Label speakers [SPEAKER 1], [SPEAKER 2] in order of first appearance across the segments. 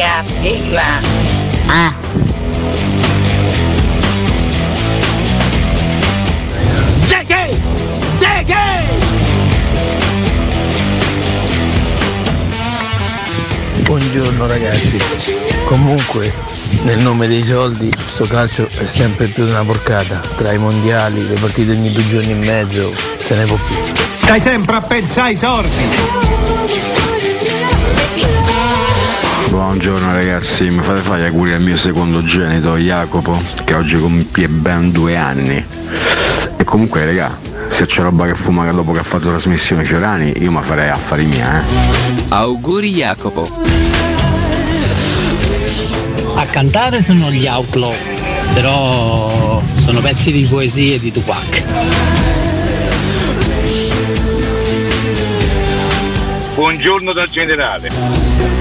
[SPEAKER 1] Sigla.
[SPEAKER 2] Buongiorno ragazzi, comunque nel nome dei soldi sto calcio è sempre più di una porcata, tra i mondiali, le partite ogni 2 giorni e mezzo, se ne può più.
[SPEAKER 3] Stai sempre a pensare ai sordi.
[SPEAKER 4] Buongiorno ragazzi, mi fate fare gli auguri al mio secondogenito Jacopo che oggi compie ben 2 anni. E comunque raga, se c'è roba che fuma dopo che ha fatto trasmissione Fiorani, io mi farei affari mia,
[SPEAKER 5] Auguri Jacopo.
[SPEAKER 6] A cantare sono gli Outlaw, però sono pezzi di poesie di Tupac.
[SPEAKER 7] Buongiorno dal generale.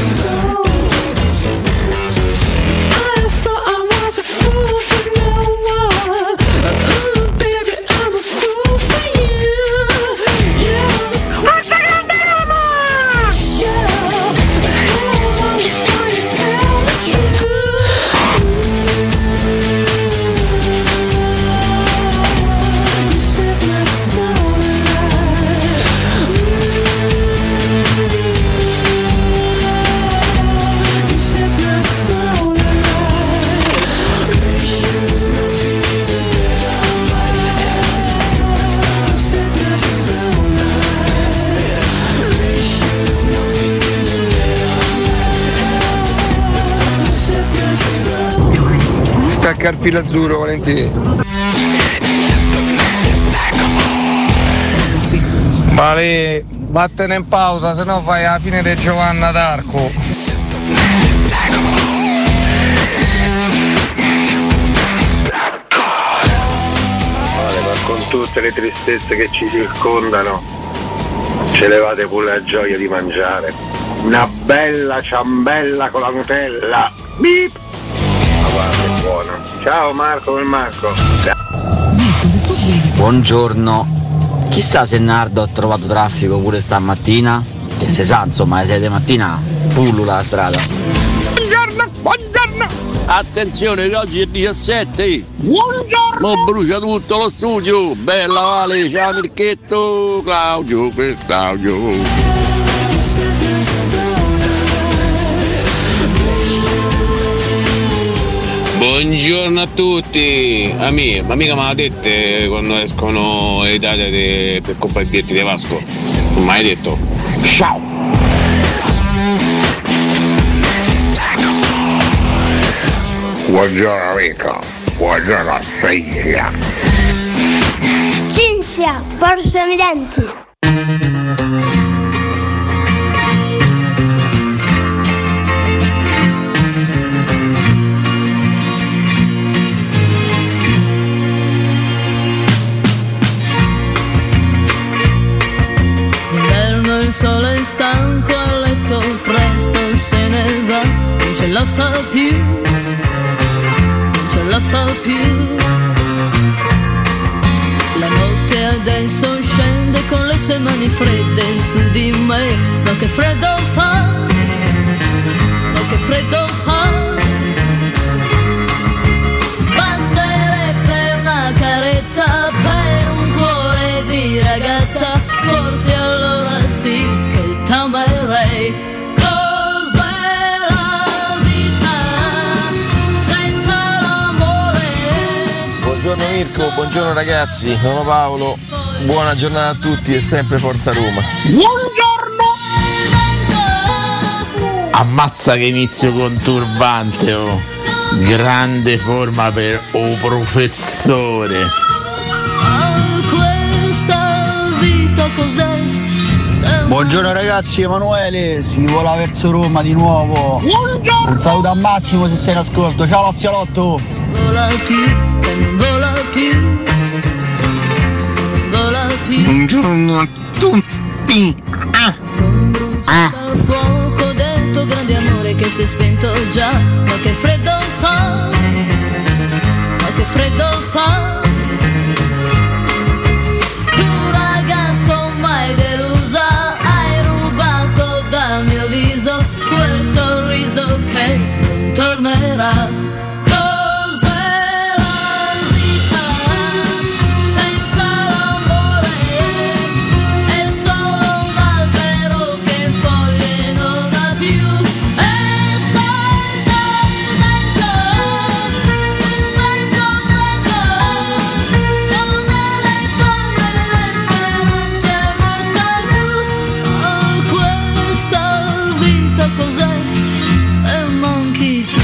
[SPEAKER 8] Stacca il filo azzurro, Valentino. Vale, vattene in pausa, se no fai la fine di Giovanna d'Arco.
[SPEAKER 7] Vale, ma con tutte le tristezze che ci circondano, ce levate pure la gioia di mangiare. Una bella ciambella con la Nutella. Bip! Ma guarda, è buona. Ciao Marco e Marco.
[SPEAKER 9] Buongiorno. Chissà se Nardo ha trovato traffico pure stamattina. Che se sa, insomma, alle 6 di mattina pullula la strada.
[SPEAKER 10] Buongiorno, buongiorno. Attenzione che oggi è 17. Buongiorno. Mo brucia tutto lo studio. Bella Vale, ciao Mirchetto. Claudio per Claudio.
[SPEAKER 11] Buongiorno a tutti, ma mica me l'ha detto quando escono le date per comprare i biglietti di Vasco, non mai detto. Ciao!
[SPEAKER 12] Buongiorno amico, buongiorno Cinzia.
[SPEAKER 13] Cinzia, portami i denti.
[SPEAKER 14] Il sole è stanco a letto, presto se ne va, non ce la fa più, non ce la fa più. La notte adesso scende con le sue mani fredde su di me, ma che freddo fa, ma che freddo fa. Basterebbe una carezza per un cuore di ragazza, forse allora sì che t'amerei. Cos'è la vita senza l'amore?
[SPEAKER 8] Buongiorno Mirko, buongiorno ragazzi, sono Paolo, buona giornata a tutti e sempre Forza Roma.
[SPEAKER 10] Buongiorno.
[SPEAKER 15] Ammazza che inizio con turbante, oh. Grande forma per o professore.
[SPEAKER 14] Questa vita cos'è?
[SPEAKER 16] Buongiorno ragazzi, Emanuele, si vola verso Roma di nuovo.
[SPEAKER 10] Buongiorno.
[SPEAKER 16] Un saluto a Massimo se sei in ascolto. Ciao Lazialotto.
[SPEAKER 14] Vola più, che non vola più, non vola più.
[SPEAKER 12] Buongiorno a tutti.
[SPEAKER 14] Il fuoco del tuo grande amore che si è spento già, ma che freddo fa, ma che freddo fa. Tu ragazzo mai delusa, hai rubato dal mio viso quel sorriso vera. Cos'è la vita senza l'amore? È solo un albero che foglie non ha più. E sai il vento freddo, come le forme le speranze butta giù. Oh, questa vita cos'è? Se manchi tu.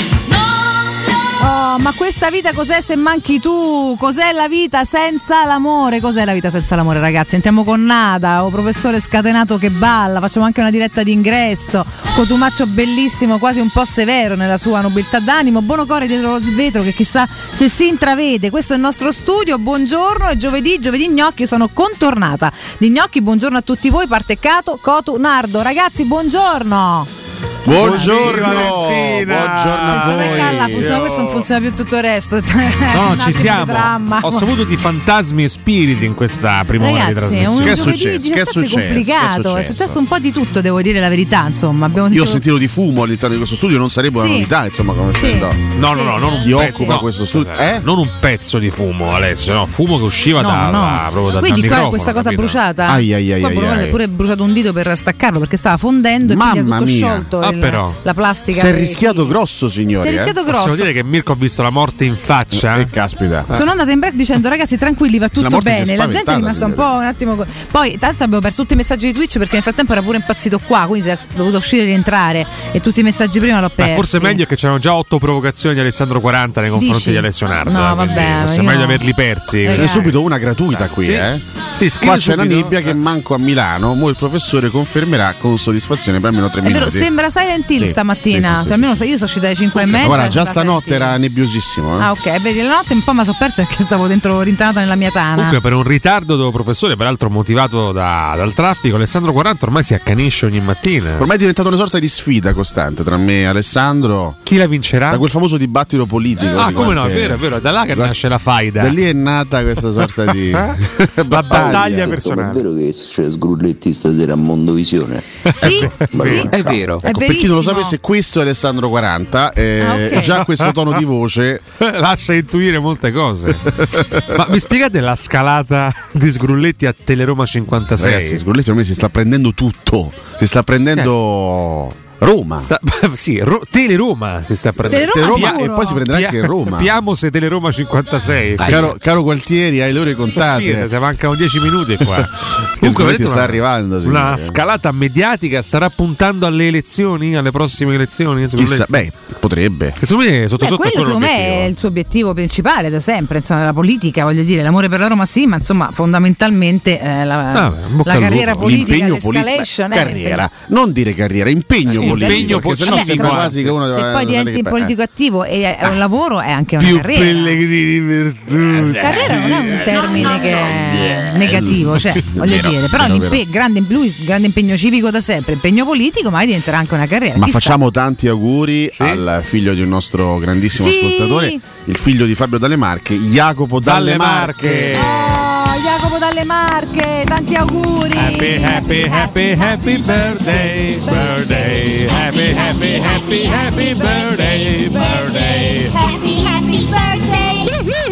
[SPEAKER 1] Oh, ma questa vita cos'è se manchi tu? Cos'è la vita senza l'amore? Cos'è la vita senza l'amore, ragazzi? Entriamo con Nada, o professore scatenato che balla. Facciamo anche una diretta d'ingresso. Cotumaccio bellissimo, quasi un po' severo nella sua nobiltà d'animo. Bonocore dietro il vetro che chissà se si intravede. Questo è il nostro studio. Buongiorno, è giovedì gnocchi, sono contornata di gnocchi. Buongiorno a tutti voi, parte Cato, Cotu, Nardo. Ragazzi, buongiorno.
[SPEAKER 17] Buongiorno a voi.
[SPEAKER 1] Questo non funziona più tutto il resto.
[SPEAKER 17] No, ci siamo. Ho saputo di fantasmi e spiriti in questa prima ora di trasmissione.
[SPEAKER 1] Che è successo? Che è complicato. È successo un po' di tutto, devo dire la verità. Insomma,
[SPEAKER 17] io ho sentito di fumo all'interno di questo studio, non sarebbe una novità, insomma, come No, non un occupa questo studio. Non un pezzo di fumo, Alessio, no, fumo che usciva proprio dal
[SPEAKER 1] quindi
[SPEAKER 17] microfono.
[SPEAKER 1] Questa cosa bruciata.
[SPEAKER 17] Qua
[SPEAKER 1] pure bruciato un dito per staccarlo perché stava fondendo e quindi ha tutto sciolto.
[SPEAKER 17] Però
[SPEAKER 1] la plastica.
[SPEAKER 17] Si è rischiato grosso, signori.
[SPEAKER 1] Si è rischiato grosso.
[SPEAKER 17] Possiamo dire che Mirko ha visto la morte in faccia. Che caspita.
[SPEAKER 1] Sono andata in break dicendo ragazzi tranquilli, va tutto bene. La gente è rimasta un po' un attimo. Poi tanto abbiamo perso tutti i messaggi di Twitch perché nel frattempo era pure impazzito qua, quindi si è dovuto uscire e rientrare e tutti i messaggi prima l'ho persi.
[SPEAKER 17] Forse è meglio che c'erano già 8 provocazioni di Alessandro 40 nei confronti di Alessio Nardo.
[SPEAKER 1] No, vabbè.
[SPEAKER 17] Forse è meglio averli persi.
[SPEAKER 18] C'è subito una gratuita qui,
[SPEAKER 17] Sì,
[SPEAKER 18] qua c'è una nebbia che manco a Milano. Mo il professore confermerà con soddisfazione per almeno 3 minuti.
[SPEAKER 1] Vero, sembra Silent Hill stamattina. Almeno io sono uscita alle 5:30.
[SPEAKER 18] Guarda, già stanotte era nebbiosissimo.
[SPEAKER 1] Ah, ok, vedi, la notte un po' mi sono persa perché stavo dentro rintanata nella mia tana.
[SPEAKER 17] Comunque, per un ritardo del professore, peraltro motivato dal traffico, Alessandro 40 ormai si accanisce ogni mattina.
[SPEAKER 18] Ormai è diventata una sorta di sfida costante tra me e Alessandro.
[SPEAKER 17] Chi la vincerà?
[SPEAKER 18] Da quel famoso dibattito politico.
[SPEAKER 17] Come no, è vero, da là che nasce la faida.
[SPEAKER 18] Da lì è nata questa sorta di
[SPEAKER 17] battaglia personale.
[SPEAKER 19] È vero che c'è Sgrulletti stasera a Mondovisione?
[SPEAKER 1] Sì,
[SPEAKER 5] è vero.
[SPEAKER 18] Ecco, per chi non lo sapesse, questo è Alessandro 40.
[SPEAKER 1] Okay.
[SPEAKER 18] Già questo tono di voce
[SPEAKER 17] lascia intuire molte cose. Ma mi spiegate la scalata di Sgrulletti a Teleroma 56?
[SPEAKER 18] Ragazzi, Sgrulletti ormai si sta prendendo tutto. Si sta prendendo Roma.
[SPEAKER 17] Teleroma si sta prendendo.
[SPEAKER 18] Teleroma e poi si prenderà anche Roma.
[SPEAKER 17] Piamose Teleroma 56.
[SPEAKER 18] Caro Gualtieri, hai le ore contate.
[SPEAKER 17] Ti mancano 10 minuti qua.
[SPEAKER 18] Comunque sta arrivando.
[SPEAKER 17] Una scalata mediatica starà puntando alle elezioni, alle prossime elezioni.
[SPEAKER 18] Chissà, potrebbe.
[SPEAKER 17] Secondo me sotto
[SPEAKER 1] quello secondo me è il suo obiettivo principale da sempre, insomma, la politica, voglio dire, l'amore per la Roma sì, ma insomma fondamentalmente la carriera politica, l'escalation
[SPEAKER 18] carriera, non dire carriera, impegno politico, perché sennò sembra quasi che uno
[SPEAKER 1] se poi diventi un politico attivo e è un lavoro è anche una
[SPEAKER 17] più
[SPEAKER 1] carriera.
[SPEAKER 17] Pellegrini virtù.
[SPEAKER 1] Carriera non è un termine che è negativo, cioè voglio dire, però grande impegno civico da sempre, impegno politico, ma diventerà anche una carriera.
[SPEAKER 18] Ma facciamo tanti auguri al figlio di un nostro grandissimo ascoltatore, il figlio di Fabio Dalle Marche, Jacopo Dalle Marche.
[SPEAKER 1] Jacopo Dalle Marche, tanti auguri.
[SPEAKER 17] Happy birthday, birthday. Happy birthday, birthday.
[SPEAKER 1] Happy birthday.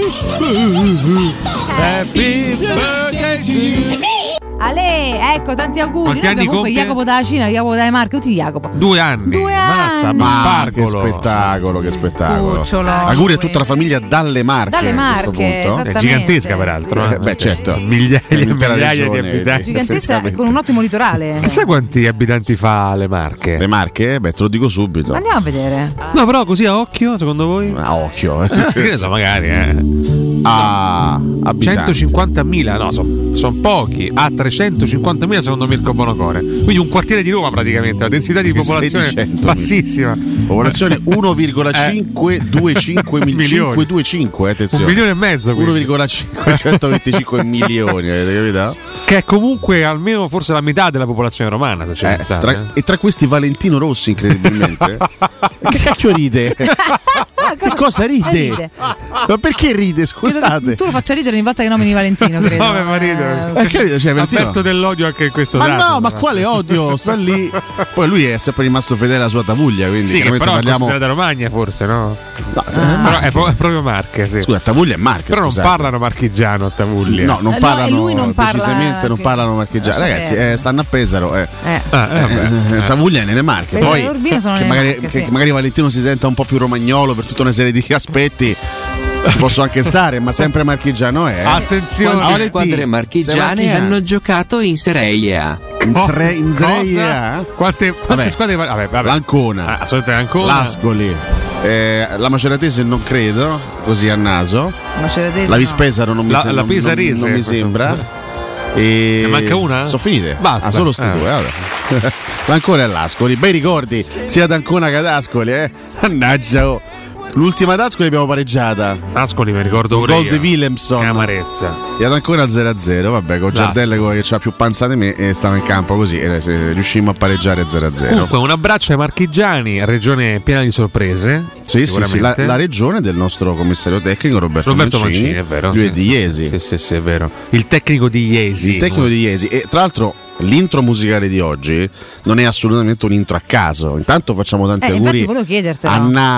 [SPEAKER 17] Happy birthday to you.
[SPEAKER 1] Ale, ecco, tanti auguri. Comunque Jacopo dalla Cina, Jacopo Dalle Marche, tutti Jacopo.
[SPEAKER 17] 2 anni.
[SPEAKER 18] Ma che spettacolo. Auguri a tutta la famiglia Dalle Marche.
[SPEAKER 1] Dalle Marche,
[SPEAKER 17] è gigantesca peraltro.
[SPEAKER 18] Certo.
[SPEAKER 17] Migliaia di abitanti.
[SPEAKER 1] Gigantesca con un ottimo litorale.
[SPEAKER 17] Chissà quanti abitanti fa le Marche?
[SPEAKER 18] Le Marche? Beh, te lo dico subito.
[SPEAKER 1] Andiamo a vedere.
[SPEAKER 17] No, però così a occhio, secondo voi?
[SPEAKER 18] A occhio.
[SPEAKER 17] Che ne so, magari, 150.000, no, sono pochi. A 350.000 secondo Mirko Bonocore. Quindi un quartiere di Roma praticamente, la densità di popolazione bassissima.
[SPEAKER 18] Popolazione 1,525 milioni. 525, attenzione.
[SPEAKER 17] 1,5 milioni.
[SPEAKER 18] 1,525 milioni, avete capito?
[SPEAKER 17] Che è comunque almeno forse la metà della popolazione romana, se ci pensate.
[SPEAKER 18] E tra questi Valentino Rossi, incredibilmente. Che cacchio ride? Che cosa ride? Ma perché ride? Scusate.
[SPEAKER 1] Tu lo faccia ridere ogni volta che nomini Valentino, credo.
[SPEAKER 17] No, fa ridere.
[SPEAKER 18] Cioè,
[SPEAKER 17] Avverto dell'odio anche in questo caso.
[SPEAKER 18] No, ma quale odio? Sta lì. Poi lui è sempre rimasto fedele alla sua Tavuglia, quindi
[SPEAKER 17] sì, che però
[SPEAKER 18] parliamo...
[SPEAKER 17] è considerata Romagna forse, no? Però è proprio Marche, sì.
[SPEAKER 18] Scusa, Tavuglia è Marche.
[SPEAKER 17] Però non parlano marchigiano a Tavuglia.
[SPEAKER 18] No, non parlano,
[SPEAKER 1] lui non
[SPEAKER 18] precisamente non parlano marchigiano. Ragazzi, stanno a Pesaro. Tavuglia è nelle Marche. Poi che magari Valentino si senta un po' più romagnolo per tutta una serie di aspetti. Ci posso anche stare, ma sempre marchigiano è.
[SPEAKER 17] Attenzione,
[SPEAKER 5] quante squadre marchigiane hanno giocato in Serie A?
[SPEAKER 18] In Serie A?
[SPEAKER 17] Quante squadre? Vabbè.
[SPEAKER 18] L'Ancona,
[SPEAKER 17] assolutamente Ancona.
[SPEAKER 18] l'Ascoli, la Maceratese non credo, così a naso.
[SPEAKER 1] Maceratese
[SPEAKER 18] la Vispesaro non mi sembra.
[SPEAKER 17] La Pesarese
[SPEAKER 18] non mi sembra.
[SPEAKER 17] Ne manca una?
[SPEAKER 18] Sono finite.
[SPEAKER 17] Basta.
[SPEAKER 18] Solo sti due. Vabbè. L'Ancona e l'Ascoli. Bei ricordi sia ad Ancona che ad Ascoli, Mannaggia. Oh. L'ultima ad Ascoli abbiamo pareggiata.
[SPEAKER 17] Ascoli mi ricordo pure
[SPEAKER 18] gol di Willemson.
[SPEAKER 17] Che amarezza.
[SPEAKER 18] E ad ancora 0-0. Vabbè, con Giardelle che ha più panza di me e stava in campo così. E riuscimmo a pareggiare 0-0.
[SPEAKER 17] Comunque un abbraccio ai marchigiani, regione piena di sorprese.
[SPEAKER 18] Sì, la regione del nostro commissario tecnico Roberto Mancini, è vero. Lui è di Iesi.
[SPEAKER 17] Sì, è vero. Il tecnico di Iesi.
[SPEAKER 18] E tra l'altro l'intro musicale di oggi non è assolutamente un intro a caso. Intanto facciamo tanti auguri a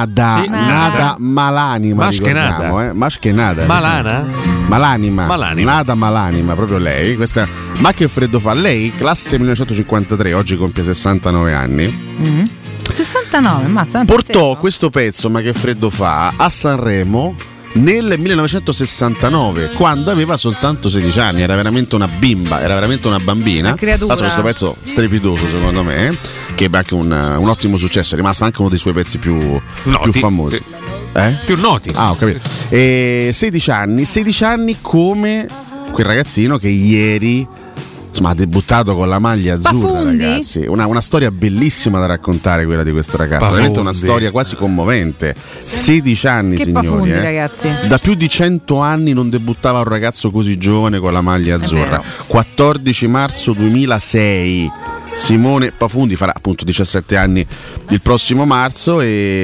[SPEAKER 18] Nada Malanima, ricordiamo, Maschenada. Malanima. Nada Malanima, proprio lei. Questa, ma che freddo fa. Lei, classe 1953, oggi compie 69 anni.
[SPEAKER 1] 69, mazza.
[SPEAKER 18] Portò questo pezzo, ma che freddo fa, a Sanremo nel 1969, quando aveva soltanto 16 anni. Era veramente una bimba, era veramente una bambina.
[SPEAKER 1] Una creatura.
[SPEAKER 18] Questo pezzo strepitoso, secondo me, che è anche un ottimo successo. È rimasto anche uno dei suoi pezzi più famosi.
[SPEAKER 17] Sì. Più noti.
[SPEAKER 18] Ho capito. 16 anni come quel ragazzino che ieri ha debuttato con la maglia azzurra, ragazzi. Una storia bellissima da raccontare, quella di questo ragazzo. Veramente una storia quasi commovente. 16 anni,
[SPEAKER 1] che
[SPEAKER 18] signori.
[SPEAKER 1] Pafundi, ragazzi.
[SPEAKER 18] Da più di 100 anni non debuttava un ragazzo così giovane con la maglia azzurra. 14 marzo 2006. Simone Pafundi farà appunto 17 anni il prossimo marzo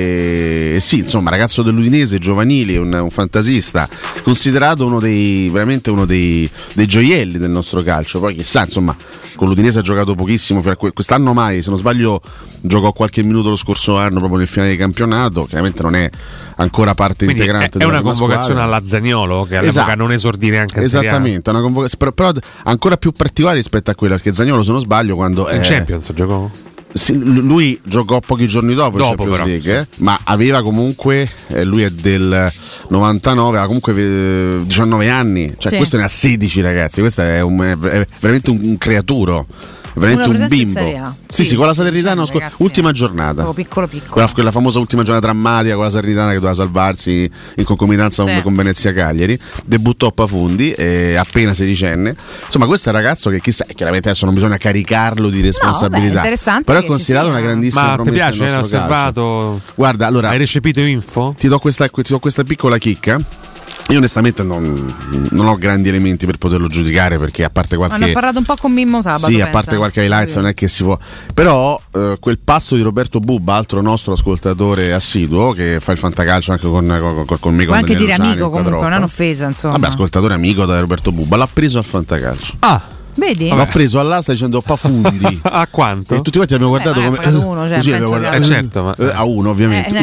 [SPEAKER 18] e sì, insomma, ragazzo dell'Udinese, giovanili, un fantasista, considerato veramente uno dei gioielli del nostro calcio. Poi chissà, insomma, con l'Udinese ha giocato pochissimo, quest'anno mai, se non sbaglio giocò qualche minuto lo scorso anno proprio nel finale di campionato. Chiaramente non è ancora parte
[SPEAKER 17] quindi
[SPEAKER 18] integrante
[SPEAKER 17] è una convocazione
[SPEAKER 18] squadra.
[SPEAKER 17] alla Zagnolo, che all'epoca non esordì neanche in Serie A.
[SPEAKER 18] Esattamente, una convocazione però ancora più particolare rispetto a quella, perché Zagnolo, se non sbaglio, quando
[SPEAKER 17] in Champions giocò.
[SPEAKER 18] Sì, lui giocò pochi giorni dopo il Champions League, ma aveva comunque, lui è del 99, aveva comunque 19 anni, cioè questo ne ha 16, ragazzi. Questo è veramente un creaturo, veramente un bimbo. Sì, con la Salernitana, ultima giornata.
[SPEAKER 1] Piccolo.
[SPEAKER 18] Quella famosa ultima giornata drammatica con la Salernitana che doveva salvarsi in concomitanza con Venezia Cagliari. Debuttò Pafundi, appena sedicenne. Insomma, questo è un ragazzo che chissà, chiaramente adesso non bisogna caricarlo di responsabilità. Però è considerato una grandissima promessa.
[SPEAKER 17] Ma ti piace? Hai osservato?
[SPEAKER 18] Guarda, allora,
[SPEAKER 17] hai recepito info?
[SPEAKER 18] Ti do questa piccola chicca. Io onestamente non ho grandi elementi per poterlo giudicare, perché a parte qualche...
[SPEAKER 1] Hanno parlato un po' con Mimmo sabato.
[SPEAKER 18] Sì, a parte qualche highlights non è che si può... Però quel passo di Roberto Bubba, altro nostro ascoltatore assiduo, che fa il fantacalcio anche con me, con
[SPEAKER 1] anche dire
[SPEAKER 18] Luciani,
[SPEAKER 1] amico comunque, non è un'offesa, insomma.
[SPEAKER 18] Vabbè, ascoltatore amico da Roberto Bubba, l'ha preso al fantacalcio.
[SPEAKER 1] Vedi?
[SPEAKER 18] L'ho preso all'asta dicendo Pafundi.
[SPEAKER 17] A quanto?
[SPEAKER 18] E tutti quanti abbiamo guardato come
[SPEAKER 1] uno, cioè,
[SPEAKER 17] certo, ma
[SPEAKER 18] a uno ovviamente.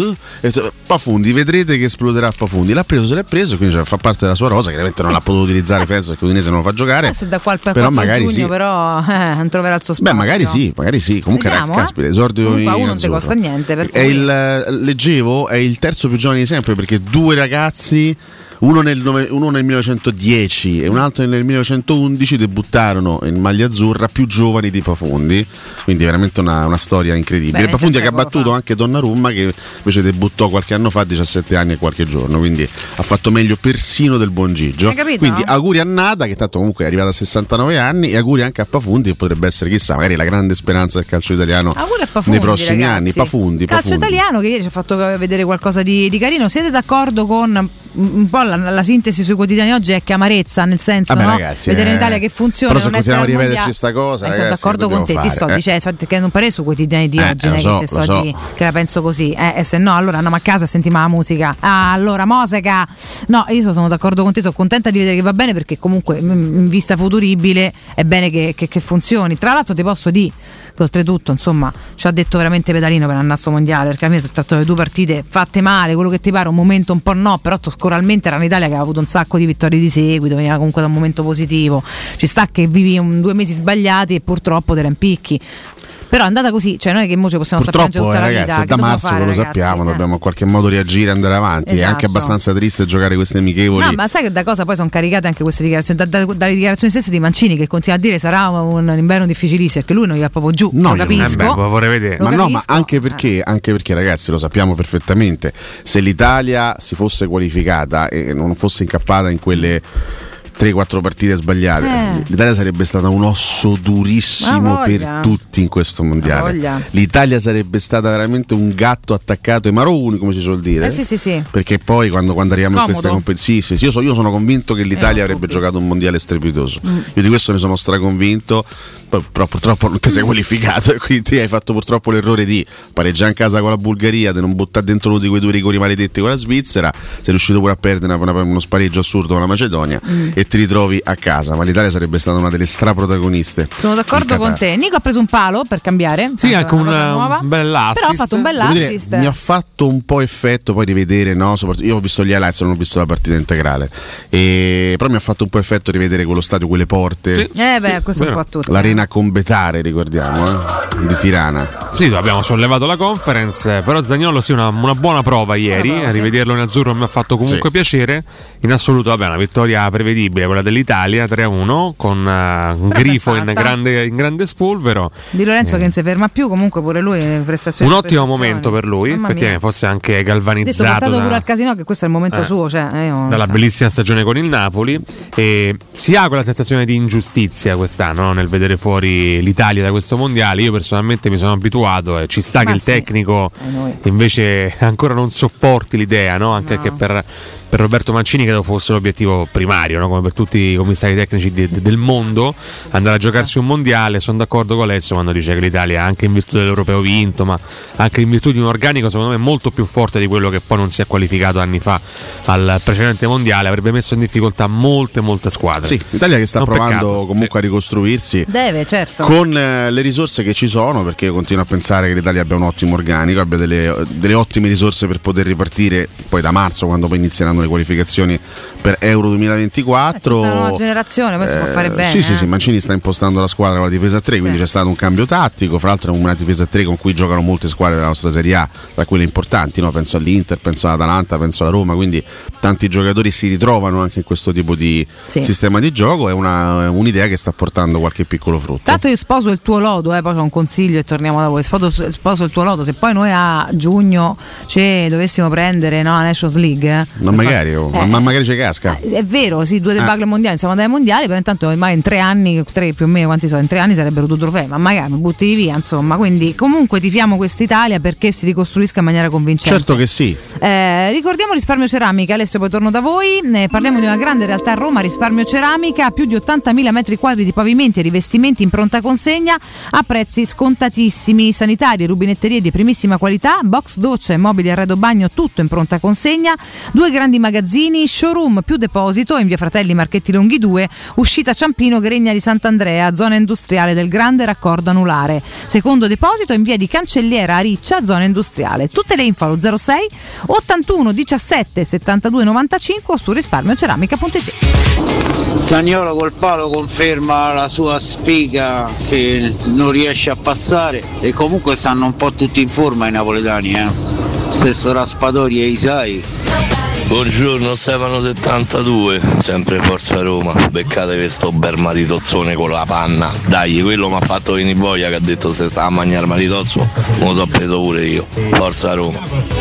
[SPEAKER 18] Pafundi, vedrete che esploderà Pafundi. L'ha preso, se l'è preso, quindi fa parte della sua rosa. Chiaramente non l'ha potuto utilizzare, penso che Udinese non lo fa giocare.
[SPEAKER 1] Se da qua
[SPEAKER 18] però magari
[SPEAKER 1] giugno,
[SPEAKER 18] sì.
[SPEAKER 1] Però non troverà il suo spazio.
[SPEAKER 18] Beh, magari sì. Comunque caspita, esordio in
[SPEAKER 1] uno non ti costa niente.
[SPEAKER 18] Leggevo, è il terzo più giovane di sempre, perché due ragazzi, uno nel 1910 e un altro nel 1911, debuttarono in maglia azzurra, più giovani di Pafundi, quindi veramente una storia incredibile. Pafundi che ha battuto anche Donnarumma, che invece debuttò qualche anno fa, 17 anni e qualche giorno, quindi ha fatto meglio persino del buon Gigio. Quindi auguri a Nada, che tanto comunque è arrivata a 69 anni, e auguri anche a Pafundi, che potrebbe essere, chissà, magari la grande speranza del calcio italiano nei prossimi anni. Pafundi.
[SPEAKER 1] Calcio italiano che ieri ci ha fatto vedere qualcosa di carino. Siete d'accordo con un po' la sintesi sui quotidiani oggi è che amarezza, nel senso, no?
[SPEAKER 18] Ragazzi,
[SPEAKER 1] vedere in Italia che funziona.
[SPEAKER 18] Però se continuiamo a ripeterci sta cosa,
[SPEAKER 1] sono
[SPEAKER 18] ragazzi,
[SPEAKER 1] d'accordo con te, ti sto dicendo che non parere sui quotidiani di oggi, che te sto di che la penso così, e se no allora andiamo a casa e sentiamo la musica. Allora musica, no, io sono d'accordo con te, sono contenta di vedere che va bene, perché comunque in vista futuribile è bene che funzioni. Tra l'altro ti posso dire che oltretutto, insomma, ci ha detto veramente Pedalino per l'annasso mondiale, perché a me si è trattato di 2 partite fatte male, quello che ti pare, un momento un po' no, però scoralmente era un'Italia che aveva avuto un sacco di vittorie di seguito, veniva comunque da un momento positivo. Ci sta che vivi 2 mesi sbagliati e purtroppo te ne impicchi. Però è andata così, cioè noi che mo ci possiamo stare tutta la vita,
[SPEAKER 18] è da marzo che lo sappiamo, dobbiamo in qualche modo reagire e andare avanti. Esatto. È anche abbastanza triste giocare queste amichevoli.
[SPEAKER 1] No, ma sai che da cosa poi sono caricate anche queste dichiarazioni? Dalle dichiarazioni stesse di Mancini, che continua a dire sarà un inverno difficilissimo, perché lui non gli va proprio giù.
[SPEAKER 18] No,
[SPEAKER 1] lo capisco.
[SPEAKER 17] Vorrei vedere.
[SPEAKER 18] Ma no, ma anche perché ragazzi, lo sappiamo perfettamente, se l'Italia si fosse qualificata e non fosse incappata in quelle 3-4 partite sbagliate, l'Italia sarebbe stata un osso durissimo per tutti in questo mondiale. L'Italia sarebbe stata veramente un gatto attaccato ai maroni, come si suol dire.
[SPEAKER 1] Sì.
[SPEAKER 18] Perché poi quando arriviamo a queste competizioni, io sono convinto che l'Italia avrebbe giocato un mondiale strepitoso. Io di questo ne sono straconvinto. Però purtroppo non ti sei qualificato e quindi hai fatto purtroppo l'errore di pareggiare in casa con la Bulgaria, di non buttare dentro uno di quei 2 rigori maledetti con la Svizzera, sei riuscito pure a perdere uno spareggio assurdo con la Macedonia e ti ritrovi a casa. Ma l'Italia sarebbe stata una delle straprotagoniste.
[SPEAKER 1] Sono d'accordo con te. Nico ha preso un palo per cambiare,
[SPEAKER 17] sì, anche un bel assist,
[SPEAKER 1] però ha fatto un bel assist.
[SPEAKER 18] Mi ha fatto un po' effetto poi di vedere, no? Io ho visto gli highlights, non ho visto la partita integrale, però mi ha fatto un po' effetto rivedere quello stadio, quelle porte.
[SPEAKER 1] Questo è un po' a tutti.
[SPEAKER 18] L'arena a Combetare, ricordiamo, di Tirana.
[SPEAKER 17] Sì, abbiamo sollevato la conference, però Zaniolo una buona prova ieri, a rivederlo in azzurro mi ha fatto comunque piacere. In assoluto, una vittoria prevedibile, quella dell'Italia 3-1 con un Grifo in grande spolvero.
[SPEAKER 1] Di Lorenzo che non si ferma più, comunque pure lui prestazioni.
[SPEAKER 17] Un ottimo momento per lui, effettivamente, forse anche galvanizzato.
[SPEAKER 1] Portato pure al casino che questo è il momento suo,
[SPEAKER 17] dalla bellissima stagione con il Napoli, e si ha quella sensazione di ingiustizia quest'anno, no? Nel vedere fuori l'Italia da questo mondiale. Io personalmente mi sono abituato e ci sta che il tecnico invece ancora non sopporti l'idea, no? Anche che per Roberto Mancini credo fosse l'obiettivo primario, no? Come per tutti i commissari tecnici del mondo, andare a giocarsi un mondiale. Sono d'accordo con Alessio quando dice che l'Italia, anche in virtù dell'europeo vinto, ma anche in virtù di un organico secondo me molto più forte di quello che poi non si è qualificato anni fa al precedente mondiale, avrebbe messo in difficoltà molte squadre.
[SPEAKER 18] Sì, l'Italia che sta provando comunque a ricostruirsi,
[SPEAKER 1] deve, certo,
[SPEAKER 18] con le risorse che ci sono, perché io continuo a pensare che l'Italia abbia un ottimo organico, abbia delle ottime risorse per poter ripartire poi da marzo, quando poi inizieranno le qualificazioni per Euro 2024.
[SPEAKER 1] Una nuova generazione, poi si può fare bene.
[SPEAKER 18] Sì, Mancini sta impostando la squadra con la difesa 3, quindi c'è stato un cambio tattico. Fra l'altro è una difesa 3 con cui giocano molte squadre della nostra Serie A, tra quelle importanti, no? Penso all'Inter, penso all'Atalanta, penso alla Roma, quindi tanti giocatori si ritrovano anche in questo tipo di sistema di gioco. È un'idea che sta portando qualche piccolo frutto.
[SPEAKER 1] Tanto io sposo il tuo lodo, poi c'ho un consiglio e torniamo da voi. Sposo il tuo lodo. Se poi noi a giugno dovessimo prendere la Nations League,
[SPEAKER 18] ma magari ci casca.
[SPEAKER 1] È vero, sì, 2 debacle mondiali, siamo andati ai mondiali, però intanto ormai in 3 anni, 3 più o meno, quanti sono? In 3 anni sarebbero 2 trofei, ma magari mi butti via, insomma. Quindi comunque tifiamo quest'Italia perché si ricostruisca in maniera convincente.
[SPEAKER 18] Certo che sì.
[SPEAKER 1] Ricordiamo Risparmio Ceramica. Adesso poi torno da voi. Parliamo di una grande realtà a Roma, Risparmio Ceramica, più di 80.000 metri quadri di pavimenti e rivestimenti in pronta consegna a prezzi scontatissimi. Sanitari, rubinetterie di primissima qualità, box doccia e mobili arredo bagno, tutto in pronta consegna. 2 grandi magazzini, showroom più deposito in via Fratelli Marchetti Longhi 2, uscita Ciampino Gregna di Sant'Andrea, zona industriale del grande raccordo anulare. Secondo deposito in via di Cancelliera a Riccia, zona industriale. Tutte le info allo 06 81 17 72 95 o su risparmioceramica.it.
[SPEAKER 20] Zaniolo col palo conferma la sua sfiga che non riesce a passare, e comunque stanno un po' tutti in forma i napoletani, stesso Raspadori e Isai.
[SPEAKER 8] Buongiorno Stefano 72, sempre Forza Roma. Beccate questo bel maritozzone con la panna. Dai, quello mi ha fatto venire voglia, che ha detto se sta a mangiare maritozzo, me lo so preso pure io. Forza Roma.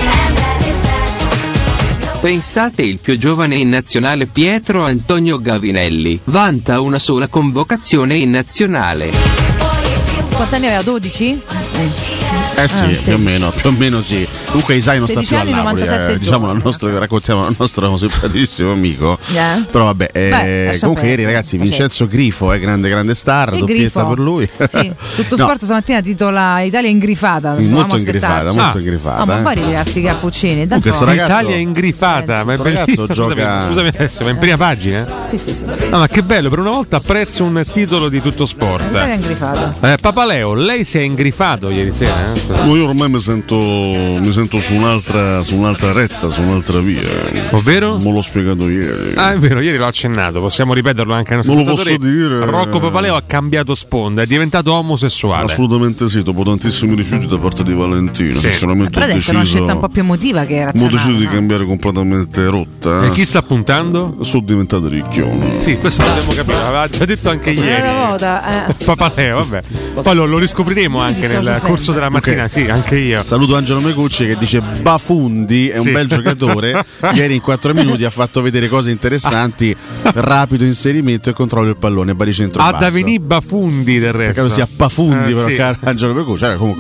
[SPEAKER 5] Pensate, il più giovane in nazionale Pietro Antonio Gavinelli vanta una sola convocazione in nazionale.
[SPEAKER 1] Quanti anni aveva? 12?
[SPEAKER 18] Sì, più o meno sì. Comunque Isai non sta più al Napoli, diciamo raccontiamo al nostro simpaticissimo amico. Però vabbè, comunque ieri ragazzi Vincenzo Grifo è grande star, doppietta per lui.
[SPEAKER 1] Sì, tutto sport stamattina titola Italia ingrifata.
[SPEAKER 18] Molto ingrifata.
[SPEAKER 1] Ma poi sti cappuccini.
[SPEAKER 17] L'Italia è ingrifata, ma è bellissimo. Scusami adesso, ma in prima pagina?
[SPEAKER 1] Sì.
[SPEAKER 17] No, ma che bello, per una volta apprezzo un titolo di tutto sport.
[SPEAKER 1] L'Italia è ingrifata.
[SPEAKER 17] Papaleo, lei si è ingrifato ieri sera?
[SPEAKER 18] Io ormai mi sento su un'altra retta, su un'altra via.
[SPEAKER 17] Ovvero?
[SPEAKER 18] Me l'ho spiegato ieri.
[SPEAKER 17] Ah, è vero, ieri l'ho accennato, possiamo ripeterlo anche ai nostri ascoltatori.
[SPEAKER 18] Non lo posso dire.
[SPEAKER 17] Rocco Papaleo ha cambiato sponda, è diventato omosessuale.
[SPEAKER 18] Assolutamente sì, dopo tantissimi rifiuti da parte di Valentino.
[SPEAKER 17] Sì.
[SPEAKER 1] Però adesso è una scelta un po' più emotiva che razionale.
[SPEAKER 18] Ho deciso di cambiare completamente rotta.
[SPEAKER 17] E chi sta puntando?
[SPEAKER 18] Sono diventato ricchione.
[SPEAKER 17] Sì, questo l'abbiamo capito, l'aveva già detto anche ieri. Papaleo, vabbè. Poi lo riscopriremo anche nel corso della mattina. Okay. Sì, anche io.
[SPEAKER 18] Saluto Angelo Mecucci che dice Bafundi è un bel giocatore. Ieri in 4 minuti ha fatto vedere cose interessanti. Rapido inserimento e controllo il pallone. Baricentro basso.
[SPEAKER 17] Ad avvenì Bafundi del resto.
[SPEAKER 18] Peccato sia Pafundi però caro Angelo Mecucci. Comunque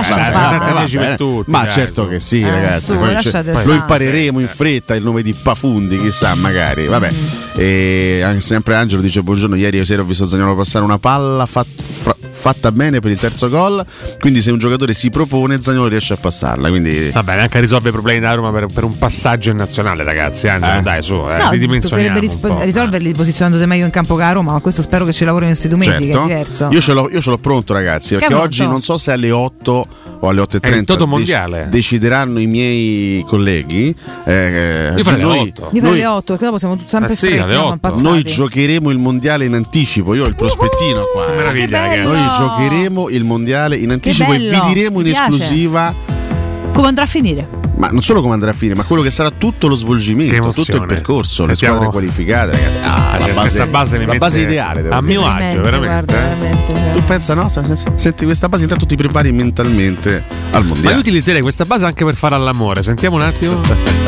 [SPEAKER 18] ma certo che sì, ragazzi. Lo impareremo in fretta il nome di Pafundi, chissà, magari. Vabbè. E sempre Angelo dice buongiorno, ieri sera ho visto Zaniolo passare una palla fatta bene per il terzo gol, quindi se un giocatore si propone Zaniolo riesce a passarla, quindi
[SPEAKER 17] va bene, anche risolve i problemi da Roma per un passaggio in nazionale, ragazzi. Dai, su, ridimensioniamo
[SPEAKER 1] risolverli posizionandosi meglio in campo che a Roma, ma questo spero che ci lavorino in questi 2 mesi,
[SPEAKER 18] certo.
[SPEAKER 1] Che è diverso.
[SPEAKER 18] Io ce l'ho pronto, ragazzi, perché oggi non so se alle 8 o alle 8:30 decideranno i miei colleghi.
[SPEAKER 17] Io farei
[SPEAKER 1] alle 8, perché dopo siamo sempre stretti.
[SPEAKER 18] Noi giocheremo il mondiale in anticipo. Io ho il prospettino qua.
[SPEAKER 17] Che meraviglia, ragazzi.
[SPEAKER 18] Noi giocheremo il mondiale in anticipo e vi diremo in esclusiva
[SPEAKER 1] come andrà a finire.
[SPEAKER 18] Ma non solo come andrà a finire, ma quello che sarà tutto lo svolgimento, tutto il percorso, le squadre qualificate, ragazzi. La base ideale.
[SPEAKER 17] A mio agio, veramente.
[SPEAKER 18] Tu pensa, no? Senti questa base, intanto ti prepari mentalmente al mondiale.
[SPEAKER 17] Ma io utilizzerei questa base anche per fare all'amore. Sentiamo un attimo.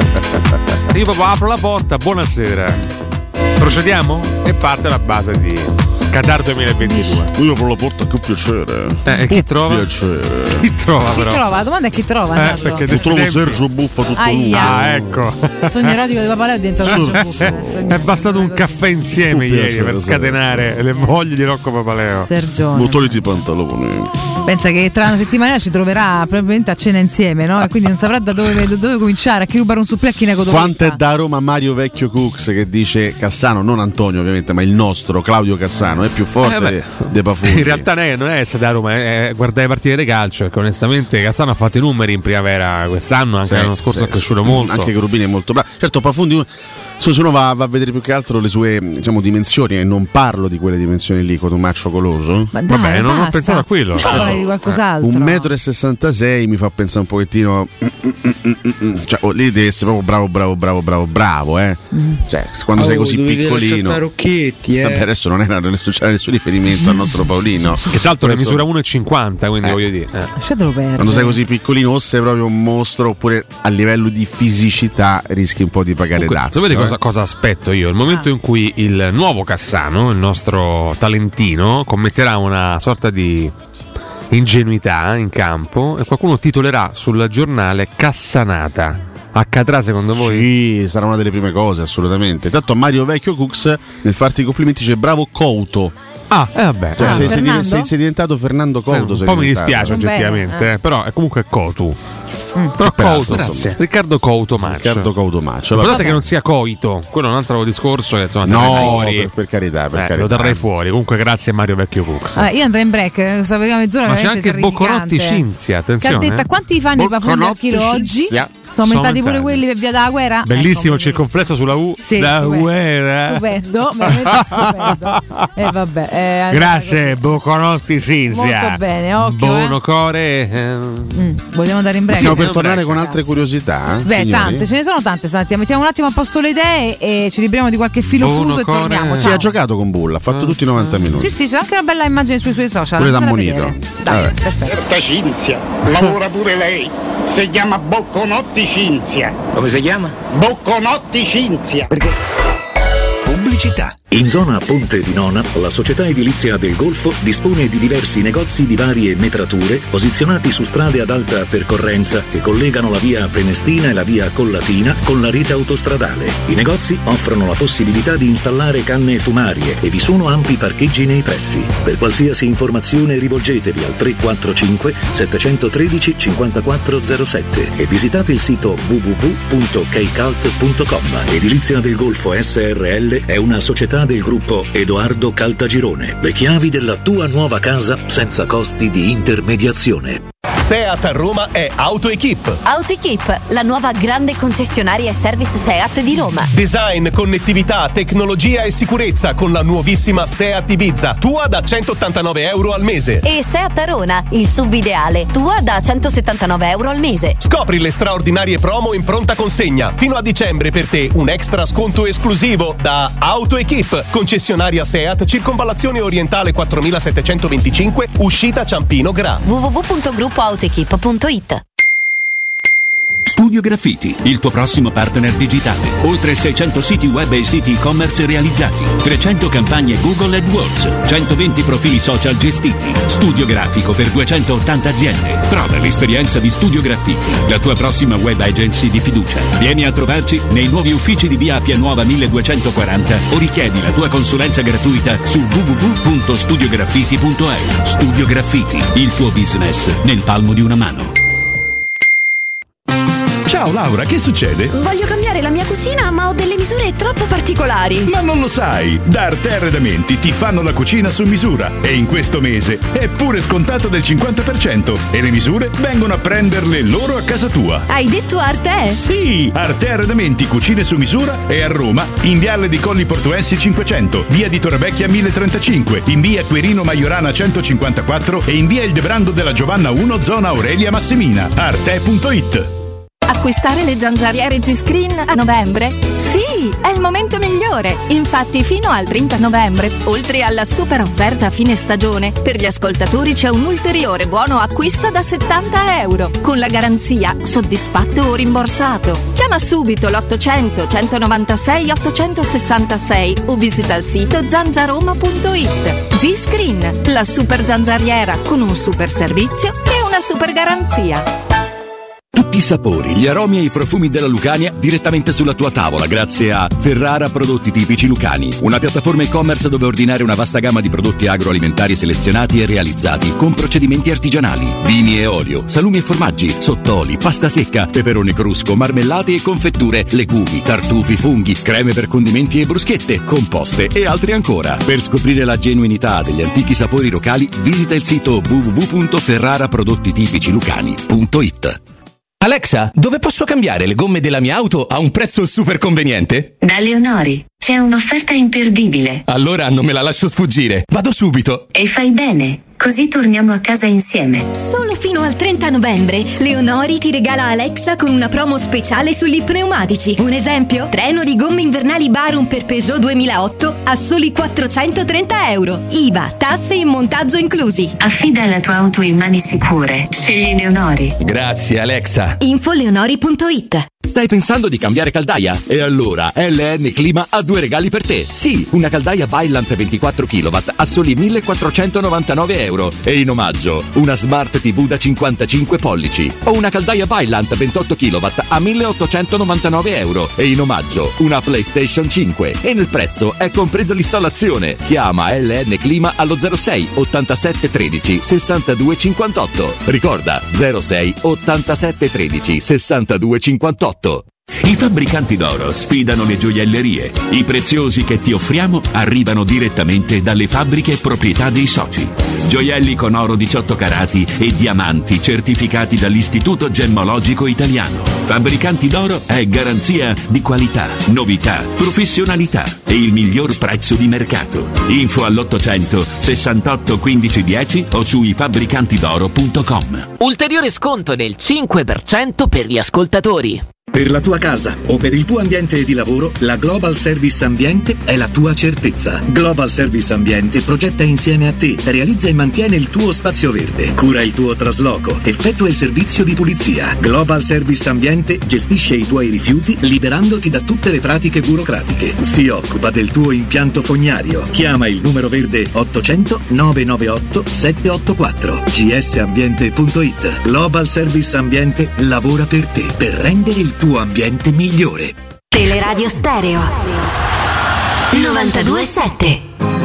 [SPEAKER 17] Io proprio apro la porta, buonasera. Procediamo? E parte la base di Qatar 2022.
[SPEAKER 18] Io apro la porta con piacere.
[SPEAKER 17] E chi trova?
[SPEAKER 18] Piacere.
[SPEAKER 17] Chi trova però?
[SPEAKER 1] Chi trova? La domanda è chi trova.
[SPEAKER 18] Perché trovo Sergio Buffa tutto lui.
[SPEAKER 17] Ecco.
[SPEAKER 1] Il sogno erotico di Papaleo è diventato Sergio Buffa.
[SPEAKER 17] È bastato un caffè insieme ieri per scatenare le voglie di Rocco Papaleo.
[SPEAKER 1] Sergione.
[SPEAKER 18] Togliti i pantaloni.
[SPEAKER 1] Pensa che tra una settimana ci troverà probabilmente a cena insieme, no? E quindi non saprà da dove cominciare, a chi rubare un supplì, a chi ne cotoletta.
[SPEAKER 18] Quanto è da Roma Mario Vecchio Cooks che dice Cassano, non Antonio ovviamente, ma il nostro Claudio Cassano è più forte dei Pafundi.
[SPEAKER 17] In realtà non è essere da Roma, è guardare le partite di calcio, perché onestamente Cassano ha fatto i numeri in primavera quest'anno, anche l'anno scorso è cresciuto molto.
[SPEAKER 18] Anche Rubini è molto bravo. Certo, Pafundi se uno va a vedere più che altro le sue dimensioni, e non parlo di quelle dimensioni lì, Cotumaccio Coloso.
[SPEAKER 1] Ma dai,
[SPEAKER 17] vabbè, non ho pensato a quello.
[SPEAKER 1] Di qualcos'altro.
[SPEAKER 18] 1,66 m mi fa pensare un pochettino. Cioè, lì deve essere proprio bravo. Cioè, quando sei così piccolino.
[SPEAKER 20] Rocchetti,
[SPEAKER 18] Vabbè, adesso non c'era nessun riferimento al nostro Paolino.
[SPEAKER 17] Che tra l'altro ne misura 1,50, quindi voglio dire.
[SPEAKER 1] Lasciatelo perdere.
[SPEAKER 18] Quando sei così piccolino, o sei proprio un mostro, oppure a livello di fisicità rischi un po' di pagare dazio.
[SPEAKER 17] Sapete cosa aspetto io? Il momento in cui il nuovo Cassano, il nostro talentino, commetterà una sorta di ingenuità in campo e qualcuno titolerà sul giornale Cassanata. Accadrà secondo voi?
[SPEAKER 18] Sì, sarà una delle prime cose, assolutamente. Tanto a Mario Vecchio Cooks, nel farti i complimenti, dice bravo Couto.
[SPEAKER 17] Vabbè.
[SPEAKER 18] Cioè, sei diventato Fernando Couto.
[SPEAKER 17] Un po' mi dispiace oggettivamente, però è comunque Cotu. Però Couto, grazie. Riccardo Couto Maccio. Guardate che non sia Coito, quello è un altro discorso che insomma fuori.
[SPEAKER 18] Per carità,
[SPEAKER 17] lo terrei fuori. Comunque grazie a Mario Vecchio Cooks.
[SPEAKER 1] Io andrei in break, sapeva mezz'ora.
[SPEAKER 17] Ma c'è anche Boccorotti Cinzia, attenzione.
[SPEAKER 1] Che ha detto quanti fanno i Pafundi al chilo oggi? Sono aumentati pure quelli per via della guerra.
[SPEAKER 17] Bellissimo il circonflesso sulla U.
[SPEAKER 1] Sì,
[SPEAKER 17] la guerra.
[SPEAKER 1] Stupendo, veramente stupendo. Vabbè,
[SPEAKER 17] grazie Boccorotti Cinzia.
[SPEAKER 1] Molto bene, occhio.
[SPEAKER 17] Buono core.
[SPEAKER 1] Vogliamo andare in break?
[SPEAKER 18] Stiamo per tornare con altre curiosità.
[SPEAKER 1] Tante, ce ne sono tante stamattina. Mettiamo un attimo a posto le idee e ci liberiamo di qualche filo fuso e torniamo.
[SPEAKER 18] Si è giocato con Bulla, ha fatto tutti i 90 minuti.
[SPEAKER 1] Sì, c'è anche una bella immagine sui suoi social.
[SPEAKER 18] Pure da ammonito.
[SPEAKER 1] Dai, perfetto.
[SPEAKER 12] Certa Cinzia, lavora pure lei. Si chiama Bocconotti Cinzia.
[SPEAKER 21] Come si chiama?
[SPEAKER 12] Bocconotti Cinzia.
[SPEAKER 21] Perché? Pubblicità. In zona Ponte di Nona, la società edilizia del Golfo dispone di diversi negozi di varie metrature posizionati su strade ad alta percorrenza che collegano la via Prenestina e la via Collatina con la rete autostradale. I negozi offrono la possibilità di installare canne fumarie e vi sono ampi parcheggi nei pressi. Per qualsiasi informazione rivolgetevi al 345 713 5407 e visitate il sito www.keicalt.com. Edilizia del Golfo SRL è una società del gruppo Edoardo Caltagirone. Le chiavi della tua nuova casa senza costi di intermediazione.
[SPEAKER 22] Seat a Roma è AutoEquip.
[SPEAKER 23] AutoEquip, la nuova grande concessionaria e service Seat di Roma.
[SPEAKER 22] Design, connettività, tecnologia e sicurezza con la nuovissima Seat Ibiza, tua da €189 al mese.
[SPEAKER 23] E Seat Arona, il SUV ideale, tua da €179 al mese.
[SPEAKER 22] Scopri le straordinarie promo in pronta consegna. Fino a dicembre per te un extra sconto esclusivo da AutoEquip, concessionaria Seat, circonvallazione orientale 4725, uscita Ciampino Gra.
[SPEAKER 23] www.gruppoautoequip.it.
[SPEAKER 24] Studio Graffiti, il tuo prossimo partner digitale. Oltre 600 siti web e siti e-commerce realizzati, 300 campagne Google AdWords, 120 profili social gestiti. Studio grafico per 280 aziende. Prova l'esperienza di Studio Graffiti, la tua prossima web agency di fiducia. Vieni a trovarci nei nuovi uffici di via Appia Nuova 1240 o richiedi la tua consulenza gratuita su www.studiograffiti.eu. Studio Graffiti, il tuo business nel palmo di una mano.
[SPEAKER 25] Ciao Laura, che succede?
[SPEAKER 23] Voglio cambiare la mia cucina, ma ho delle misure troppo particolari.
[SPEAKER 25] Ma non lo sai! Da Arte Arredamenti ti fanno la cucina su misura e in questo mese è pure scontato del 50% e le misure vengono a prenderle loro a casa tua.
[SPEAKER 23] Hai detto Arte?
[SPEAKER 25] Sì! Arte Arredamenti Cucine su misura è a Roma, in Viale di Colli Portuensi 500, via di Torrevecchia 1035, in via Quirino Maiorana 154 e in via Il Debrando della Giovanna 1, zona Aurelia Massimina. Arte.it.
[SPEAKER 23] Acquistare le zanzariere Z-Screen a novembre? Sì, è il momento migliore. Infatti fino al 30 novembre, oltre alla super offerta a fine stagione, per gli ascoltatori c'è un ulteriore buono acquisto da €70 con la garanzia soddisfatto o rimborsato. Chiama subito l'800 196 866 o visita il sito zanzaroma.it. Z-Screen, la super zanzariera con un super servizio e una super garanzia.
[SPEAKER 24] Tutti i sapori, gli aromi e i profumi della Lucania direttamente sulla tua tavola grazie a Ferrara Prodotti Tipici Lucani, una piattaforma e-commerce dove ordinare una vasta gamma di prodotti agroalimentari selezionati e realizzati con procedimenti artigianali, vini e olio, salumi e formaggi, sottoli, pasta secca, peperone crusco, marmellate e confetture, legumi, tartufi, funghi, creme per condimenti e bruschette, composte e altri ancora. Per scoprire la genuinità degli antichi sapori locali visita il sito www.ferraraprodottitipicilucani.it.
[SPEAKER 26] Alexa, dove posso cambiare le gomme della mia auto a un prezzo super conveniente?
[SPEAKER 27] Da Leonori c'è un'offerta imperdibile.
[SPEAKER 26] Allora non me la lascio sfuggire. Vado subito.
[SPEAKER 27] E fai bene. Così torniamo a casa insieme.
[SPEAKER 23] Solo fino al 30 novembre, Leonori ti regala Alexa con una promo speciale sugli pneumatici. Un esempio? Treno di gomme invernali Barum per Peugeot 2008 a soli €430. IVA, tasse e montaggio inclusi.
[SPEAKER 27] Affida la tua auto in mani sicure. Scegli Leonori.
[SPEAKER 26] Grazie Alexa.
[SPEAKER 23] Info leonori.it.
[SPEAKER 24] Stai pensando di cambiare caldaia? E allora LN Clima ha due regali per te. Sì, una caldaia Vaillant 24 kW a soli €1.499 e in omaggio una Smart TV da 55 pollici o una caldaia Vaillant 28 kW a €1.899 e in omaggio una PlayStation 5 e nel prezzo è compresa l'installazione. Chiama LN Clima allo 06 87 13 62 58. Ricorda 06 87 13 62 58.
[SPEAKER 25] I fabbricanti d'oro sfidano le gioiellerie. I preziosi che ti offriamo arrivano direttamente dalle fabbriche proprietà dei soci. Gioielli con oro 18 carati e diamanti certificati dall'Istituto Gemmologico Italiano. Fabbricanti d'oro è garanzia di qualità, novità, professionalità e il miglior prezzo di mercato. Info all'800 68 15 10 o su ifabbricantidoro.com.
[SPEAKER 28] Ulteriore sconto del 5% per gli ascoltatori.
[SPEAKER 21] Per la tua casa o per il tuo ambiente di lavoro, la Global Service Ambiente è la tua certezza. Global Service Ambiente progetta insieme a te, realizza e mantiene il tuo spazio verde, cura il tuo trasloco, effettua il servizio di pulizia. Global Service Ambiente gestisce i tuoi rifiuti liberandoti da tutte le pratiche burocratiche. Si occupa del tuo impianto fognario. Chiama il numero verde 800 998 784. gsambiente.it. Global Service Ambiente lavora per te, per rendere il tuo ambiente migliore.
[SPEAKER 27] Teleradio Stereo 92.7.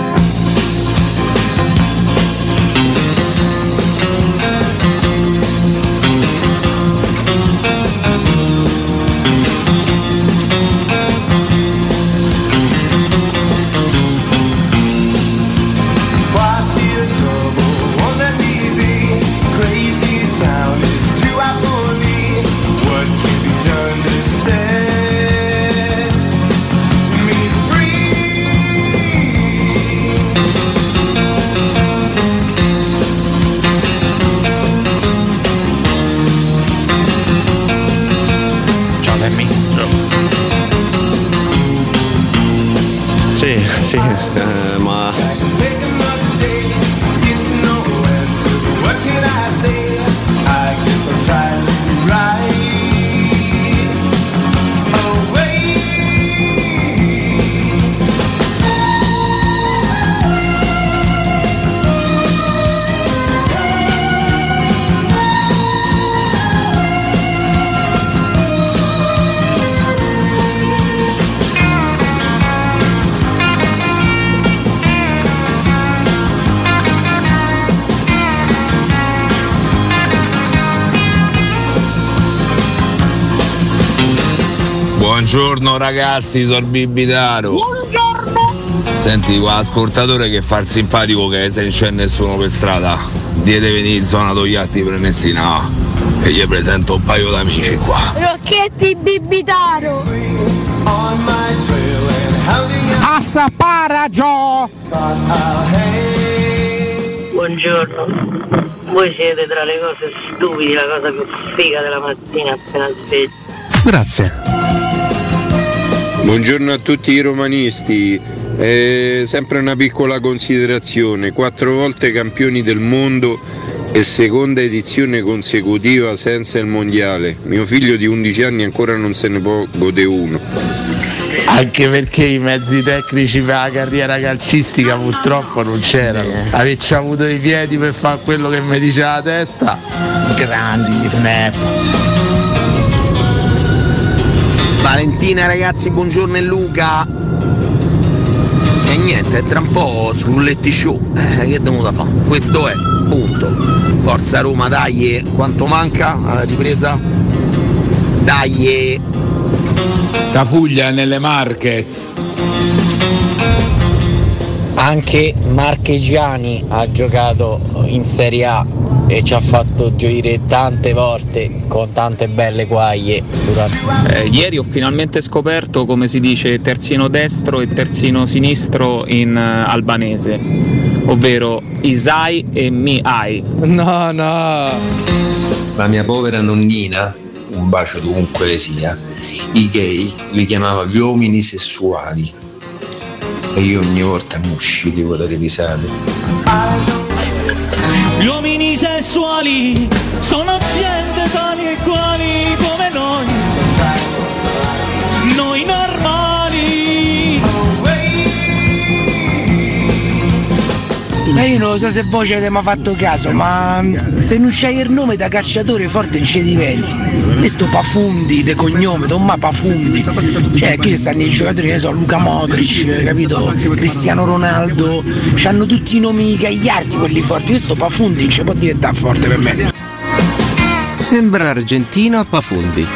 [SPEAKER 2] Sì, ma
[SPEAKER 15] buongiorno ragazzi, sono Bibitaro.
[SPEAKER 10] Buongiorno.
[SPEAKER 15] Senti, qua ascoltatore che fa il simpatico che se non c'è nessuno per strada, dite venire in zona Togliatti Prenestina e gli presento un paio d'amici qua.
[SPEAKER 13] Rocchetti Bibitaro.
[SPEAKER 12] Assaparaggio.
[SPEAKER 3] Buongiorno. Voi siete tra le cose stupide la cosa più figa della mattina appena svegli.
[SPEAKER 17] Grazie.
[SPEAKER 4] Buongiorno a tutti i romanisti, sempre una piccola considerazione, 4 volte campioni del mondo e seconda edizione consecutiva senza il mondiale, mio figlio di 11 anni ancora non se ne può godere uno.
[SPEAKER 15] Anche perché i mezzi tecnici per la carriera calcistica purtroppo non c'erano, avessi avuto i piedi per fare quello che mi diceva la testa, grandi snap.
[SPEAKER 6] Valentina ragazzi, buongiorno e Luca. E niente, tra un po' Sgrulletti Show, che dobbiamo da fare? Questo è, punto. Forza Roma, dai, quanto manca alla ripresa? Dai.
[SPEAKER 15] Tafuglia nelle Marquez.
[SPEAKER 7] Anche Marchegiani ha giocato in Serie A e ci ha fatto gioire tante volte con tante belle guaglie.
[SPEAKER 9] Ieri ho finalmente scoperto come si dice terzino destro e terzino sinistro in albanese, ovvero Isai e Mi-ai.
[SPEAKER 7] No.
[SPEAKER 11] La mia povera nonnina, un bacio dovunque le sia, i gay li chiamava gli uomini sessuali e io ogni volta mi uscitivo dalle risate.
[SPEAKER 28] Gli uomini sessuali sono gente tali e quali come noi normali.
[SPEAKER 6] Ma io non so se voi ci avete mai fatto caso, ma se non c'hai il nome da calciatore forte non ci diventi. Questo Pafundi de cognome, Tomma Pafundi. Cioè, qui stanno i giocatori che sono Luka Modric, capito? Cristiano Ronaldo, c'hanno tutti i nomi gagliardi quelli forti. Questo Pafundi non ci può diventare forte per me.
[SPEAKER 5] Sembra argentino a Pafundi.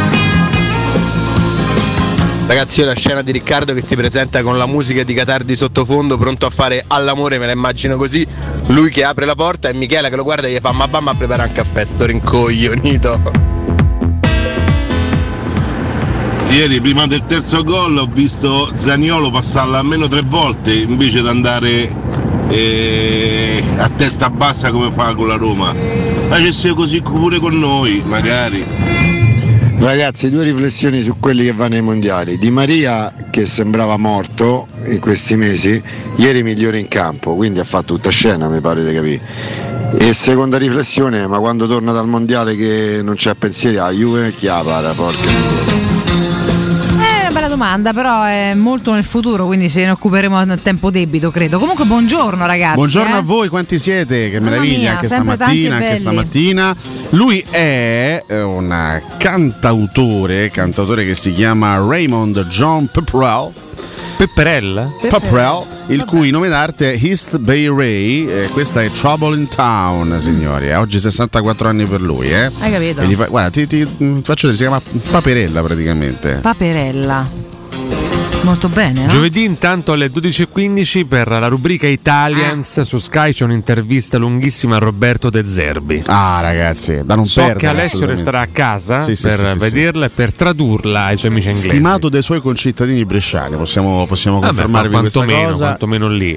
[SPEAKER 6] Ragazzi, io la scena di Riccardo che si presenta con la musica di Qatar di sottofondo, pronto a fare all'amore, me la immagino così, lui che apre la porta e Michela che lo guarda e gli fa ma mamma a preparare un caffè, sto rincoglionito.
[SPEAKER 29] Ieri prima del terzo gol ho visto Zaniolo passarla almeno 3 volte invece di andare a testa bassa come fa con la Roma. Facesse così pure con noi, magari.
[SPEAKER 1] Ragazzi, 2 riflessioni su quelli che vanno ai mondiali. Di Maria, che sembrava morto in questi mesi, ieri migliore in campo, quindi ha fatto tutta scena, mi pare di capire. E seconda riflessione, ma quando torna dal mondiale che non c'è pensieri a Juve, chi la para, porca.
[SPEAKER 8] Bella domanda, però è molto nel futuro, quindi ce ne occuperemo a tempo debito, credo. Comunque buongiorno ragazzi.
[SPEAKER 14] Buongiorno a voi, quanti siete? Che meraviglia, anche stamattina. Lui è un cantautore che si chiama Raymond John Pepperell, il cui nome d'arte è East Bay Ray. Questa è Trouble in Town, signori. Oggi 64 anni per lui,
[SPEAKER 8] Hai capito?
[SPEAKER 14] Guarda, ti faccio vedere, si chiama Paperella praticamente.
[SPEAKER 8] Paperella. Molto bene, no?
[SPEAKER 17] Giovedì intanto alle 12.15 per la rubrica Italians su Sky c'è un'intervista lunghissima a Roberto De Zerbi.
[SPEAKER 14] Ragazzi, da non perdere.
[SPEAKER 17] So che Alessio resterà a casa per vederla e per per ai suoi amici inglesi.
[SPEAKER 14] Stimato dai suoi concittadini bresciani, possiamo confermarvi questa cosa.
[SPEAKER 17] Quantomeno lì.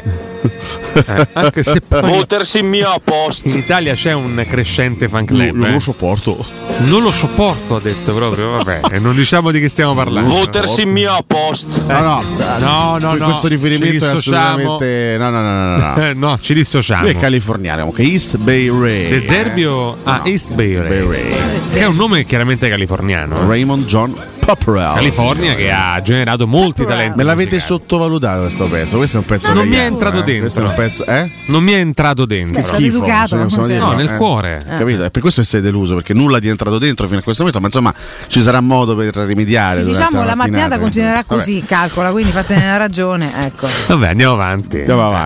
[SPEAKER 17] Anche se poi
[SPEAKER 10] votersi in mio post.
[SPEAKER 17] In Italia c'è un crescente fan club.
[SPEAKER 14] Non lo sopporto.
[SPEAKER 17] Non lo sopporto, ha detto proprio, vabbè. E non diciamo di che stiamo parlando.
[SPEAKER 10] Votersi in mio post.
[SPEAKER 14] No. Questo riferimento è assolutamente no.
[SPEAKER 17] No, ci dissociamo.
[SPEAKER 14] Lui è californiano, comunque East Bay Ray.
[SPEAKER 17] De Zerbio East Bay Ray. Che è un nome chiaramente californiano.
[SPEAKER 14] Raymond John Pepperell.
[SPEAKER 17] California, che ha generato molti talenti.
[SPEAKER 14] Me l'avete sottovalutato questo pezzo. Questo è un pezzo
[SPEAKER 17] non mi è entrato dentro.
[SPEAKER 14] Questo è un pezzo,
[SPEAKER 17] non mi è entrato dentro.
[SPEAKER 14] Che schifo.
[SPEAKER 17] No, nel cuore.
[SPEAKER 14] Capito? E per questo sei deluso, perché nulla ti è entrato dentro fino a questo momento, ma insomma ci sarà modo per rimediare.
[SPEAKER 8] Diciamo la mattinata continuerà così, calcola, quindi fatene ragione, ecco.
[SPEAKER 17] Vabbè, andiamo avanti.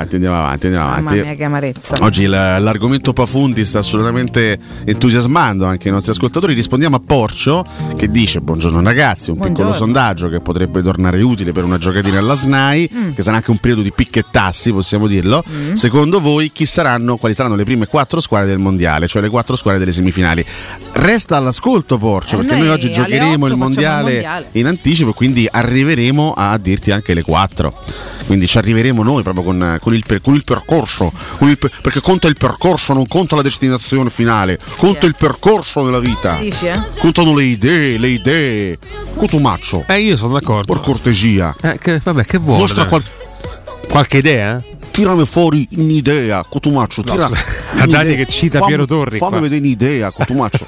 [SPEAKER 8] Mamma mia, che amarezza.
[SPEAKER 14] Oggi l'argomento Pafundi sta assolutamente entusiasmando anche i nostri ascoltatori. Rispondiamo a Porcio che dice: buongiorno ragazzi, un piccolo sondaggio che potrebbe tornare utile per una giocatina alla SNAI, che sarà anche un periodo di picchettazzi, possiamo dirlo. Secondo voi quali saranno le prime 4 squadre del mondiale, cioè le 4 squadre delle semifinali? Resta all'ascolto Porcio, perché noi oggi giocheremo il mondiale in anticipo, quindi arriveremo a dirti anche le 4. Quindi ci arriveremo noi proprio con il percorso, perché conta il percorso, non conta la destinazione finale, conta il percorso nella vita.
[SPEAKER 8] Dici,
[SPEAKER 14] contano le idee. Cotumaccio.
[SPEAKER 17] Io sono d'accordo.
[SPEAKER 14] Per cortesia.
[SPEAKER 17] Che vuole?
[SPEAKER 14] Mostra
[SPEAKER 17] qualche idea?
[SPEAKER 14] Tirami fuori un'idea, Cotumaccio.
[SPEAKER 17] A Dani che cita Piero Torri.
[SPEAKER 14] Fammi vedere un'idea, Cotumaccio.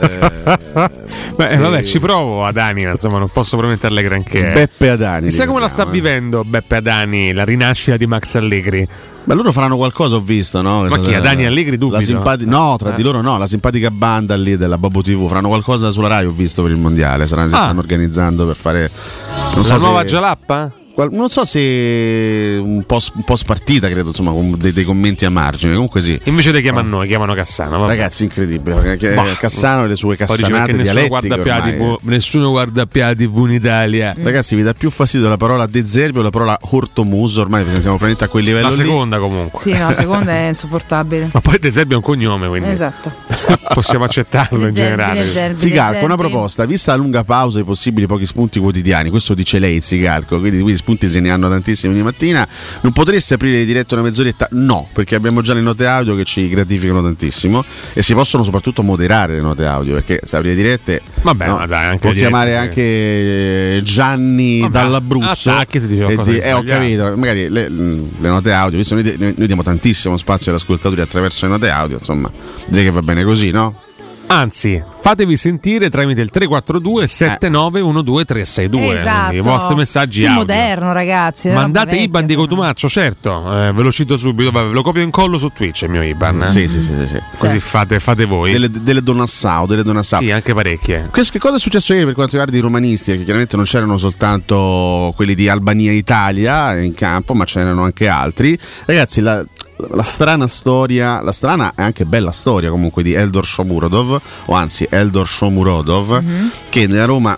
[SPEAKER 17] Vabbè, ci provo ad Dani, insomma, non posso prometterle granché.
[SPEAKER 14] Beppe Adani.
[SPEAKER 17] Chissà come la sta vivendo Beppe Adani, la rinascita di Max Allegri.
[SPEAKER 14] Beh, loro faranno qualcosa, ho visto, no?
[SPEAKER 17] Ma chi? Adani Allegri dubito?
[SPEAKER 14] No, tra di loro no, la simpatica banda lì della Bobo TV faranno qualcosa sulla Rai, ho visto, per il mondiale. Si stanno organizzando per fare
[SPEAKER 17] la nuova Gialappa?
[SPEAKER 14] Non so se un po' partita, credo, insomma, con dei commenti a margine. Comunque sì.
[SPEAKER 17] Invece te chiamano noi, chiamano Cassano. Vabbè.
[SPEAKER 14] Ragazzi, incredibile. Cassano e le sue cassanate dialettiche.
[SPEAKER 17] Nessuno guarda più la TV in Italia.
[SPEAKER 14] Ragazzi, vi dà più fastidio la parola De Zerbi o la parola Ortomuso? Ormai perché siamo praticamente a quel livello.
[SPEAKER 17] La seconda comunque.
[SPEAKER 8] Sì, no, la seconda è insopportabile.
[SPEAKER 17] Ma poi De Zerbi è un cognome, quindi
[SPEAKER 8] esatto.
[SPEAKER 17] Possiamo accettarlo in generale.
[SPEAKER 14] Zigalco, una proposta: vista la lunga pausa e i possibili pochi spunti quotidiani, questo dice lei, Zigalco, quindi spunti se ne hanno tantissimi di mattina, non potreste aprire di diretto una mezz'oretta? No, perché abbiamo già le note audio che ci gratificano tantissimo e si possono soprattutto moderare le note audio, perché se apri le dirette
[SPEAKER 17] anche
[SPEAKER 14] può chiamare anche Gianni dall'Abruzzo ho capito, magari le note audio, visto noi diamo tantissimo spazio agli ascoltatori attraverso le note audio, insomma direi che va bene così, no?
[SPEAKER 17] Anzi, fatevi sentire tramite il 342 7912 362.
[SPEAKER 8] Esatto.
[SPEAKER 17] I vostri messaggi
[SPEAKER 8] più
[SPEAKER 17] audio.
[SPEAKER 8] Moderno, ragazzi.
[SPEAKER 17] Mandate IBAN di Cotumaccio, certo. Ve lo cito subito. Ve lo copio e incollo su Twitch il mio IBAN.
[SPEAKER 14] Sì.
[SPEAKER 17] Così fate voi.
[SPEAKER 14] Delle Donassau.
[SPEAKER 17] Sì, anche parecchie.
[SPEAKER 14] Che cosa è successo ieri per quanto riguarda i romanisti? Perché chiaramente non c'erano soltanto quelli di Albania e Italia in campo, ma c'erano anche altri. Ragazzi, la strana storia, la strana e anche bella storia comunque di Eldor Shomurodov, o anzi Eldor Shomurodov, che nella Roma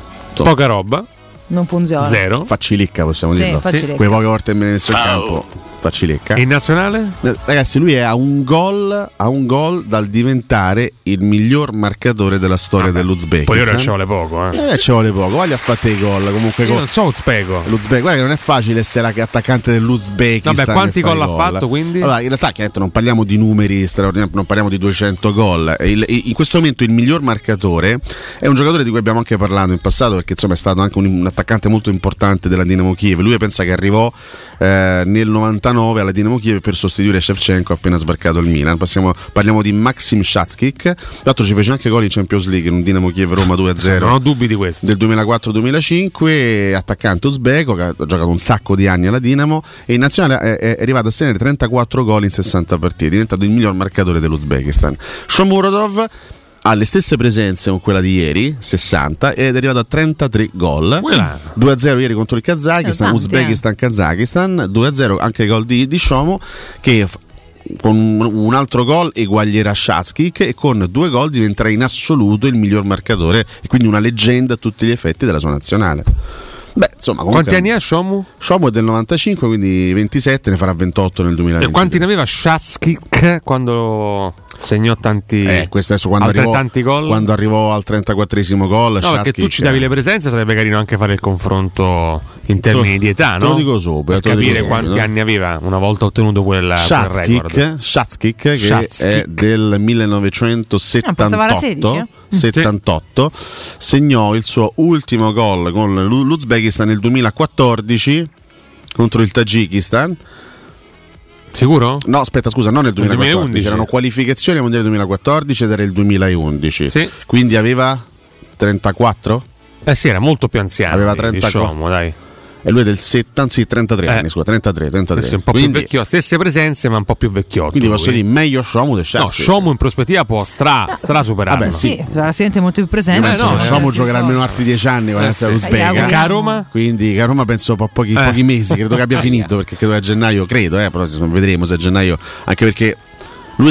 [SPEAKER 17] poca roba,
[SPEAKER 8] non funziona,
[SPEAKER 17] zero,
[SPEAKER 14] faccilicca, possiamo dirlo.
[SPEAKER 8] Quelle
[SPEAKER 14] poche volte me ne messo in campo Faccilecca.
[SPEAKER 17] E in nazionale?
[SPEAKER 14] Ragazzi, lui è a un gol dal diventare il miglior marcatore della storia dell'Uzbekistan.
[SPEAKER 17] Poi ora ci vuole poco,
[SPEAKER 14] ci vuole poco. Guarda, ha fatto i gol. Comunque,
[SPEAKER 17] io non so Uzbeko.
[SPEAKER 14] Guarda che non è facile essere attaccante dell'Uzbekistan.
[SPEAKER 17] Vabbè, quanti gol ha fatto quindi?
[SPEAKER 14] Allora, in realtà non parliamo di numeri straordinari, non parliamo di 200 gol. In questo momento il miglior marcatore è un giocatore di cui abbiamo anche parlato in passato, perché insomma è stato anche un attaccante molto importante della Dinamo Kiev. Lui pensa che arrivò nel 99 alla Dinamo Kiev per sostituire Shevchenko appena sbarcato il Milan. Parliamo di Maxim Shatskik. Tra l'altro ci fece anche gol in Champions League in un Dinamo Kiev Roma 2-0.
[SPEAKER 17] Non ho dubbi di questo.
[SPEAKER 14] Del 2004-2005, attaccante uzbeko che ha giocato un sacco di anni alla Dinamo e in nazionale è arrivato a segnare 34 gol in 60 partite, è diventato il miglior marcatore dell'Uzbekistan. Shomurodov ha le stesse presenze con quella di ieri, 60, ed è arrivato a 33 gol. 2-0 ieri contro il Kazakistan, Uzbekistan-Kazakistan, 2-0 anche il gol di Shomu, che con un altro gol eguaglierà Shatskik e con 2 gol diventerà in assoluto il miglior marcatore e quindi una leggenda a tutti gli effetti della sua nazionale. Beh, insomma,
[SPEAKER 17] quanti anni ha Shomu?
[SPEAKER 14] Shomu è del 95, quindi 27, ne farà 28 nel 2020.
[SPEAKER 17] E quanti ne aveva Shatskik quando segnò tanti
[SPEAKER 14] questo adesso
[SPEAKER 17] altrettanti gol?
[SPEAKER 14] Quando arrivò al 34esimo gol.
[SPEAKER 17] No, perché tu ci davi le presenze, sarebbe carino anche fare il confronto in termini di età, no?
[SPEAKER 14] Te lo dico subito.
[SPEAKER 17] Per capire quanti anni aveva una volta ottenuto quel record.
[SPEAKER 14] Shatskik, che è del 1978. 78, segnò il suo ultimo gol con l'Uzbekistan nel 2014 contro il Tagikistan.
[SPEAKER 17] Sicuro?
[SPEAKER 14] No, aspetta, scusa, non nel 2014,
[SPEAKER 17] 2011.
[SPEAKER 14] Erano qualificazioni al mondiale 2014 ed era il 2011.
[SPEAKER 17] Sì.
[SPEAKER 14] Quindi aveva 34?
[SPEAKER 17] Sì, era molto più anziano.
[SPEAKER 14] Aveva 34,
[SPEAKER 17] dai.
[SPEAKER 14] E lui è del 33 anni, scusa, 33.
[SPEAKER 17] Sì, un po' più vecchio, stesse presenze ma un po' più vecchiotto.
[SPEAKER 14] Quindi posso dire meglio Shomu del Shatskik.
[SPEAKER 17] No, Shomu in prospettiva può stra superarlo.
[SPEAKER 14] Vabbè, sì,
[SPEAKER 8] la sente molto più presente.
[SPEAKER 14] Shomu giocherà almeno altri 10 anni quando sarà l'Uzbeka.
[SPEAKER 17] A Roma?
[SPEAKER 14] Quindi a Roma penso pochi mesi, credo che abbia finito, perché credo che a gennaio, però vedremo se a gennaio, anche perché lui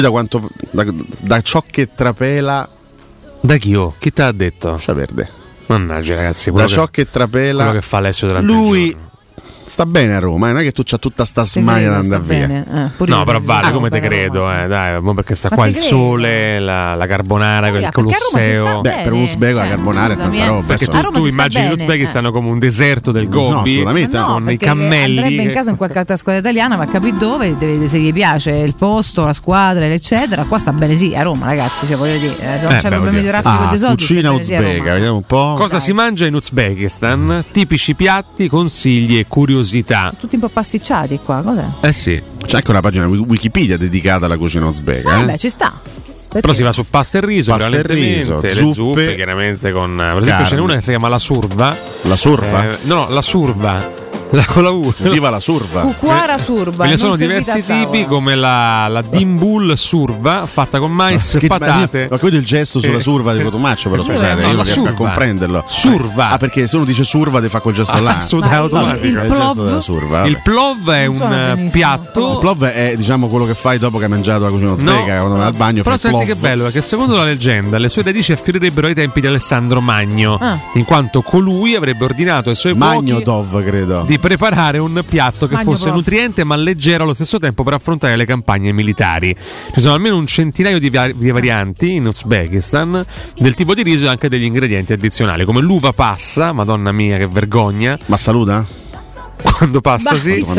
[SPEAKER 14] da ciò che trapela.
[SPEAKER 17] Da chi? Chi te l'ha detto?
[SPEAKER 14] Lascia verde.
[SPEAKER 17] Mannaggia, ragazzi,
[SPEAKER 14] da ciò che trapela,
[SPEAKER 17] quello che fa Alessio della
[SPEAKER 14] lui sta bene a Roma, non è che tu c'ha tutta sta smania da andare via.
[SPEAKER 17] No, però vale, come te credo, dai, perché sta qua il sole, la carbonara, il Colosseo.
[SPEAKER 14] Per un uzbeko la carbonara è tanta roba.
[SPEAKER 17] Perché tu immagini gli uzbeki stanno come un deserto del Gobi,
[SPEAKER 14] assolutamente
[SPEAKER 17] con i cammelli.
[SPEAKER 8] Andrebbe in casa in qualche altra squadra italiana, ma capire dove, se gli piace il posto, la squadra, eccetera. Qua sta bene sì, a Roma, ragazzi, cioè voglio dire, se non c'è problemi di traffico di soldi.
[SPEAKER 14] Cucina uzbeka, vediamo un po'.
[SPEAKER 17] Cosa si mangia in Uzbekistan? Tipici piatti, consigli e curiosità.
[SPEAKER 8] Tutti un po' pasticciati qua, cos'è?
[SPEAKER 17] Sì.
[SPEAKER 14] C'è anche una pagina Wikipedia dedicata alla cucina uzbeka.
[SPEAKER 8] Beh, ci sta.
[SPEAKER 17] Però si va su pasta e riso,
[SPEAKER 14] zuppe,
[SPEAKER 17] le zuppe, chiaramente con. Per esempio, ce n'è una che si chiama la surva.
[SPEAKER 14] La surva?
[SPEAKER 17] No, la surva. Con la U.
[SPEAKER 14] Viva la surva.
[SPEAKER 8] Cucuara surva.
[SPEAKER 17] Ce ne sono diversi tipi, come la dimbul surva, fatta con mais e patate.
[SPEAKER 14] Ho capito il gesto sulla surva di Cotomaccio, però scusate, io non riesco a comprenderlo.
[SPEAKER 17] Surva.
[SPEAKER 14] Perché se uno dice surva ti fa quel gesto là.
[SPEAKER 17] Assolutamente automatico.
[SPEAKER 14] Il gesto della surva.
[SPEAKER 17] Il plov è un piatto.
[SPEAKER 14] Il plov è, diciamo, quello che fai dopo che hai mangiato la cucina uzbeka, quando vai al bagno.
[SPEAKER 17] Però senti che bello, perché secondo la leggenda le sue radici affiorirebbero ai tempi di Alessandro Magno, in quanto colui avrebbe ordinato ai suoi
[SPEAKER 14] Magno Dov, credo,
[SPEAKER 17] di preparare un piatto che fosse nutriente ma leggero allo stesso tempo per affrontare le campagne militari. Ci sono almeno un centinaio di varianti in Uzbekistan del tipo di riso e anche degli ingredienti addizionali, come l'uva passa, madonna mia che vergogna.
[SPEAKER 14] Ma saluta?
[SPEAKER 17] Quando passa,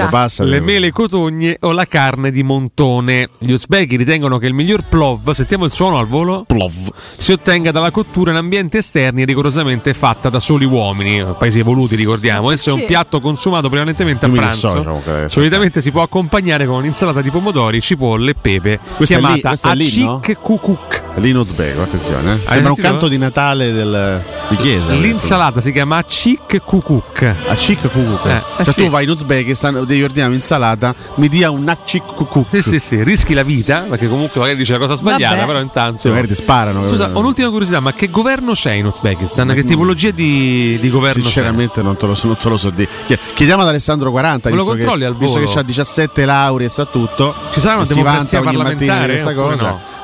[SPEAKER 17] le mele cotogne o la carne di montone. Gli uzbeki ritengono che il miglior plov, sentiamo il suono al volo,
[SPEAKER 14] plov,
[SPEAKER 17] si ottenga dalla cottura in ambienti esterni rigorosamente fatta da soli uomini, paesi evoluti ricordiamo. Esso è un piatto consumato prevalentemente a pranzo. Solitamente si può accompagnare con un'insalata di pomodori, cipolle e pepe, chiamata achik kukuk.
[SPEAKER 14] Lì in uzbeko, attenzione. Sembra un canto di Natale di chiesa.
[SPEAKER 17] L'insalata si chiama achik kukuk.
[SPEAKER 14] Achik kukuk. Tu vai in Uzbekistan, devi ordinare un'insalata, mi dia un achik kukuk.
[SPEAKER 17] Sì, rischi la vita, perché comunque magari dice la cosa sbagliata, però intanto
[SPEAKER 14] magari ti sparano.
[SPEAKER 17] Scusa, ho un'ultima curiosità, ma che governo c'è in Uzbekistan? Che tipologia di governo
[SPEAKER 14] sinceramente
[SPEAKER 17] c'è?
[SPEAKER 14] Non te lo so dire. Chiediamo ad Alessandro 40,
[SPEAKER 17] visto che
[SPEAKER 14] ha 17 lauree e sa tutto.
[SPEAKER 17] Ci sarà una democrazia parlamentare?
[SPEAKER 14] Questa cosa.
[SPEAKER 17] No?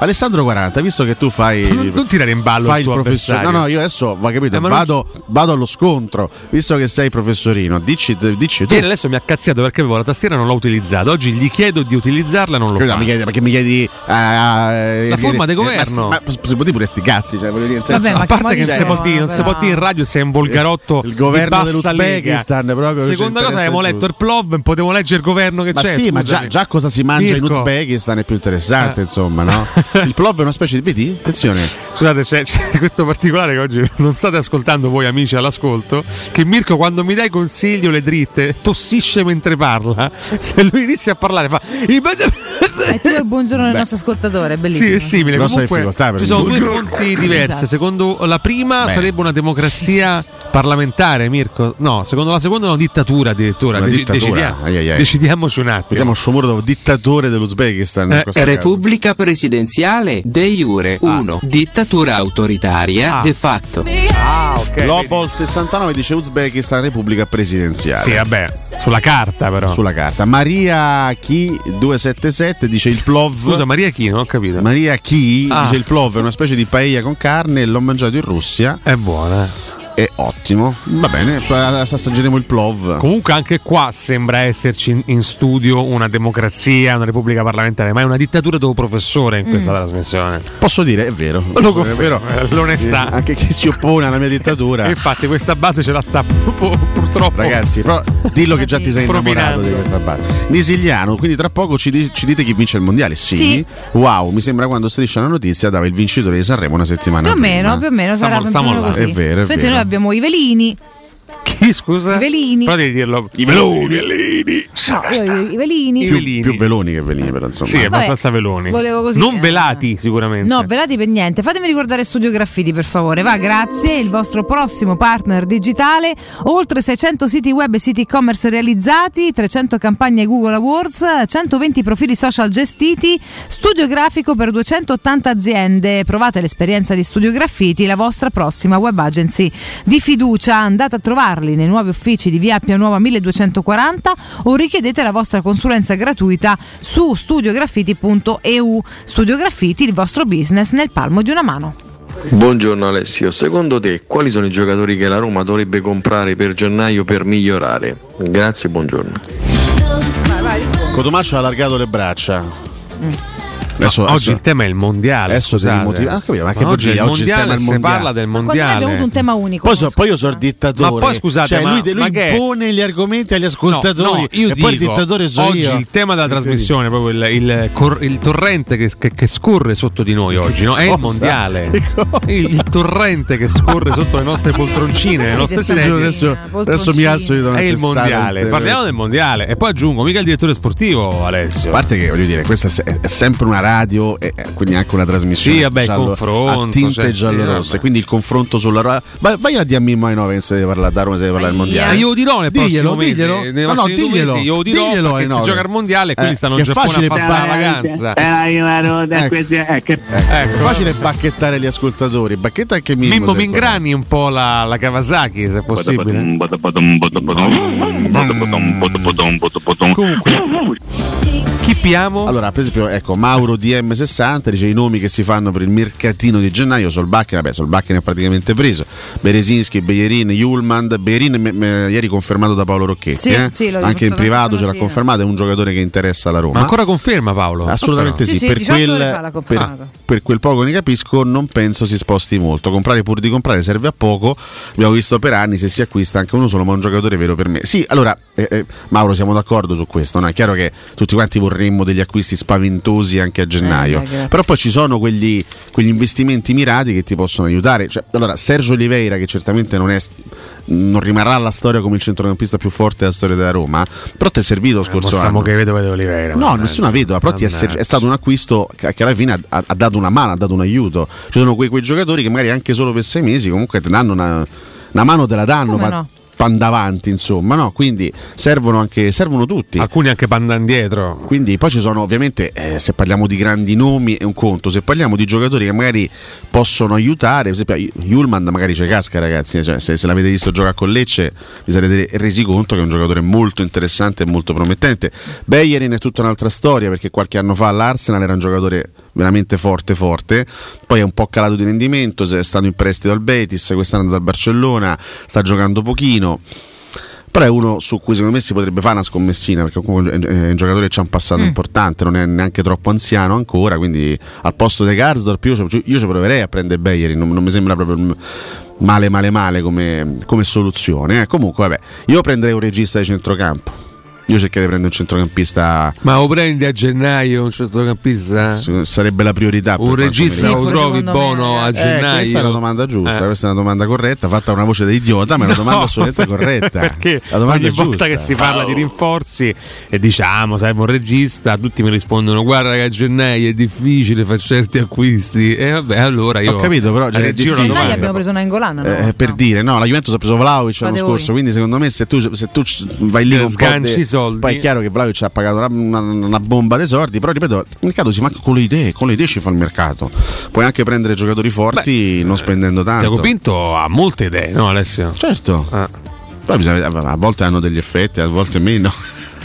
[SPEAKER 14] Alessandro 40, visto che tu fai
[SPEAKER 17] non tirare in ballo
[SPEAKER 14] fai
[SPEAKER 17] il tuo
[SPEAKER 14] professore. No, io adesso va capito, vado allo scontro, visto che sei professorino, dici tu.
[SPEAKER 17] Ieri adesso mi ha cazziato perché avevo la tastiera, non l'ho utilizzata. Oggi gli chiedo di utilizzarla, non lo fa.
[SPEAKER 14] Perché mi chiedi
[SPEAKER 17] la forma di governo.
[SPEAKER 14] Ma si può dire pure sti cazzi, cioè, voglio dire, in senso,
[SPEAKER 17] a parte che non si può dire in radio, sei un volgarotto.
[SPEAKER 14] Il governo
[SPEAKER 17] di bassa
[SPEAKER 14] dell'Uzbekistan proprio.
[SPEAKER 17] Seconda cosa, abbiamo letto il PLOV, potevo leggere il governo che c'è.
[SPEAKER 14] Sì, ma già cosa si mangia in Uzbekistan è più interessante, insomma, no? Il PLOV è una specie di. Vedi? Attenzione.
[SPEAKER 17] Scusate, c'è questo particolare che oggi non state ascoltando voi amici all'ascolto, che Mirko quando mi dai consiglio le dritte tossisce mentre parla. Se lui inizia a parlare fa
[SPEAKER 8] e tu il buongiorno del nostro ascoltatore, è bellissimo.
[SPEAKER 17] Sì, è simile. Comunque, ci sono due fonti diverse.
[SPEAKER 8] Esatto.
[SPEAKER 17] Secondo la prima sarebbe una democrazia parlamentare, Mirko. No, secondo la seconda una dittatura addirittura. Decidiamoci un attimo.
[SPEAKER 14] Vediamo Shomurodov, dittatore dell'Uzbekistan.
[SPEAKER 5] Repubblica presidenziale de iure 1, dittatura autoritaria de facto.
[SPEAKER 17] Okay,
[SPEAKER 14] Lopol 69 dice Uzbekistan repubblica presidenziale.
[SPEAKER 17] Sì, vabbè, sulla carta però.
[SPEAKER 14] Sulla carta. Maria Chi 277 dice il plov.
[SPEAKER 17] Scusa, Maria Chi, non ho capito.
[SPEAKER 14] Maria Chi dice il plov è una specie di paella con carne, l'ho mangiato in Russia.
[SPEAKER 17] È buona.
[SPEAKER 14] È ottimo, va bene, assaggeremo il plov.
[SPEAKER 17] Comunque anche qua sembra esserci in studio una democrazia, una repubblica parlamentare, ma è una dittatura dopo professore in questa trasmissione.
[SPEAKER 14] Posso dire, è vero.
[SPEAKER 17] Lo confermo, l'onestà.
[SPEAKER 14] Anche chi si oppone alla mia dittatura.
[SPEAKER 17] Infatti questa base ce la sta purtroppo.
[SPEAKER 14] Ragazzi, però dillo che già ti sei innamorato di questa base. Nisiliano, quindi tra poco ci dite chi vince il mondiale? Sì. Wow, mi sembra quando Striscia la notizia dava il vincitore di Sanremo una settimana prima.
[SPEAKER 8] Più o meno sarà così.
[SPEAKER 14] È vero, è vero.
[SPEAKER 8] Noi abbiamo i velini.
[SPEAKER 17] Chi, scusa?
[SPEAKER 8] I velini.
[SPEAKER 17] Però devi dirlo.
[SPEAKER 14] I veloni.
[SPEAKER 8] I velini.
[SPEAKER 14] Più veloni che velini, però insomma.
[SPEAKER 17] Sì, abbastanza veloni.
[SPEAKER 8] Volevo così.
[SPEAKER 17] Non velati sicuramente.
[SPEAKER 8] No, velati per niente. Fatemi ricordare Studio Graffiti, per favore. Va, grazie. Il vostro prossimo partner digitale. Oltre 600 siti web e siti e-commerce realizzati, 300 campagne Google Awards, 120 profili social gestiti, studio grafico per 280 aziende. Provate l'esperienza di Studio Graffiti, la vostra prossima web agency di fiducia. Andate a trovarli nei nuovi uffici di via Appia Nuova 1240 o richiedete la vostra consulenza gratuita su studiograffiti.eu. Studio Graffiti, il vostro business nel palmo di una mano.
[SPEAKER 11] Buongiorno Alessio, secondo te quali sono i giocatori che la Roma dovrebbe comprare per gennaio per migliorare? Grazie, buongiorno.
[SPEAKER 14] Cotomaccio ha allargato le braccia.
[SPEAKER 17] Oggi il tema è il mondiale.
[SPEAKER 14] Adesso capito, ma che
[SPEAKER 17] oggi il mondiale, si parla del mondiale.
[SPEAKER 8] Abbiamo avuto un tema unico.
[SPEAKER 14] Poi io sono il dittatore.
[SPEAKER 17] Ma poi scusate,
[SPEAKER 14] cioè, lui impone gli argomenti agli ascoltatori.
[SPEAKER 17] Io
[SPEAKER 14] poi il dittatore sono
[SPEAKER 17] oggi
[SPEAKER 14] io.
[SPEAKER 17] Il tema della trasmissione è proprio il torrente che scorre sotto di noi oggi, no? È il mondiale. Il torrente che scorre sotto le nostre poltroncine, le nostre sedie.
[SPEAKER 14] Adesso mi alzo io.
[SPEAKER 17] È il mondiale. Parliamo del mondiale. E poi aggiungo, mica il direttore sportivo, Alessio.
[SPEAKER 14] A parte che voglio dire, questa è sempre una radio e quindi anche una trasmissione.
[SPEAKER 17] Sì, vabbè, confronto
[SPEAKER 14] a tinte giallorosse, quindi il confronto sulla Roma. Vai a dire a Mimmo Ainova se deve parlare da Roma, se deve parlare del mondiale.
[SPEAKER 17] Io lo dirò nel prossimo mese.
[SPEAKER 14] No, diglielo.
[SPEAKER 17] Io lo dirò perché si gioca al mondiale e quindi stanno in Giappone a passare la vacanza.
[SPEAKER 14] Facile bacchettare gli ascoltatori. Bacchetta anche
[SPEAKER 17] Mimmo Mingrani un po' la Kawasaki, se è possibile. Comunque chi piamo?
[SPEAKER 14] Allora, per esempio, ecco, Mauro DM60 dice i nomi che si fanno per il mercatino di gennaio. Solbakken è praticamente preso. Berezinski, Bejerin, Julmand. Bejerin ieri confermato da Paolo Rocchetti,
[SPEAKER 8] sì,
[SPEAKER 14] anche in privato ce l'ha confermato, è un giocatore che interessa la Roma.
[SPEAKER 17] Ma ancora conferma Paolo?
[SPEAKER 14] Assolutamente sì, per quel poco ne capisco, non penso si sposti molto. Comprare pur di comprare serve a poco. Abbiamo visto per anni, se si acquista anche uno solo, ma un giocatore vero per me. Sì, allora Mauro, siamo d'accordo su questo, no? È chiaro che tutti quanti vorremmo degli acquisti spaventosi anche a gennaio, però poi ci sono quegli investimenti mirati che ti possono aiutare. Allora, Sergio Oliveira, che certamente non rimarrà alla storia come il centrocampista più forte della storia della Roma, però ti è servito lo scorso anno.
[SPEAKER 17] Che vedo Oliveira.
[SPEAKER 14] No, nessuna vedova, però è stato un acquisto che alla fine ha dato una mano, ha dato un aiuto. Ci sono quei giocatori che magari anche solo per 6 mesi comunque ti danno una mano, te la danno. Pandavanti, insomma, no? Quindi servono tutti.
[SPEAKER 17] Alcuni anche pandan dietro.
[SPEAKER 14] Quindi poi ci sono ovviamente, se parliamo di grandi nomi è un conto, se parliamo di giocatori che magari possono aiutare, per esempio Julmand magari ci casca, ragazzi, cioè, se l'avete visto giocare con Lecce vi sarete resi conto che è un giocatore molto interessante e molto promettente. Bejerin è tutta un'altra storia, perché qualche anno fa all'Arsenal era un giocatore veramente forte, poi è un po' calato di rendimento, è stato in prestito al Betis, quest'anno dal Barcellona, sta giocando pochino. Però è uno su cui secondo me si potrebbe fare una scommessina, perché comunque è un giocatore che ha un passato importante, non è neanche troppo anziano ancora, quindi al posto di Karsdorp io ci proverei a prendere Bellerin, non mi sembra proprio male come soluzione. Comunque vabbè, io prenderei un regista di centrocampo. Io cercherei di prendere un centrocampista.
[SPEAKER 17] Ma lo prendi a gennaio un centrocampista?
[SPEAKER 14] Sarebbe la priorità.
[SPEAKER 17] Un regista lo trovi buono a gennaio?
[SPEAKER 14] Questa è una domanda giusta, questa è una domanda corretta, fatta una voce da idiota, ma è una domanda assolutamente corretta.
[SPEAKER 17] Perché
[SPEAKER 14] la domanda
[SPEAKER 17] ogni volta che si parla di rinforzi e diciamo serve un regista, tutti mi rispondono guarda che a gennaio è difficile fare certi acquisti. E vabbè, allora io
[SPEAKER 14] ho capito, però
[SPEAKER 8] gennaio abbiamo preso Nainggolan, no?
[SPEAKER 14] Per dire, no, la Juventus ha preso Vlahovic l'anno scorso, quindi secondo me se tu vai lì con
[SPEAKER 17] sganci soldi.
[SPEAKER 14] Poi è chiaro che Vlahovic ha pagato una bomba dei soldi, però ripeto, il mercato si fa con le idee ci fa il mercato. Puoi anche prendere giocatori forti non spendendo tanto.
[SPEAKER 17] Tiago Pinto ha molte idee, no Alessio?
[SPEAKER 14] Certo. Poi a volte hanno degli effetti, a volte meno.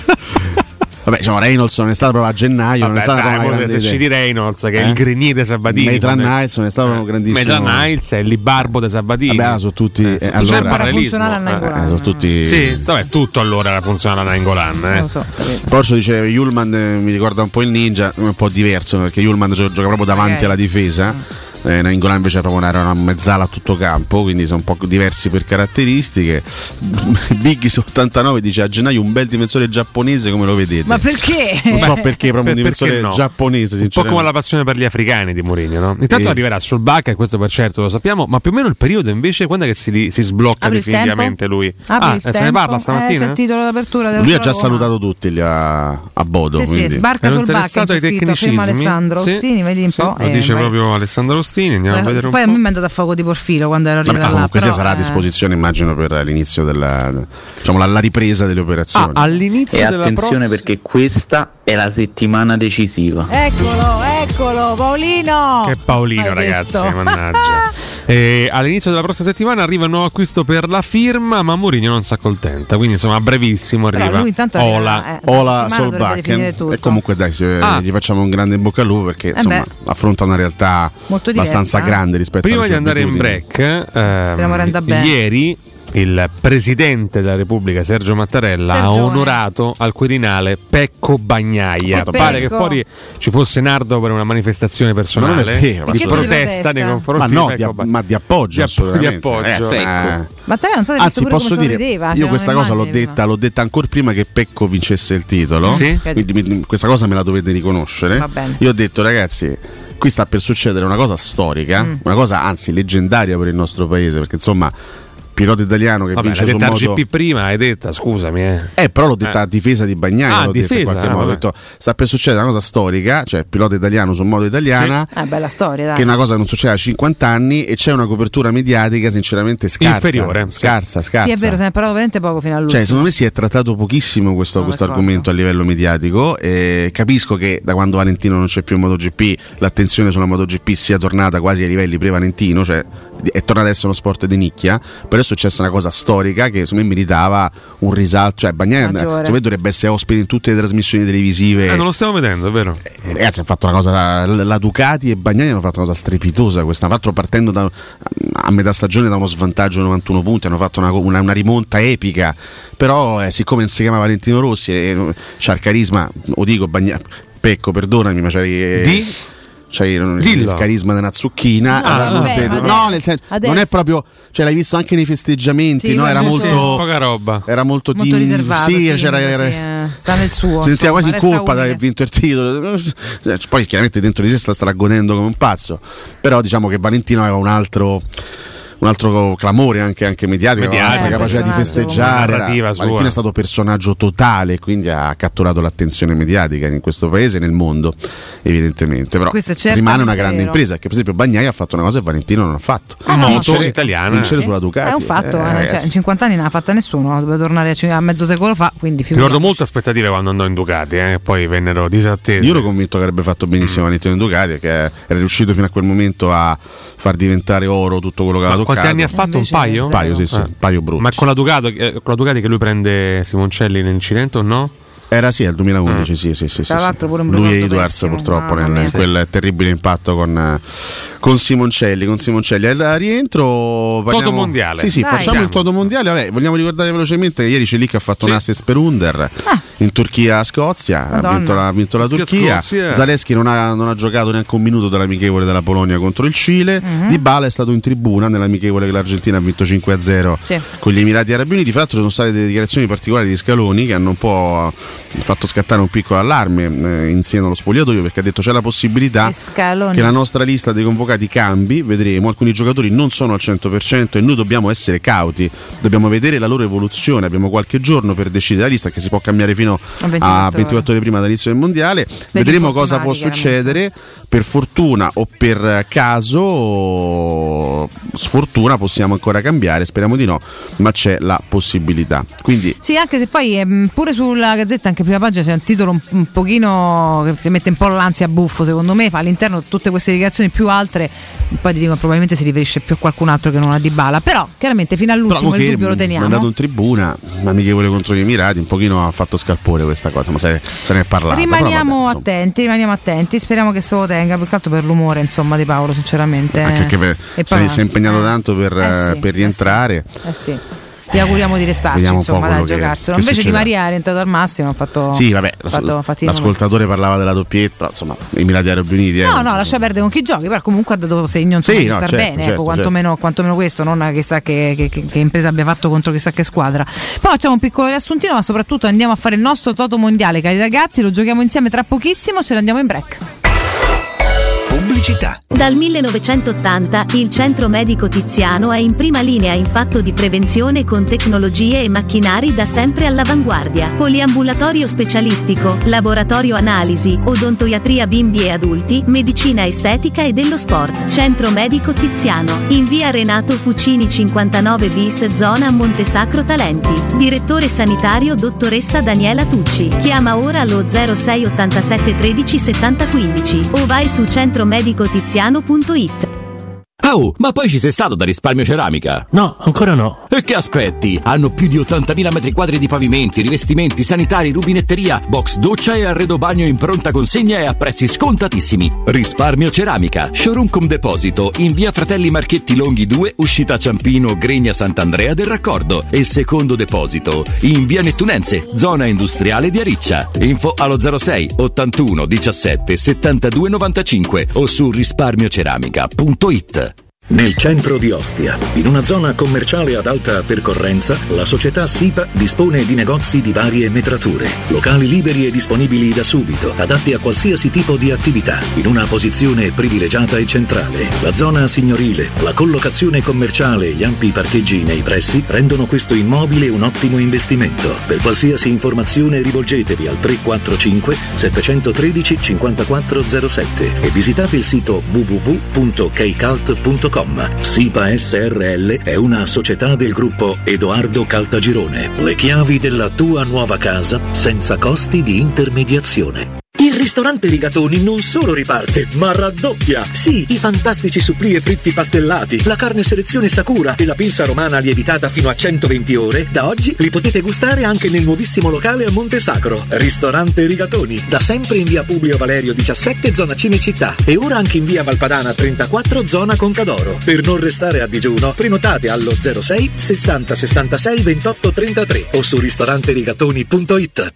[SPEAKER 14] Vabbè, diciamo, Reynolds non è stato proprio a gennaio.
[SPEAKER 17] Vabbè,
[SPEAKER 14] non è stata
[SPEAKER 17] dai,
[SPEAKER 14] una grande
[SPEAKER 17] se
[SPEAKER 14] idea.
[SPEAKER 17] ci di Reynolds che è il Grenier di Sabatini.
[SPEAKER 14] Maitland-Niles non è stato un grandissimo.
[SPEAKER 17] Maitland-Niles è il Libarbo di Sabatini.
[SPEAKER 14] Vabbè, sono tutti. Allora
[SPEAKER 8] funzionale a Nainggolan.
[SPEAKER 14] Sono tutti.
[SPEAKER 17] Sì, vabbè, tutto allora era funzionale a Nainggolan.
[SPEAKER 8] Lo so,
[SPEAKER 14] Porcio dice Yulman mi ricorda un po' il Ninja, un po' diverso perché Yulman gioca proprio davanti alla difesa. Nainggolan invece era una mezzala a tutto campo, quindi sono un po' diversi per caratteristiche. Biggs 89 dice a gennaio un bel difensore giapponese, come lo vedete?
[SPEAKER 8] Ma perché?
[SPEAKER 14] Non so perché proprio un difensore giapponese,
[SPEAKER 17] un po' come la passione per gli africani di Mourinho, no? Intanto arriverà sul Bacca, e questo per certo lo sappiamo, ma più o meno il periodo invece quando è che si sblocca definitivamente lui?
[SPEAKER 8] Se
[SPEAKER 17] ne parla stamattina?
[SPEAKER 8] C'è il titolo d'apertura
[SPEAKER 14] lui ha già salutato tutti lì a Bodo,
[SPEAKER 8] sì, sbarca sul Bacca, c'è scritto, firma Alessandro Ostini, vedi un po',
[SPEAKER 17] lo dice proprio Alessandro Ostini. Andiamo a vedere un
[SPEAKER 8] poi
[SPEAKER 17] po'.
[SPEAKER 8] a me mi è andato a fuoco di Porfilo quando ero arrivata là.
[SPEAKER 14] Comunque sarà a disposizione, immagino, per l'inizio della ripresa delle operazioni.
[SPEAKER 17] All'inizio
[SPEAKER 7] e attenzione perché questa è la settimana decisiva.
[SPEAKER 8] Eccolo Paolino.
[SPEAKER 17] Che Paolino, ragazzi, mannaggia. All'inizio della prossima settimana arriva il nuovo acquisto per la firma, ma Mourinho non si accontenta, quindi insomma a brevissimo arriva
[SPEAKER 14] Ola Solbakken, e comunque dai, gli facciamo un grande in bocca al lupo perché insomma affronta una realtà
[SPEAKER 8] molto
[SPEAKER 14] abbastanza grande rispetto
[SPEAKER 17] prima
[SPEAKER 14] alle
[SPEAKER 17] di andare in break. Ieri il presidente della Repubblica Sergio Mattarella ha onorato al Quirinale Pecco Bagnaia. Pare che fuori ci fosse Nardo per una manifestazione personale,
[SPEAKER 14] ma non è vero,
[SPEAKER 17] di protesta nei confronti
[SPEAKER 14] di appoggio, assolutamente.
[SPEAKER 8] Mattarella non so se
[SPEAKER 14] anzi posso dire,
[SPEAKER 8] rideva,
[SPEAKER 14] io questa cosa l'ho detta ancora prima che Pecco vincesse il titolo, quindi questa cosa me la dovete riconoscere. Io ho detto, ragazzi, qui sta per succedere una cosa storica, una cosa anzi leggendaria per il nostro paese, perché insomma pilota italiano che vince
[SPEAKER 17] l'hai
[SPEAKER 14] sul
[SPEAKER 17] detta
[SPEAKER 14] modo.
[SPEAKER 17] GP prima, hai detta, scusami.
[SPEAKER 14] Però l'ho detta a difesa di Bagnaia, l'ho detto in qualche modo. Ho detto, sta per succedere una cosa storica, cioè pilota italiano sul modo italiana.
[SPEAKER 8] Bella storia, dai.
[SPEAKER 14] Che è una cosa che non succede da 50 anni e c'è una copertura mediatica sinceramente scarsa.
[SPEAKER 17] Inferiore.
[SPEAKER 14] Scarsa.
[SPEAKER 8] Sì, è vero, se ne è parlato veramente poco fino all'ultimo.
[SPEAKER 14] Cioè, secondo me si è trattato pochissimo questo argomento a livello mediatico. Capisco che da quando Valentino non c'è più in MotoGP, l'attenzione sulla MotoGP sia tornata quasi ai livelli pre-Valentino, cioè è tornato ad essere uno sport di nicchia, però è successa una cosa storica che secondo me meritava un risalto, cioè Bagnaia secondo me dovrebbe essere ospite in tutte le trasmissioni televisive.
[SPEAKER 17] Non lo stiamo vedendo, è vero.
[SPEAKER 14] Ragazzi, hanno fatto una cosa, la Ducati e Bagnaia hanno fatto una cosa strepitosa, hanno fatto partendo a metà stagione da uno svantaggio di 91 punti, hanno fatto una rimonta epica, però siccome non si chiama Valentino Rossi e c'ha il carisma, lo dico, Pecco, perdonami, ma c'hai il carisma della zucchina, nel senso, non è proprio, cioè l'hai visto anche nei festeggiamenti, no? Era molto
[SPEAKER 17] poca roba,
[SPEAKER 14] era molto
[SPEAKER 8] riservato,
[SPEAKER 14] sta
[SPEAKER 8] nel suo,
[SPEAKER 14] si sentiva quasi colpa di aver vinto il titolo, poi chiaramente dentro di sé sta godendo come un pazzo, però diciamo che Valentino aveva un altro clamore anche mediatico, la capacità di festeggiare. Valentino è stato personaggio totale, quindi ha catturato l'attenzione mediatica in questo paese e nel mondo, evidentemente. Però rimane una grande impresa, che per esempio Bagnaia ha fatto una cosa che Valentino non ha fatto.
[SPEAKER 17] Moto italiana,
[SPEAKER 14] vincere sulla Ducati
[SPEAKER 8] è un fatto, cioè, in 50 anni non l'ha fatta nessuno, doveva tornare a mezzo secolo fa, quindi
[SPEAKER 17] ricordo molte aspettative quando andò in Ducati, poi vennero disattese.
[SPEAKER 14] Io ero convinto che avrebbe fatto benissimo Valentino in Ducati, perché era riuscito fino a quel momento a far diventare oro tutto quello che aveva toccato.
[SPEAKER 17] Quanti anni ha fatto? Un paio?
[SPEAKER 14] Un paio, sì, un paio brutti.
[SPEAKER 17] Ma con la Ducati che lui prende Simoncelli nell'incidente o no?
[SPEAKER 14] Era il 2011, sì.
[SPEAKER 8] Tra l'altro pure un
[SPEAKER 14] lui e Edwards purtroppo in quel terribile impatto con Simoncelli. Al rientro
[SPEAKER 17] Toto mondiale.
[SPEAKER 14] Sì, facciamo il Toto mondiale. Vabbè, vogliamo ricordare velocemente che ieri Celic ha fatto un assist per Under in Turchia-Scozia, ha vinto la Turchia. Zalewski non ha giocato neanche un minuto dall'amichevole della Polonia contro il Cile. Dybala è stato in tribuna nell'amichevole che l'Argentina ha vinto 5-0 con gli Emirati Arabi Uniti. Fra l'altro sono state delle dichiarazioni particolari di Scaloni che hanno un po' fatto scattare un piccolo allarme in seno allo spogliatoio, perché ha detto c'è la possibilità che la nostra lista dei convocati cambi, vedremo, alcuni giocatori non sono al 100% e noi dobbiamo essere cauti, dobbiamo vedere la loro evoluzione, abbiamo qualche giorno per decidere la lista, che si può cambiare fino a 24 ore prima dall'inizio del mondiale. Vedremo cosa può succedere. Per fortuna o per caso, sfortuna, possiamo ancora cambiare, speriamo di no, ma c'è la possibilità. Quindi
[SPEAKER 8] sì, anche se poi pure sulla Gazzetta, anche prima pagina, c'è un titolo un pochino che si mette un po' l'ansia buffo, secondo me, fa all'interno tutte queste dichiarazioni più altre, poi ti dico probabilmente si riferisce più a qualcun altro che non a Dybala, però chiaramente fino all'ultimo il dubbio lo teniamo.
[SPEAKER 14] È andato in tribuna, amichevole contro gli Emirati, un pochino ha fatto scalpore questa cosa, ma se ne è parlato.
[SPEAKER 8] Rimaniamo attenti, speriamo che se lo tenga, più che altro per l'umore, insomma, di Paolo, sinceramente.
[SPEAKER 14] Anche perché si è impegnato tanto per rientrare.
[SPEAKER 8] Sì. Gli auguriamo di restarci, insomma, dai, giocarselo. Invece succederà. Di Maria è rientrato al massimo, ha fatto
[SPEAKER 14] l'ascoltatore parlava della doppietta, insomma, Emirati Arabi Uniti.
[SPEAKER 8] No, lascia perdere con chi giochi, però comunque ha dato segno di star bene, quantomeno questo, non chissà che impresa abbia fatto contro chissà che squadra. Poi facciamo un piccolo riassuntino, ma soprattutto andiamo a fare il nostro Toto mondiale, cari ragazzi, lo giochiamo insieme tra pochissimo, ce ne andiamo in break.
[SPEAKER 16] Pubblicità. Dal 1980 il Centro Medico Tiziano è in prima linea in fatto di prevenzione con tecnologie e macchinari da sempre all'avanguardia. Poliambulatorio specialistico, laboratorio analisi, odontoiatria bimbi e adulti, medicina estetica e dello sport. Centro Medico Tiziano, in via Renato Fucini 59 bis, zona Montesacro Talenti. Direttore sanitario dottoressa Daniela Tucci. Chiama ora allo 06 87 13 70 15 o vai su centromedicotiziano.it.
[SPEAKER 18] Oh, ma poi ci sei stato da Risparmio Ceramica?
[SPEAKER 19] No, ancora no.
[SPEAKER 18] E che aspetti? Hanno più di 80.000 metri quadri di pavimenti, rivestimenti, sanitari, rubinetteria, box doccia e arredo bagno in pronta consegna e a prezzi scontatissimi. Risparmio Ceramica, showroom con deposito in via Fratelli Marchetti Longhi 2, uscita Ciampino, Gregna Sant'Andrea del Raccordo, e secondo deposito in via Nettunense, zona industriale di Ariccia. Info allo 06 81 17 72 95 o su risparmioceramica.it.
[SPEAKER 21] Nel centro di Ostia, in una zona commerciale ad alta percorrenza, la società SIPA dispone di negozi di varie metrature, locali liberi e disponibili da subito, adatti a qualsiasi tipo di attività, in una posizione privilegiata e centrale. La zona signorile, la collocazione commerciale e gli ampi parcheggi nei pressi rendono questo immobile un ottimo investimento. Per qualsiasi informazione rivolgetevi al 345 713 5407 e visitate il sito www.keicalt.com. SIPA SRL è una società del gruppo Edoardo Caltagirone. Le chiavi della tua nuova casa senza costi di intermediazione.
[SPEAKER 20] Il ristorante Rigatoni non solo riparte, ma raddoppia! Sì, i fantastici supplì e fritti pastellati, la carne selezione Sakura e la pinza romana lievitata fino a 120 ore, da oggi li potete gustare anche nel nuovissimo locale a Montesacro. Ristorante Rigatoni, da sempre in via Publio Valerio 17, zona Cinecittà, e ora anche in via Valpadana 34, zona Concadoro. Per non restare a digiuno, prenotate allo 06 60 66 28 33 o su ristoranterigatoni.it.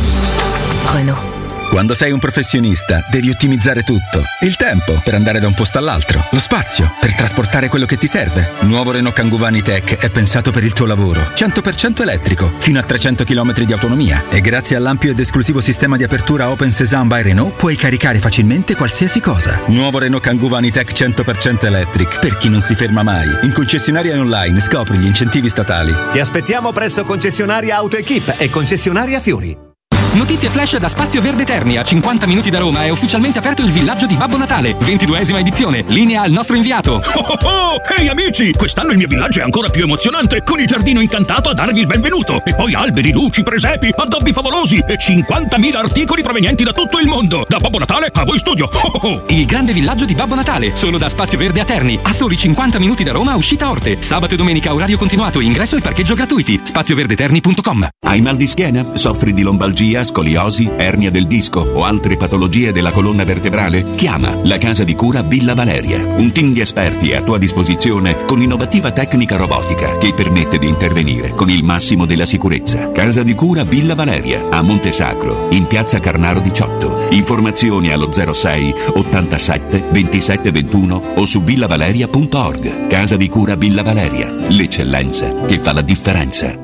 [SPEAKER 22] Renault. Quando sei un professionista devi ottimizzare tutto. Il tempo per andare da un posto all'altro, lo spazio per trasportare quello che ti serve. Nuovo Renault Kangoo Vanitec è pensato per il tuo lavoro. 100% elettrico, fino a 300 km di autonomia. E grazie all'ampio ed esclusivo sistema di apertura Open Sesame by Renault puoi caricare facilmente qualsiasi cosa. Nuovo Renault Kangoo Vanitec 100% electric, per chi non si ferma mai. In concessionaria online scopri gli incentivi statali.
[SPEAKER 23] Ti aspettiamo presso concessionaria AutoEquip e concessionaria Fiori.
[SPEAKER 24] Notizie flash da Spazio Verde Terni, a 50 minuti da Roma è ufficialmente aperto il villaggio di Babbo Natale, 22esima edizione, linea al nostro inviato.
[SPEAKER 25] Ehi amici, quest'anno il mio villaggio è ancora più emozionante, con il giardino incantato a darvi il benvenuto, e poi alberi, luci, presepi, addobbi favolosi e 50.000 articoli provenienti da tutto il mondo. Da Babbo Natale a voi studio.
[SPEAKER 24] Il grande villaggio di Babbo Natale, solo da Spazio Verde a Terni, a soli 50 minuti da Roma, uscita Orte, sabato e domenica orario continuato, ingresso e parcheggio gratuiti. spazioverdeterni.com.
[SPEAKER 21] Hai mal di schiena? Soffri di lombalgia?
[SPEAKER 22] discrofia, scoliosi, ernia del disco o altre patologie della colonna vertebrale? Chiama la Casa di Cura Villa Valeria. Un team di esperti a tua disposizione con innovativa tecnica robotica che permette di intervenire con il massimo della sicurezza. Casa di Cura Villa Valeria a Montesacro, in piazza Carnaro 18. Informazioni allo 06 87 27 21 o su villavaleria.org. Casa di Cura Villa Valeria, l'eccellenza che fa la differenza.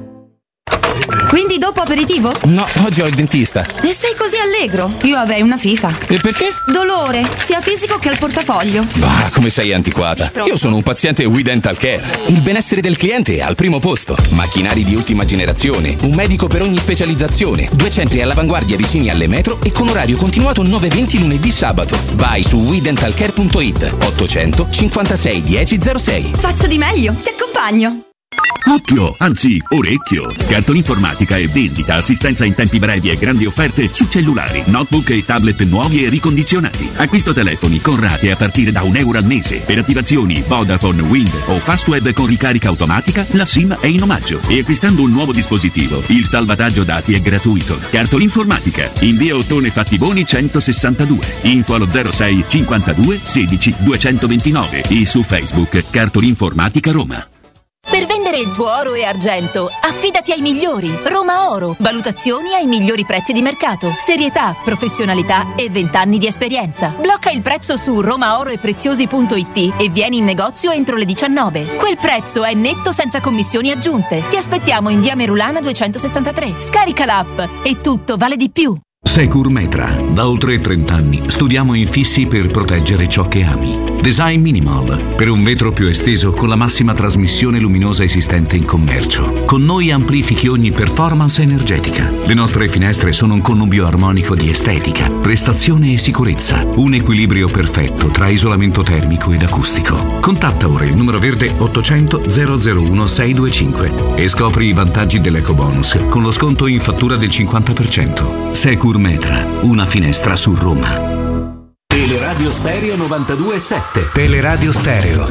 [SPEAKER 2] Quindi dopo aperitivo?
[SPEAKER 24] No, oggi ho il dentista.
[SPEAKER 2] E sei così allegro? Io avrei una FIFA.
[SPEAKER 24] E perché?
[SPEAKER 2] Dolore, sia fisico che al portafoglio.
[SPEAKER 24] Bah, come sei antiquata. Io sono un paziente We Dental Care. Il benessere del cliente è al primo posto. Macchinari di ultima generazione, un medico per ogni specializzazione, 2 centri all'avanguardia vicini alle metro e con orario continuato 9-20 lunedì sabato. Vai su wedentalcare.it 800 56 1006.
[SPEAKER 2] Faccio di meglio, ti accompagno.
[SPEAKER 25] Occhio, anzi orecchio. Cartolinformatica e vendita, assistenza in tempi brevi e grandi offerte su cellulari, notebook e tablet nuovi e ricondizionati. Acquisto telefoni con rate a partire da €1 al mese. Per attivazioni Vodafone, Wind o Fastweb con ricarica automatica, la SIM è in omaggio. E acquistando un nuovo dispositivo, il salvataggio dati è gratuito. Cartolinformatica, in via Ottone Fattiboni 162. Info allo 06 52 16 229 e su Facebook Cartolinformatica Roma.
[SPEAKER 3] Per vendere il tuo oro e argento, affidati ai migliori. Roma Oro. Valutazioni ai migliori prezzi di mercato. Serietà, professionalità e 20 anni di esperienza. Blocca il prezzo su romaoroepreziosi.it e vieni in negozio entro le 19. Quel prezzo è netto senza commissioni aggiunte. Ti aspettiamo in via Merulana 263. Scarica l'app e tutto vale di più.
[SPEAKER 21] Securmetra. Da oltre 30 anni studiamo infissi per proteggere ciò che ami. Design Minimal, per un vetro più esteso con la massima trasmissione luminosa esistente in commercio. Con noi amplifichi ogni performance energetica. Le nostre finestre sono un connubio armonico di estetica, prestazione e sicurezza. Un equilibrio perfetto tra isolamento termico ed acustico. Contatta ora il numero verde 800 001 625 e scopri i vantaggi dell'EcoBonus con lo sconto in fattura del 50%. Securmetra, una finestra su Roma.
[SPEAKER 23] Teleradio Stereo 92.7. Teleradio Stereo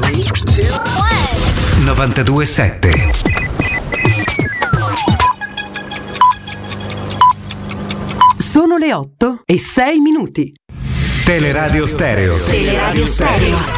[SPEAKER 23] 92.7.
[SPEAKER 4] Sono le 8:06.
[SPEAKER 23] Teleradio Stereo.
[SPEAKER 4] Teleradio Stereo.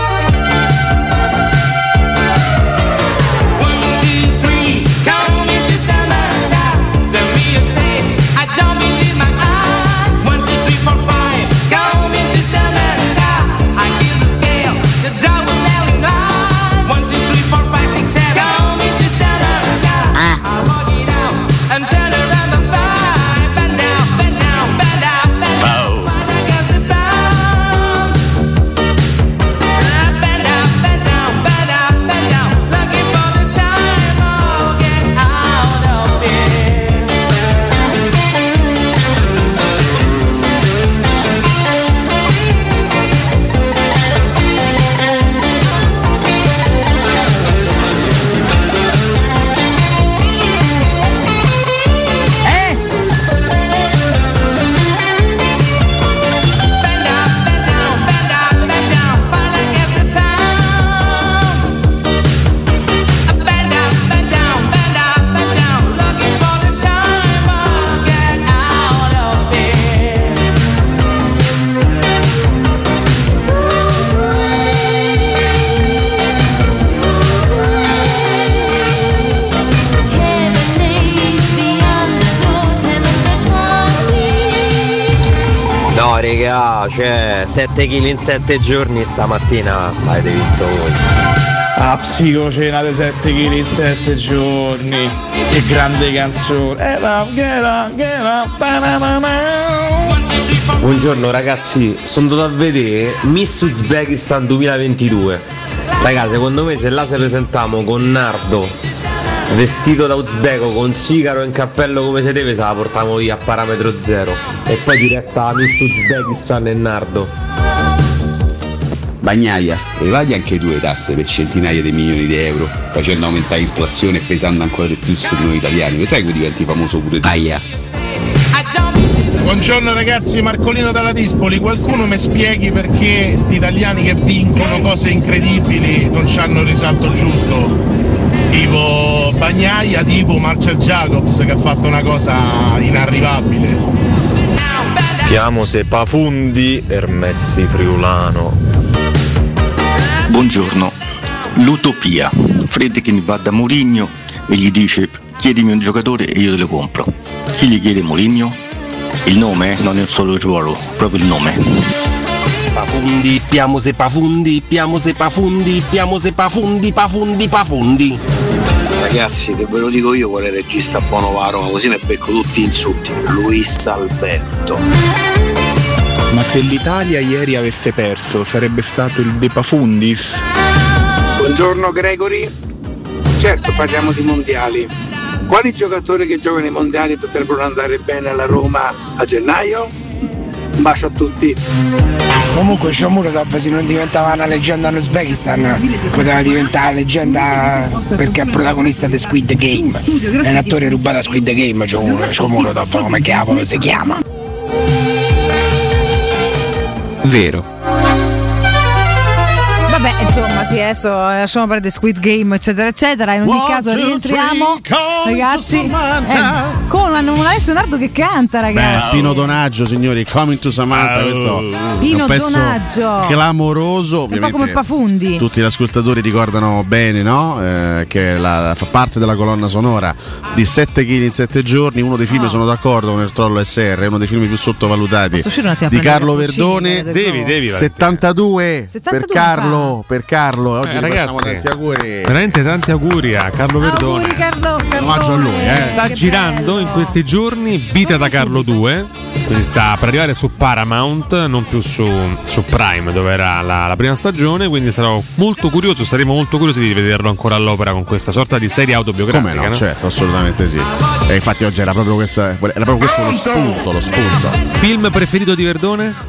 [SPEAKER 7] Cioè 7 kg in 7 giorni stamattina avete vinto voi.
[SPEAKER 12] Ah, psicocena di 7 kg in 7 giorni. Che grande canzone.
[SPEAKER 7] Buongiorno ragazzi, sono andato a vedere Miss Uzbekistan 2022. Ragazzi, secondo me se là se presentiamo con Nardo vestito da uzbeko con sigaro in cappello come se deve, se la portiamo via a parametro zero. E poi diretta a Miss Uzbekistan e Nardo.
[SPEAKER 13] Bagnaia, evadi anche tu le tasse per centinaia di milioni di euro, facendo aumentare l'inflazione e pesando ancora di più su noi italiani. Vedrai che diventi famoso pure tu. Aia.
[SPEAKER 12] Buongiorno ragazzi, Marcolino dalla Dispoli. Qualcuno mi spieghi perché sti italiani che vincono cose incredibili non c'hanno il risalto giusto? tipo Bagnaia, tipo Marcel Jacobs che ha fatto una cosa inarrivabile.
[SPEAKER 1] Chiamo se Pafundi per Messi Friulano.
[SPEAKER 6] Buongiorno, l'utopia. Friedkin va da Mourinho e gli dice: chiedimi un giocatore e io te lo compro. Chi gli chiede Mourinho? Il nome non è solo il ruolo, proprio il nome.
[SPEAKER 9] Pafundi, piamo se Pafundi, piamo se Pafundi, piamo se Pafundi, Pafundi, Pafundi.
[SPEAKER 15] Ragazzi, te ve lo dico io qual è il regista buono a Roma, così ne becco tutti insulti. Luis Alberto.
[SPEAKER 12] Ma se l'Italia ieri avesse perso, sarebbe stato il De Pafundis?
[SPEAKER 19] Buongiorno Gregory. Certo, parliamo di mondiali. Quali giocatori che giocano ai mondiali potrebbero andare bene alla Roma a gennaio? Un bacio a tutti.
[SPEAKER 26] Comunque Shomurodov, se non diventava una leggenda in Uzbekistan, poteva diventare leggenda perché è protagonista di Squid Game. È un attore rubato a Squid Game, Shomurodov, come cavolo si chiama?
[SPEAKER 5] Vero.
[SPEAKER 8] Vabbè, insomma, sì, adesso lasciamo perdere Squid Game, eccetera, eccetera. In ogni caso rientriamo, ragazzi, con Alessio Nardo che canta, ragazzi.
[SPEAKER 14] Pino Donaggio, signori, Coming to Samantha, questo
[SPEAKER 8] Pino
[SPEAKER 14] è un pezzo
[SPEAKER 8] Donaggio
[SPEAKER 14] clamoroso.
[SPEAKER 8] Un po' come Pafundi.
[SPEAKER 14] Tutti gli ascoltatori ricordano bene, no? Che fa parte della colonna sonora di 7 kg in 7 giorni. Uno dei film, sono d'accordo con il Trollo SR, è uno dei film più sottovalutati di Carlo Verdone.
[SPEAKER 17] Devi
[SPEAKER 14] 72 per Carlo. Oggi facciamo tanti auguri.
[SPEAKER 17] Veramente tanti auguri a Carlo Verdone.
[SPEAKER 8] Auguri Carlo.
[SPEAKER 14] Omaggio a lui,
[SPEAKER 17] Sta girando in questi giorni Vita da Carlo 2, quindi sta per arrivare su Paramount, non più su Prime, dove era la prima stagione, quindi saremo molto curiosi di vederlo ancora all'opera con questa sorta di serie autobiografica.
[SPEAKER 14] Come no?
[SPEAKER 17] No?
[SPEAKER 14] Certo, assolutamente sì. E infatti oggi era proprio questo lo spunto.
[SPEAKER 17] Film preferito di Verdone?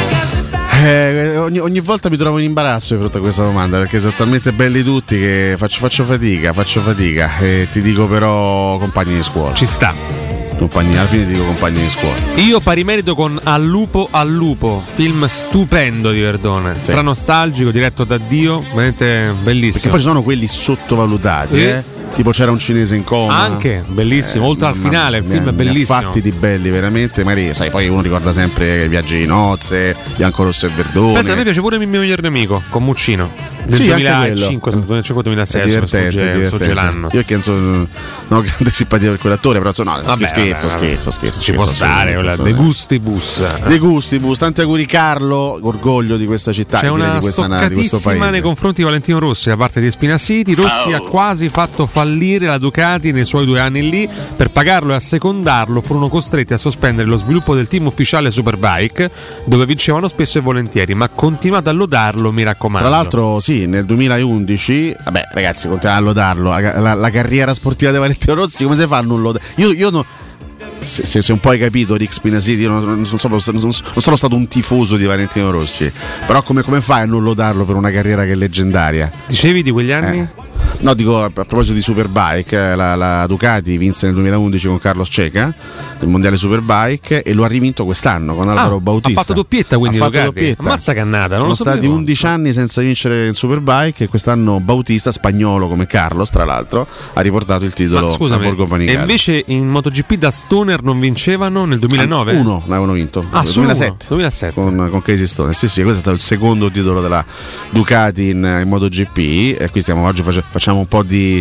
[SPEAKER 14] Ogni volta mi trovo in imbarazzo di fronte a questa domanda, perché sono talmente belli tutti che faccio fatica e ti dico però compagni di scuola.
[SPEAKER 17] Ci sta.
[SPEAKER 14] Alla fine ti dico compagni di scuola.
[SPEAKER 17] Io pari merito con Al lupo, film stupendo di Verdone, stranostalgico, diretto da Dio, veramente bellissimo.
[SPEAKER 14] Perché poi ci sono quelli sottovalutati, tipo c'era un cinese in coma.
[SPEAKER 17] Anche, bellissimo, oltre al finale, il film è bellissimo.
[SPEAKER 14] Fatti di belli, veramente. Magari, sai, poi uno ricorda sempre Viaggi di nozze, Bianco, Rosso e Verdone.
[SPEAKER 17] Pensa, a me piace pure Il mio miglior nemico, con Muccino, del 2005, 2006,
[SPEAKER 14] divertente.
[SPEAKER 17] l'anno.
[SPEAKER 14] Io che non ho grande simpatia per quell'attore, però scherzo.
[SPEAKER 17] Ci può stare, De Gustibus.
[SPEAKER 14] Tanti auguri Carlo, orgoglio di questa città.
[SPEAKER 17] C'è una
[SPEAKER 14] di questo paese
[SPEAKER 17] nei confronti di Valentino Rossi da parte di Spinaciti. Rossi ha quasi fatto fallire la Ducati nei suoi 2 anni lì. Per pagarlo e assecondarlo furono costretti a sospendere lo sviluppo del team ufficiale Superbike, dove vincevano spesso e volentieri, ma continuate a lodarlo, mi raccomando.
[SPEAKER 14] Tra l'altro sì, nel 2011, vabbè ragazzi, continuate a lodarlo, la carriera sportiva di Valentino Rossi come si fa a non lodare? Io no, se un po' hai capito Rick Spinasiti, io non sono stato un tifoso di Valentino Rossi, però come fai a non lodarlo per una carriera che è leggendaria?
[SPEAKER 17] Dicevi di quegli anni?
[SPEAKER 14] No, dico a proposito di Superbike, la Ducati vinse nel 2011 con Carlos Checa il mondiale Superbike e lo ha rivinto quest'anno con Alvaro Bautista.
[SPEAKER 17] Ha fatto doppietta, quindi ammazza cannata.
[SPEAKER 14] Sono stati 11 anni senza vincere il Superbike e quest'anno Bautista, spagnolo come Carlos tra l'altro, ha riportato il titolo a Borgo Panigale.
[SPEAKER 17] E invece in MotoGP da Stoner non vincevano nel 2009?
[SPEAKER 14] Uno l'avevano vinto, 2007 con Casey Stoner. Sì, questo è stato il secondo titolo della Ducati in MotoGP e qui oggi facciamo un po' di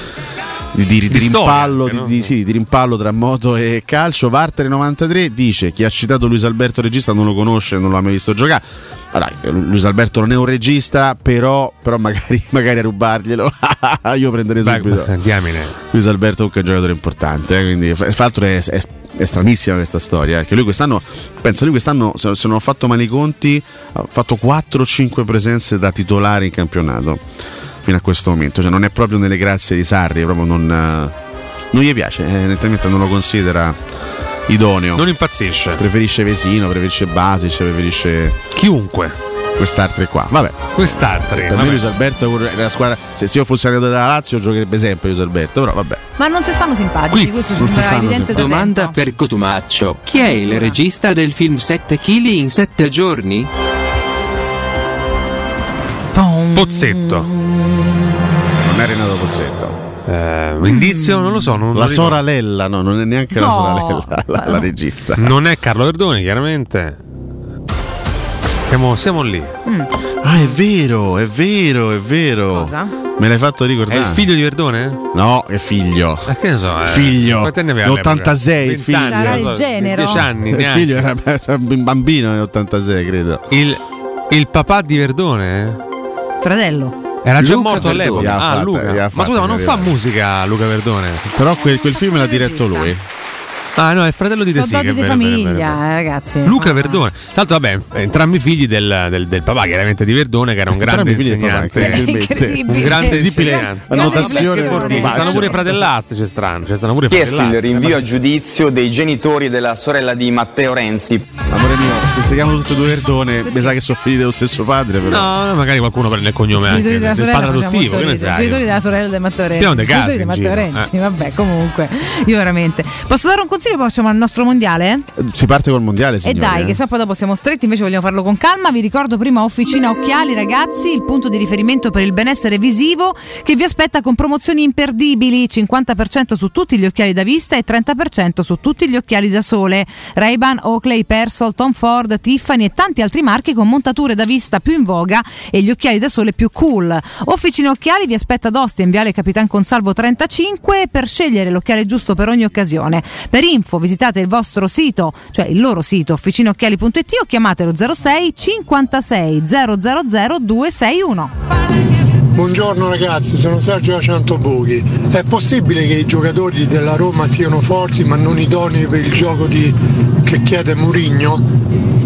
[SPEAKER 14] rimpallo, di rimpallo tra moto e calcio. Vartere 93 dice: chi ha citato Luis Alberto regista non lo conosce, non l'ha mai visto giocare. Allora, Luis Alberto non è un regista, però magari a rubarglielo io prenderei subito. Luis Alberto comunque è un giocatore importante, quindi fra l'altro è stranissima questa storia, perché lui quest'anno, se non ho fatto male i conti, ha fatto 4-5 presenze da titolare in campionato fino a questo momento, cioè non è proprio nelle grazie di Sarri, proprio non gli piace, evidentemente non lo considera idoneo,
[SPEAKER 17] non impazzisce,
[SPEAKER 14] preferisce Vesino, preferisce Basic, preferisce
[SPEAKER 17] chiunque,
[SPEAKER 14] quest'altri qua, vabbè,
[SPEAKER 17] quest'altri.
[SPEAKER 14] Per me Luis Alberto la squadra, se io fossi allenatore della Lazio giocherebbe sempre Luis Alberto, però vabbè.
[SPEAKER 8] Ma non si stanno simpatici, questo ci sembra evidente da
[SPEAKER 5] domanda
[SPEAKER 8] tempo.
[SPEAKER 5] Per Cotumaccio: chi è il regista del film 7 kg in 7 giorni?
[SPEAKER 17] Pozzetto.
[SPEAKER 14] Non è Renato Pozzetto.
[SPEAKER 17] Indizio? Non lo so.
[SPEAKER 14] La sorella, no, non è neanche la sorella, la regista.
[SPEAKER 17] Non è Carlo Verdone, chiaramente. Siamo lì.
[SPEAKER 14] Ah, è vero.
[SPEAKER 8] Cosa?
[SPEAKER 14] Me l'hai fatto ricordare.
[SPEAKER 17] È il figlio di Verdone?
[SPEAKER 14] No, è figlio.
[SPEAKER 17] Che ne so?
[SPEAKER 14] Figlio.
[SPEAKER 17] Quanti anni aveva
[SPEAKER 14] l'86, il figlio.
[SPEAKER 8] Sarà il genero.
[SPEAKER 17] 10 anni.
[SPEAKER 14] Il figlio era un bambino nell'86, credo.
[SPEAKER 17] Il papà di Verdone?
[SPEAKER 8] Fratello.
[SPEAKER 17] Era già
[SPEAKER 14] Luca
[SPEAKER 17] morto all'epoca. Luca. Ma scusa, ma non fa musica Luca Verdone?
[SPEAKER 14] Però quel film l'ha diretto lui.
[SPEAKER 17] Ah no, è il fratello di De Sica.
[SPEAKER 8] Soldati di famiglia, ragazzi.
[SPEAKER 17] Luca Verdone. Tra l'altro, vabbè, entrambi figli del papà, chiaramente di Verdone, che era un grande insegnante. Un grande insegnante.
[SPEAKER 14] Annotazione.
[SPEAKER 17] Stanno pure fratellastri, c'è strano.
[SPEAKER 10] Chiesto il rinvio a giudizio dei genitori della sorella di Matteo Renzi.
[SPEAKER 14] Amore mio, se si chiamano tutti e due Verdone, mi sa che sono figli dello stesso padre. Però.
[SPEAKER 17] No, magari qualcuno prende il cognome anche del padre adottivo.
[SPEAKER 8] I genitori della sorella di Matteo Renzi. I genitori di Matteo Renzi, vabbè, comunque. Io veramente. Posso dare un consiglio? Poi facciamo al nostro mondiale?
[SPEAKER 14] Si parte col mondiale, signori.
[SPEAKER 8] E dai, che poi dopo siamo stretti, invece vogliamo farlo con calma. Vi ricordo prima Officina Occhiali, ragazzi, il punto di riferimento per il benessere visivo, che vi aspetta con promozioni imperdibili: 50% su tutti gli occhiali da vista e 30% su tutti gli occhiali da sole. Ray-Ban, Oakley, Persol, Tom Ford, Tiffany e tanti altri marchi con montature da vista più in voga e gli occhiali da sole più cool. Officina Occhiali vi aspetta ad Ostia, in Viale Capitan Consalvo 35, per scegliere l'occhiale giusto per ogni occasione. Per info visitate il vostro sito, cioè il loro sito officinaocchiali.it, o chiamatelo 06 56 000 261.
[SPEAKER 11] Buongiorno ragazzi, sono Sergio da Centobuchi. È possibile che i giocatori della Roma siano forti ma non idonei per il gioco che chiede Mourinho?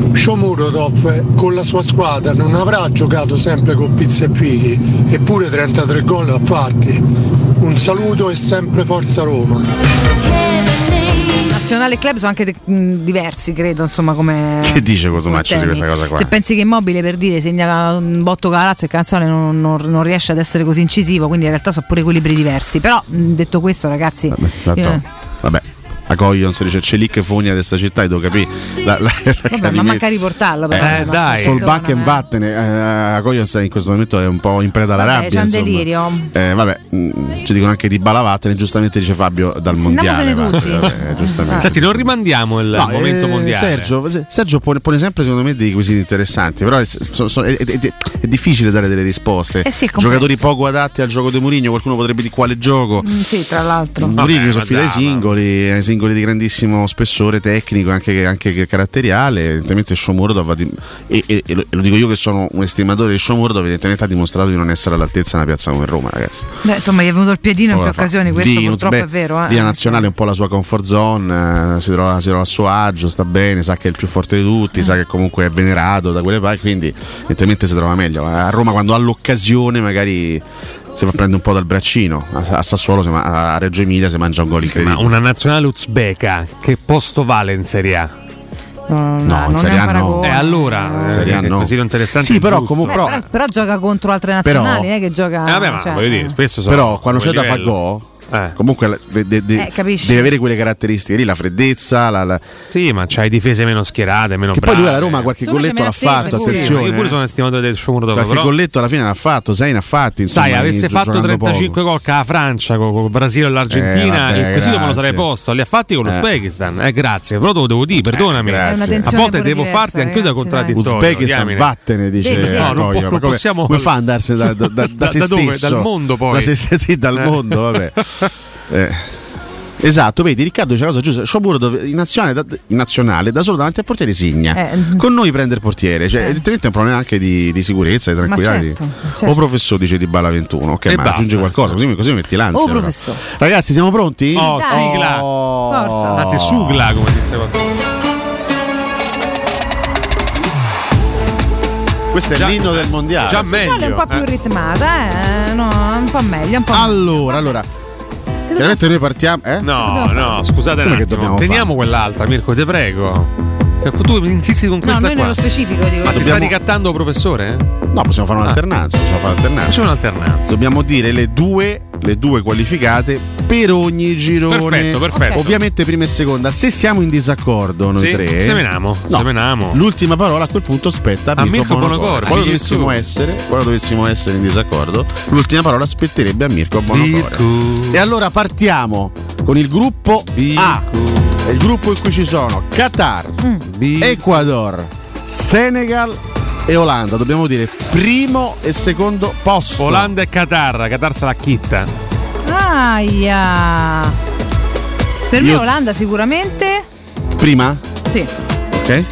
[SPEAKER 11] Shomurodov con la sua squadra non avrà giocato sempre con pizza e fichi, eppure 33 gol a fatti. Un saluto e sempre forza Roma.
[SPEAKER 8] Nazionale e club sono anche diversi, credo, insomma, come.
[SPEAKER 14] Che dice Cotumaccio di questa cosa qua?
[SPEAKER 8] Se pensi che Immobile, per dire, segna un botto con la Lazio e Canzone non riesce ad essere così incisivo, quindi in realtà sono pure equilibri diversi. Però detto questo, ragazzi,
[SPEAKER 14] vabbè. A Coglion si dice Celic Fogna di sta città, e devo capire.
[SPEAKER 8] Vabbè, ma manca riportarlo.
[SPEAKER 14] Dai, Solbach e vattene. A Coglion in questo momento è un po' in preda alla rabbia.
[SPEAKER 8] C'è un delirio.
[SPEAKER 14] Vabbè, ci dicono anche di Bala vattene, giustamente dice Fabio dal mondiale.
[SPEAKER 17] Giustamente. Senti, non rimandiamo il momento mondiale.
[SPEAKER 14] Sergio pone sempre, secondo me, dei quesiti interessanti, però è difficile dare delle risposte. Giocatori poco adatti al gioco di Mourinho, qualcuno potrebbe di quale gioco?
[SPEAKER 8] Sì, tra l'altro.
[SPEAKER 14] Mourinho sono fila ai singoli di grandissimo spessore tecnico, anche caratteriale. Evidentemente Shomurodov e lo dico io che sono un estimatore di Shomurodov, evidentemente ha dimostrato di non essere all'altezza di una piazza come Roma, ragazzi.
[SPEAKER 8] Insomma, gli è venuto il piedino in più occasioni, questo purtroppo è vero.
[SPEAKER 14] Via Nazionale è un po' la sua comfort zone, si trova a suo agio, sta bene, sa che è il più forte di tutti, sa che comunque è venerato da quelle parti, quindi evidentemente si trova meglio. A Roma, quando ha l'occasione, magari si fa prendere un po' dal braccino. A Sassuolo, a Reggio Emilia si mangia un gol incredibile.
[SPEAKER 17] Ma una nazionale uzbeka che posto vale in Serie A?
[SPEAKER 14] No, in Serie A no.
[SPEAKER 17] Allora,
[SPEAKER 14] Serie A no.
[SPEAKER 17] Così interessante.
[SPEAKER 14] Sì, però comunque
[SPEAKER 8] però gioca contro altre nazionali, che gioca.
[SPEAKER 17] Vabbè, ma voglio dire, spesso sono.
[SPEAKER 14] Però quando c'è da fare gol, comunque deve avere quelle caratteristiche lì, la freddezza,
[SPEAKER 17] sì, ma c'hai difese meno schierate, meno
[SPEAKER 14] che brave. Poi lui alla Roma qualche golletto l'ha fatto, attenzione.
[SPEAKER 17] Io pure sono estimatore del Shomurodov,
[SPEAKER 14] qualche golletto alla fine l'ha fatto, 6 ne ha fatti, insomma.
[SPEAKER 17] Sai, avesse fatto 35 gol con la Francia, con il Brasile e l'Argentina, il quesito me lo sarei posto. Li ha fatti con l'Uzbekistan. Grazie, però te lo devo dire, perdonami. A volte devo farti anche io da contraddittorio.
[SPEAKER 14] Uzbekistan, vattene, dice.
[SPEAKER 17] No, non possiamo.
[SPEAKER 14] Come fa ad andarsene da se stesso?
[SPEAKER 17] Dal mondo, poi.
[SPEAKER 14] Sì, dal mondo, vabbè. Esatto, vedi, Riccardo dice la cosa giusta. Shomurodov in nazionale da solo davanti al portiere segna. Con noi prende il portiere, cioè evidentemente è un problema anche di sicurezza, di tranquillità.
[SPEAKER 8] Certo.
[SPEAKER 14] O professore dice di Bala 21, ok, ma aggiunge qualcosa, così metti l'ansia. Ragazzi, siamo pronti?
[SPEAKER 17] Sigla.
[SPEAKER 8] Forza.
[SPEAKER 17] Anzi, sugla, come disse qualcuno.
[SPEAKER 14] Questo è l'inno del mondiale.
[SPEAKER 17] Già meglio.
[SPEAKER 8] È un po' più ritmata, no, un po' meglio.
[SPEAKER 14] Allora. Chiaramente noi partiamo.
[SPEAKER 17] No, scusate un attimo. Teniamo quell'altra, Mirko, te prego. Tu insisti con questa
[SPEAKER 8] noi
[SPEAKER 17] qua.
[SPEAKER 8] nello specifico dico.
[SPEAKER 17] Ma ti sta ricattando, professore?
[SPEAKER 14] No, possiamo fare un'alternanza.
[SPEAKER 17] Facciamo un'alternanza.
[SPEAKER 14] Dobbiamo dire le due qualificate per ogni girone.
[SPEAKER 17] Perfetto.
[SPEAKER 14] Ovviamente prima e seconda. Se siamo in disaccordo noi tre,
[SPEAKER 17] semeniamo.
[SPEAKER 14] L'ultima parola a quel punto spetta a Mirko Bonocore. Quando dovessimo essere in disaccordo, l'ultima parola spetterebbe a Mirko Bonocore. E allora partiamo con il gruppo A. È il gruppo in cui ci sono Qatar, Ecuador, Senegal e Olanda. Dobbiamo dire primo e secondo posto.
[SPEAKER 17] Olanda e Qatar se la chitta.
[SPEAKER 8] Aia. Per me Olanda sicuramente.
[SPEAKER 14] Prima?
[SPEAKER 8] Sì.
[SPEAKER 14] Ok.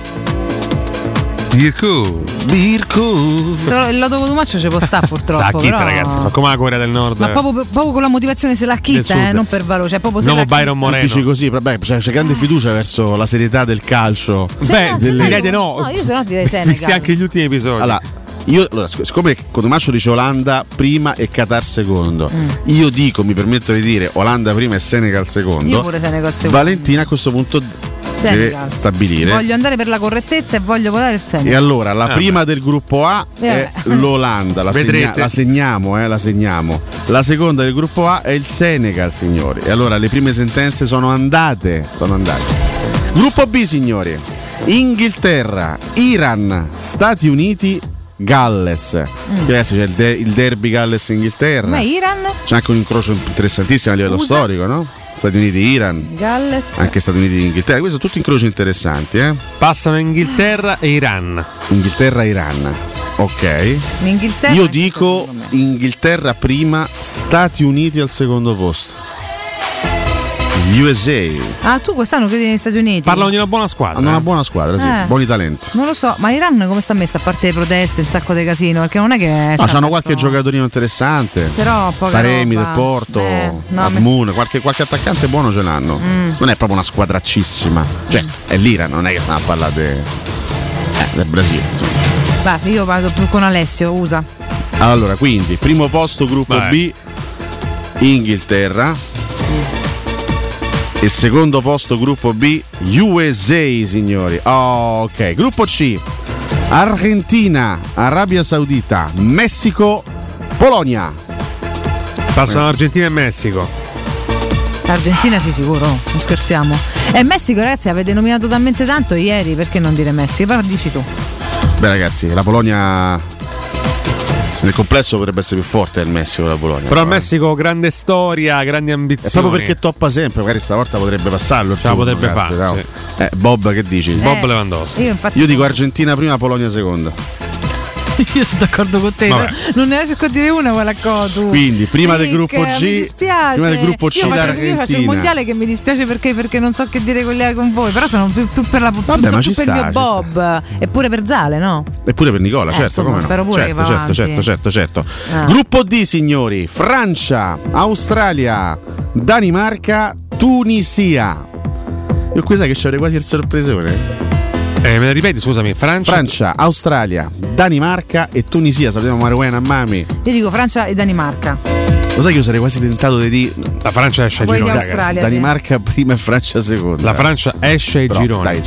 [SPEAKER 17] Birko.
[SPEAKER 8] Il lodo Cotumaccio ci può stare purtroppo.
[SPEAKER 17] La chitta,
[SPEAKER 8] però...
[SPEAKER 17] ragazzi, fa come la Corea del Nord.
[SPEAKER 8] Ma proprio con la motivazione se la chitta, non per valore. Cioè, proprio
[SPEAKER 17] nuovo Byron Moreno.
[SPEAKER 14] Dici così, vabbè, c'è grande fiducia verso la serietà del calcio.
[SPEAKER 17] Direi
[SPEAKER 8] no. No, io se no direi Senegal.
[SPEAKER 17] Visti anche gli ultimi episodi.
[SPEAKER 14] Allora, siccome Cotumaccio dice Olanda prima e Qatar secondo, io mi permetto di dire Olanda prima e Senegal secondo.
[SPEAKER 8] Io pure Senegal secondo.
[SPEAKER 14] Valentina a questo punto deve stabilire.
[SPEAKER 8] Voglio andare per la correttezza e voglio votare il Senegal.
[SPEAKER 14] E allora la prima del gruppo A è l'Olanda, la segniamo. La seconda del gruppo A è il Senegal, signori. E allora le prime sentenze sono andate. Gruppo B, signori: Inghilterra, Iran, Stati Uniti, Galles. Adesso c'è il derby Galles-Inghilterra.
[SPEAKER 8] Ma Iran?
[SPEAKER 14] C'è anche un incrocio interessantissimo a livello storico, no? Stati Uniti-Iran,
[SPEAKER 8] Galles,
[SPEAKER 14] anche Stati Uniti-Inghilterra. Questi sono tutti incroci interessanti,
[SPEAKER 17] Passano Inghilterra e Iran.
[SPEAKER 14] Inghilterra-Iran. Ok. Io dico Inghilterra prima, Stati Uniti al secondo posto. USA.
[SPEAKER 8] Tu quest'anno credi negli Stati Uniti?
[SPEAKER 17] Parlano di una buona squadra.
[SPEAKER 14] Hanno una buona squadra, sì, buoni talenti.
[SPEAKER 8] Non lo so, ma Iran come sta messa a parte le proteste, un sacco di casino? Perché non è che.
[SPEAKER 14] Hanno qualche giocatorino interessante.
[SPEAKER 8] Però
[SPEAKER 14] Taremi
[SPEAKER 8] roba.
[SPEAKER 14] Del Porto, Azmoun, qualche attaccante buono ce l'hanno. Non è proprio una squadraccissima. Certo, è l'Iran, non è che stiamo a parlare del Brasile. Insomma.
[SPEAKER 8] Guarda, io vado più con Alessio, usa.
[SPEAKER 14] Allora, quindi, primo posto gruppo B, Inghilterra. E secondo posto gruppo B, USA, signori. Ok, gruppo C, Argentina, Arabia Saudita, Messico, Polonia.
[SPEAKER 17] Passano Argentina e Messico.
[SPEAKER 8] Argentina sì, sicuro, non scherziamo. E Messico, ragazzi, avete nominato talmente tanto ieri, perché non dire Messico? Però dici tu.
[SPEAKER 14] Beh, ragazzi, la Polonia nel complesso potrebbe essere più forte del Messico la Polonia.
[SPEAKER 17] Però il Messico grande storia, grandi ambizioni.
[SPEAKER 14] È proprio perché toppa sempre, magari stavolta potrebbe passarlo.
[SPEAKER 17] Ce la potrebbe fare.
[SPEAKER 14] Sì. Bob, che dici?
[SPEAKER 17] Bob Lewandowski.
[SPEAKER 14] Io dico Argentina prima, Polonia seconda.
[SPEAKER 8] Io sono d'accordo con te, non ne riesco a dire una quella cosa.
[SPEAKER 14] Quindi prima del gruppo G,
[SPEAKER 8] mi dispiace.
[SPEAKER 14] Prima del gruppo C,
[SPEAKER 8] io faccio il mondiale che mi dispiace perché non so che dire con voi, però sono più per la più per il mio Bob e pure per Zale, no?
[SPEAKER 14] E pure per Nicola, certo,
[SPEAKER 8] insomma,
[SPEAKER 14] come
[SPEAKER 8] spero
[SPEAKER 14] no?
[SPEAKER 8] pure che va avanti.
[SPEAKER 14] Certo. Gruppo D, signori: Francia, Australia, Danimarca, Tunisia. Io qui sai che c'avrei quasi il sorpresone.
[SPEAKER 17] Me la ripeti, scusami?
[SPEAKER 14] Francia, Australia, Danimarca e Tunisia. Sappiamo Marouane Ammami.
[SPEAKER 8] Io dico Francia e Danimarca.
[SPEAKER 14] Lo sai che io sarei quasi tentato di dire
[SPEAKER 17] la Francia esce ai gironi.
[SPEAKER 14] Danimarca prima e Francia seconda.
[SPEAKER 17] La Francia esce ai gironi.
[SPEAKER 14] Dai,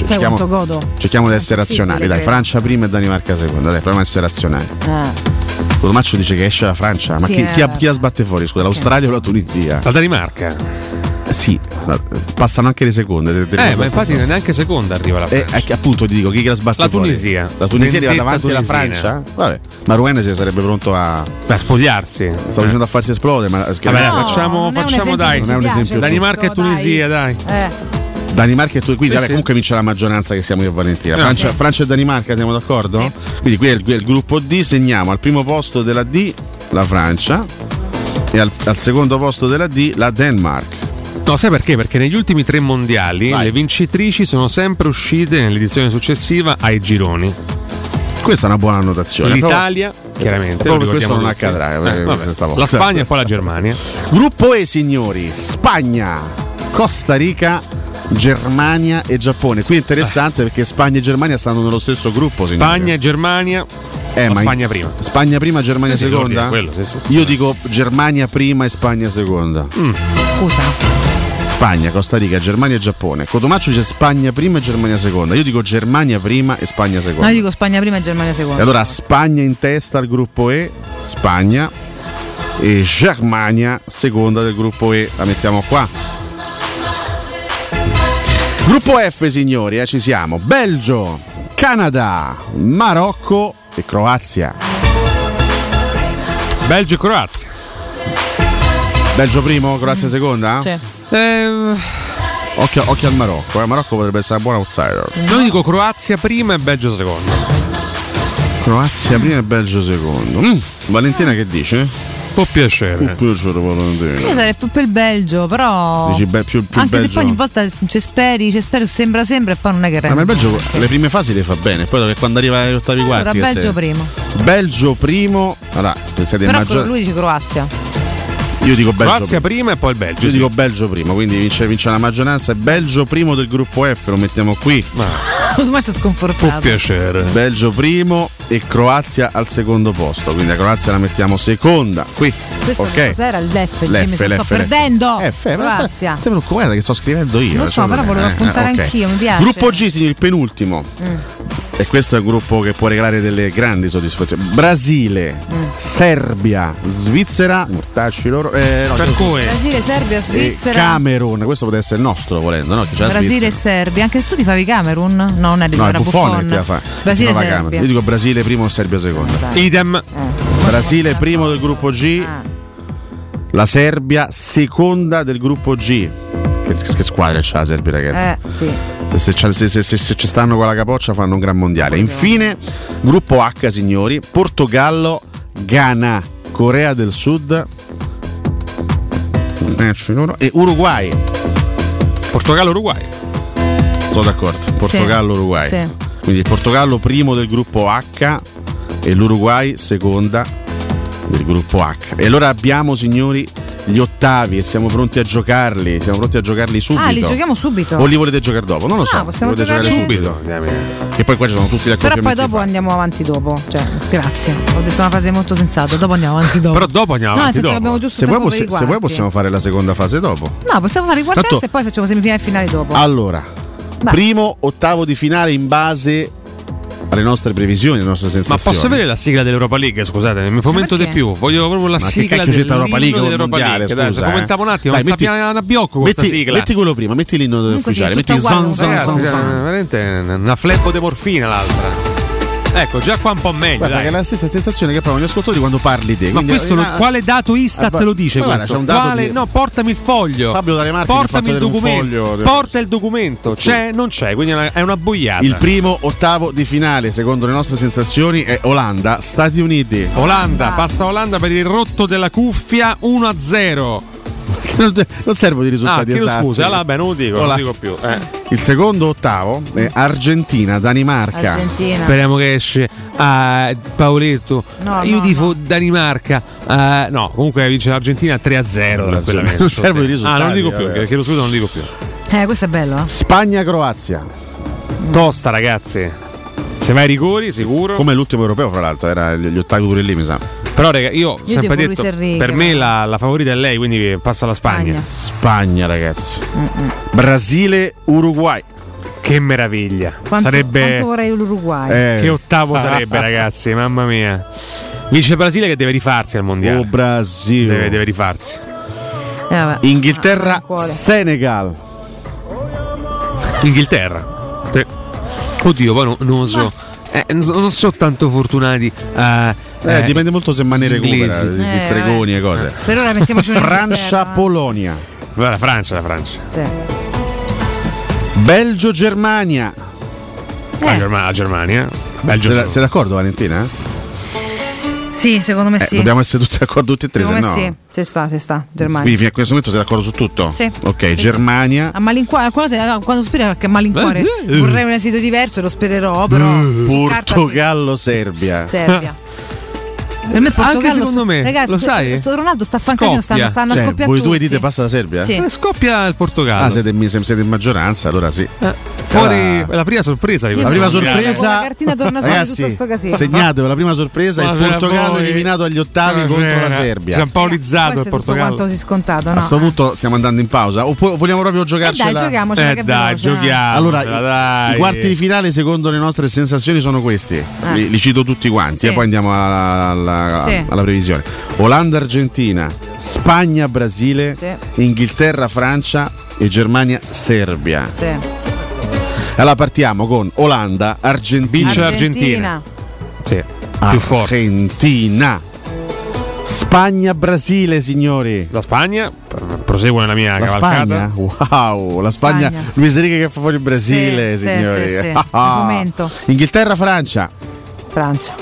[SPEAKER 14] cerchiamo di essere razionali. Dai, Francia prima e Danimarca seconda. Dai, proviamo a essere razionali. Cotumaccio dice che esce la Francia. Ma chi la sbatte fuori? Scusa, l'Australia o la Tunisia?
[SPEAKER 17] La Danimarca.
[SPEAKER 14] Sì, passano anche le seconde.
[SPEAKER 17] Ma infatti neanche seconda arriva la Francia.
[SPEAKER 14] Appunto ti dico, chi la sbatte
[SPEAKER 17] la
[SPEAKER 14] fuori?
[SPEAKER 17] Tunisia.
[SPEAKER 14] La Tunisia arriva davanti alla Francia? Vabbè, Marouane si sarebbe pronto a
[SPEAKER 17] spogliarsi.
[SPEAKER 14] Stavo dicendo a farsi esplodere, ma
[SPEAKER 17] facciamo dai.
[SPEAKER 14] Non è un esempio.
[SPEAKER 17] Danimarca e Tunisia, dai.
[SPEAKER 14] Danimarca e Tunisia, quindi vabbè, comunque vince la maggioranza che siamo io e Valentina. Francia e Danimarca, siamo d'accordo?
[SPEAKER 8] Sì.
[SPEAKER 14] Quindi qui è il gruppo D, segniamo al primo posto della D la Francia e al secondo posto della D la Denmark.
[SPEAKER 17] No, sai perché? Perché negli ultimi 3 mondiali le vincitrici sono sempre uscite nell'edizione successiva ai gironi.
[SPEAKER 14] Questa è una buona annotazione.
[SPEAKER 17] L'Italia, chiaramente.
[SPEAKER 14] Proprio questo non accadrà.
[SPEAKER 17] La Spagna e poi la Germania.
[SPEAKER 14] Gruppo E, signori: Spagna, Costa Rica, Germania e Giappone. Qui è interessante perché Spagna e Germania stanno nello stesso gruppo.
[SPEAKER 17] Spagna e Germania. Ma Spagna prima.
[SPEAKER 14] Spagna prima, Germania seconda? Io dico Germania prima e Spagna seconda.
[SPEAKER 8] Scusa.
[SPEAKER 14] Spagna, Costa Rica, Germania e Giappone. Cotumaccio dice Spagna prima e Germania seconda. Io dico Germania prima e Spagna seconda.
[SPEAKER 8] Io dico Spagna prima e Germania seconda.
[SPEAKER 14] E allora Spagna in testa al gruppo E, Spagna. e Germania, seconda del gruppo E. La mettiamo qua. Gruppo F, signori, ci siamo. Belgio, Canada, Marocco e Croazia.
[SPEAKER 17] Belgio e Croazia.
[SPEAKER 14] Belgio primo, Croazia seconda?
[SPEAKER 8] Sì.
[SPEAKER 14] Occhio al Marocco. Il Marocco potrebbe essere un buon outsider.
[SPEAKER 17] Io dico Croazia prima e Belgio seconda.
[SPEAKER 14] Croazia prima e Belgio secondo. Valentina che dice?
[SPEAKER 17] Può piacere.
[SPEAKER 14] Io
[SPEAKER 8] sarei più per il Belgio, però.
[SPEAKER 14] Dici più
[SPEAKER 8] anche
[SPEAKER 14] Belgio.
[SPEAKER 8] se poi ogni volta ci speri, sembra e poi non è che rende.
[SPEAKER 14] Ma il Belgio le prime fasi le fa bene, poi quando arriva agli ottavi quarti.
[SPEAKER 8] Allora, Belgio primo.
[SPEAKER 14] Belgio primo. Allora, siete
[SPEAKER 8] però lui dice Croazia.
[SPEAKER 14] Io dico Belgio
[SPEAKER 17] Croazia prima e poi il Belgio.
[SPEAKER 14] Io dico Belgio primo, quindi vince la maggioranza. Belgio primo del gruppo F, lo mettiamo qui.
[SPEAKER 8] Ormai sono sconfortato.
[SPEAKER 17] Può piacere.
[SPEAKER 14] Belgio primo e Croazia al secondo posto, quindi la Croazia la mettiamo seconda qui.
[SPEAKER 8] Questo
[SPEAKER 14] ok.
[SPEAKER 8] Cos'era l'F?
[SPEAKER 14] Mi
[SPEAKER 8] sto perdendo.
[SPEAKER 14] Croazia. Te preoccupate che sto scrivendo io.
[SPEAKER 8] Lo so, però volevo appuntare anch'io, mi piace.
[SPEAKER 14] Gruppo G, signori, il penultimo. E questo è un gruppo che può regalare delle grandi soddisfazioni. Brasile, Serbia, Svizzera, mortacci loro.
[SPEAKER 17] Per cui
[SPEAKER 8] Brasile, Serbia, Svizzera,
[SPEAKER 14] Camerun. Questo potrebbe essere il nostro, volendo, no?
[SPEAKER 8] Brasile e Serbia. Anche tu ti favi Camerun? No, non è di
[SPEAKER 14] Buffon che ti fa.
[SPEAKER 8] Brasile, Serbia.
[SPEAKER 14] Io dico Brasile primo e Serbia seconda.
[SPEAKER 17] Idem.
[SPEAKER 14] Brasile primo del gruppo G. La Serbia seconda del gruppo G. Che squadra c'ha la Serbia, ragazzi?
[SPEAKER 8] Sì.
[SPEAKER 14] Se ci stanno con la capoccia fanno un gran mondiale. Infine, gruppo H, signori: Portogallo, Ghana, Corea del Sud e Uruguay.
[SPEAKER 17] Portogallo-Uruguay.
[SPEAKER 14] Sono d'accordo. Portogallo-Uruguay.
[SPEAKER 8] Sì.
[SPEAKER 14] Quindi il Portogallo primo del gruppo H e l'Uruguay seconda del gruppo H. E allora abbiamo, signori, gli ottavi e siamo pronti a giocarli. Siamo pronti a giocarli subito.
[SPEAKER 8] Li giochiamo subito.
[SPEAKER 14] O li volete giocare dopo? Non lo so.
[SPEAKER 8] Possiamo giocare
[SPEAKER 14] subito. Che poi qua ci sono tutti gli accorgimenti.
[SPEAKER 8] Però poi dopo andiamo avanti dopo. Cioè, grazie. Ho detto una frase molto sensata. Dopo andiamo avanti dopo.
[SPEAKER 17] Però dopo andiamo avanti dopo.
[SPEAKER 8] Abbiamo giusto
[SPEAKER 14] se vuoi possiamo fare la seconda fase dopo.
[SPEAKER 8] No, possiamo fare i quarti e poi facciamo semifinali e finali dopo.
[SPEAKER 14] Allora, primo ottavo di finale in base alle nostre previsioni, alle nostre sensazioni.
[SPEAKER 17] Ma posso avere la sigla dell'Europa League? Scusate, mi fomento di più. Voglio proprio la sigla dell'Europa League. Dai, se fomentavo un attimo, non sta una biocco questa sigla.
[SPEAKER 14] Metti quello prima, metti l'inno ufficiale, metti
[SPEAKER 17] veramente una flebbo de morfina l'altra. Ecco, già qua un po' meglio.
[SPEAKER 14] Guarda, che è la stessa sensazione che provano gli ascoltatori quando parli te.
[SPEAKER 17] Ma questo quale dato Istat lo dice questo? Quale? No, portami il foglio.
[SPEAKER 14] Fabio D'Alemarchi,
[SPEAKER 17] portami il documento. Porta il documento. C'è? Non c'è, quindi è una boiata.
[SPEAKER 14] Il primo ottavo di finale, secondo le nostre sensazioni, è Olanda, Stati Uniti.
[SPEAKER 17] Passa Olanda per il rotto della cuffia 1-0.
[SPEAKER 14] Non servono di risultati esatti.
[SPEAKER 17] Scusa, vabbè, non lo dico più.
[SPEAKER 14] Il secondo ottavo è Argentina, Danimarca.
[SPEAKER 17] Speriamo che esce Paoletto. Io tifo Danimarca. No, comunque vince l'Argentina 3-0.
[SPEAKER 14] Non servono i risultati.
[SPEAKER 17] Non dico più, perché lo subito non dico più.
[SPEAKER 8] Questo è bello.
[SPEAKER 14] Spagna-Croazia.
[SPEAKER 17] Tosta, ragazzi. Se vai ai rigori, sicuro.
[SPEAKER 14] Come l'ultimo europeo, fra l'altro, era gli ottavi pure lì, mi sa.
[SPEAKER 17] Però raga, io ho sempre detto, per me la favorita è lei, quindi passa alla Spagna.
[SPEAKER 14] Spagna, ragazzi. Brasile, Uruguay.
[SPEAKER 17] Che meraviglia.
[SPEAKER 8] Quanto vorrei l'Uruguay.
[SPEAKER 17] Che ottavo sarebbe, ragazzi, mamma mia. Vince Brasile che deve rifarsi al mondiale.
[SPEAKER 14] Oh, Brasile.
[SPEAKER 17] Deve rifarsi.
[SPEAKER 14] Inghilterra, Senegal.
[SPEAKER 17] Inghilterra. Oddio, poi non so. Non so tanto fortunati.
[SPEAKER 14] Dipende molto se Mané recupera gli stregoni e cose.
[SPEAKER 8] Per ora mettiamoci
[SPEAKER 14] Francia, Polonia.
[SPEAKER 17] La Francia.
[SPEAKER 8] Sì.
[SPEAKER 14] Belgio, Germania.
[SPEAKER 17] La Germania.
[SPEAKER 14] Sei d'accordo, Valentina?
[SPEAKER 8] Sì, secondo me sì.
[SPEAKER 14] Dobbiamo essere tutti d'accordo, tutti e tre.
[SPEAKER 8] Secondo me sì, si sta. Germania.
[SPEAKER 14] Quindi fino a questo momento sei d'accordo su tutto?
[SPEAKER 8] Sì.
[SPEAKER 14] Ok, sì, Germania.
[SPEAKER 8] A malincuore, quando spero che a malincuore vorrei un esito diverso, lo spererò, però.
[SPEAKER 14] Portogallo, Serbia.
[SPEAKER 8] Per me Portogallo,
[SPEAKER 17] anche secondo me,
[SPEAKER 8] ragazzi,
[SPEAKER 17] lo sai?
[SPEAKER 8] Ronaldo sta fancando, stanno
[SPEAKER 14] cioè,
[SPEAKER 8] scoppiando.
[SPEAKER 14] Voi due dite passa la Serbia?
[SPEAKER 8] Sì.
[SPEAKER 17] Scoppia il Portogallo.
[SPEAKER 14] Siete in maggioranza, allora sì.
[SPEAKER 17] Fuori la prima sorpresa di
[SPEAKER 14] la prima
[SPEAKER 8] La
[SPEAKER 14] sorpresa,
[SPEAKER 8] cartina torna su
[SPEAKER 14] ragazzi,
[SPEAKER 8] tutto sto casino.
[SPEAKER 14] segnatevo la prima sorpresa, il Portogallo
[SPEAKER 17] voi.
[SPEAKER 14] eliminato agli ottavi contro la Serbia.
[SPEAKER 17] Giampaolizzato il
[SPEAKER 8] Questo è tutto
[SPEAKER 17] Portogallo.
[SPEAKER 8] quanto si scontato, no?
[SPEAKER 14] A sto punto stiamo andando in pausa o vogliamo proprio giocarcela?
[SPEAKER 8] Dai, giochiamocela, che
[SPEAKER 17] dai,
[SPEAKER 8] veloce,
[SPEAKER 17] giochiamo.
[SPEAKER 14] Allora,
[SPEAKER 17] dai.
[SPEAKER 14] i quarti di finale secondo le nostre sensazioni sono questi. Li cito tutti quanti
[SPEAKER 8] Sì.
[SPEAKER 14] e poi andiamo alla
[SPEAKER 8] Sì.
[SPEAKER 14] previsione. Olanda-Argentina, Spagna-Brasile,
[SPEAKER 8] Sì.
[SPEAKER 14] Inghilterra-Francia e Germania-Serbia.
[SPEAKER 8] Sì.
[SPEAKER 14] Allora partiamo con Olanda-Argentina.
[SPEAKER 17] Vince l'Argentina. Sì, più forte.
[SPEAKER 14] Argentina. Spagna-Brasile, signori.
[SPEAKER 17] La Spagna prosegue nella mia
[SPEAKER 14] La
[SPEAKER 17] cavalcata.
[SPEAKER 14] Spagna? Wow, la Spagna.
[SPEAKER 8] Spagna.
[SPEAKER 14] Luis Enrique che fa fuori il Brasile,
[SPEAKER 8] Sì,
[SPEAKER 14] signori.
[SPEAKER 8] sì, sì, sì. Momento.
[SPEAKER 14] Inghilterra-Francia.
[SPEAKER 8] Francia.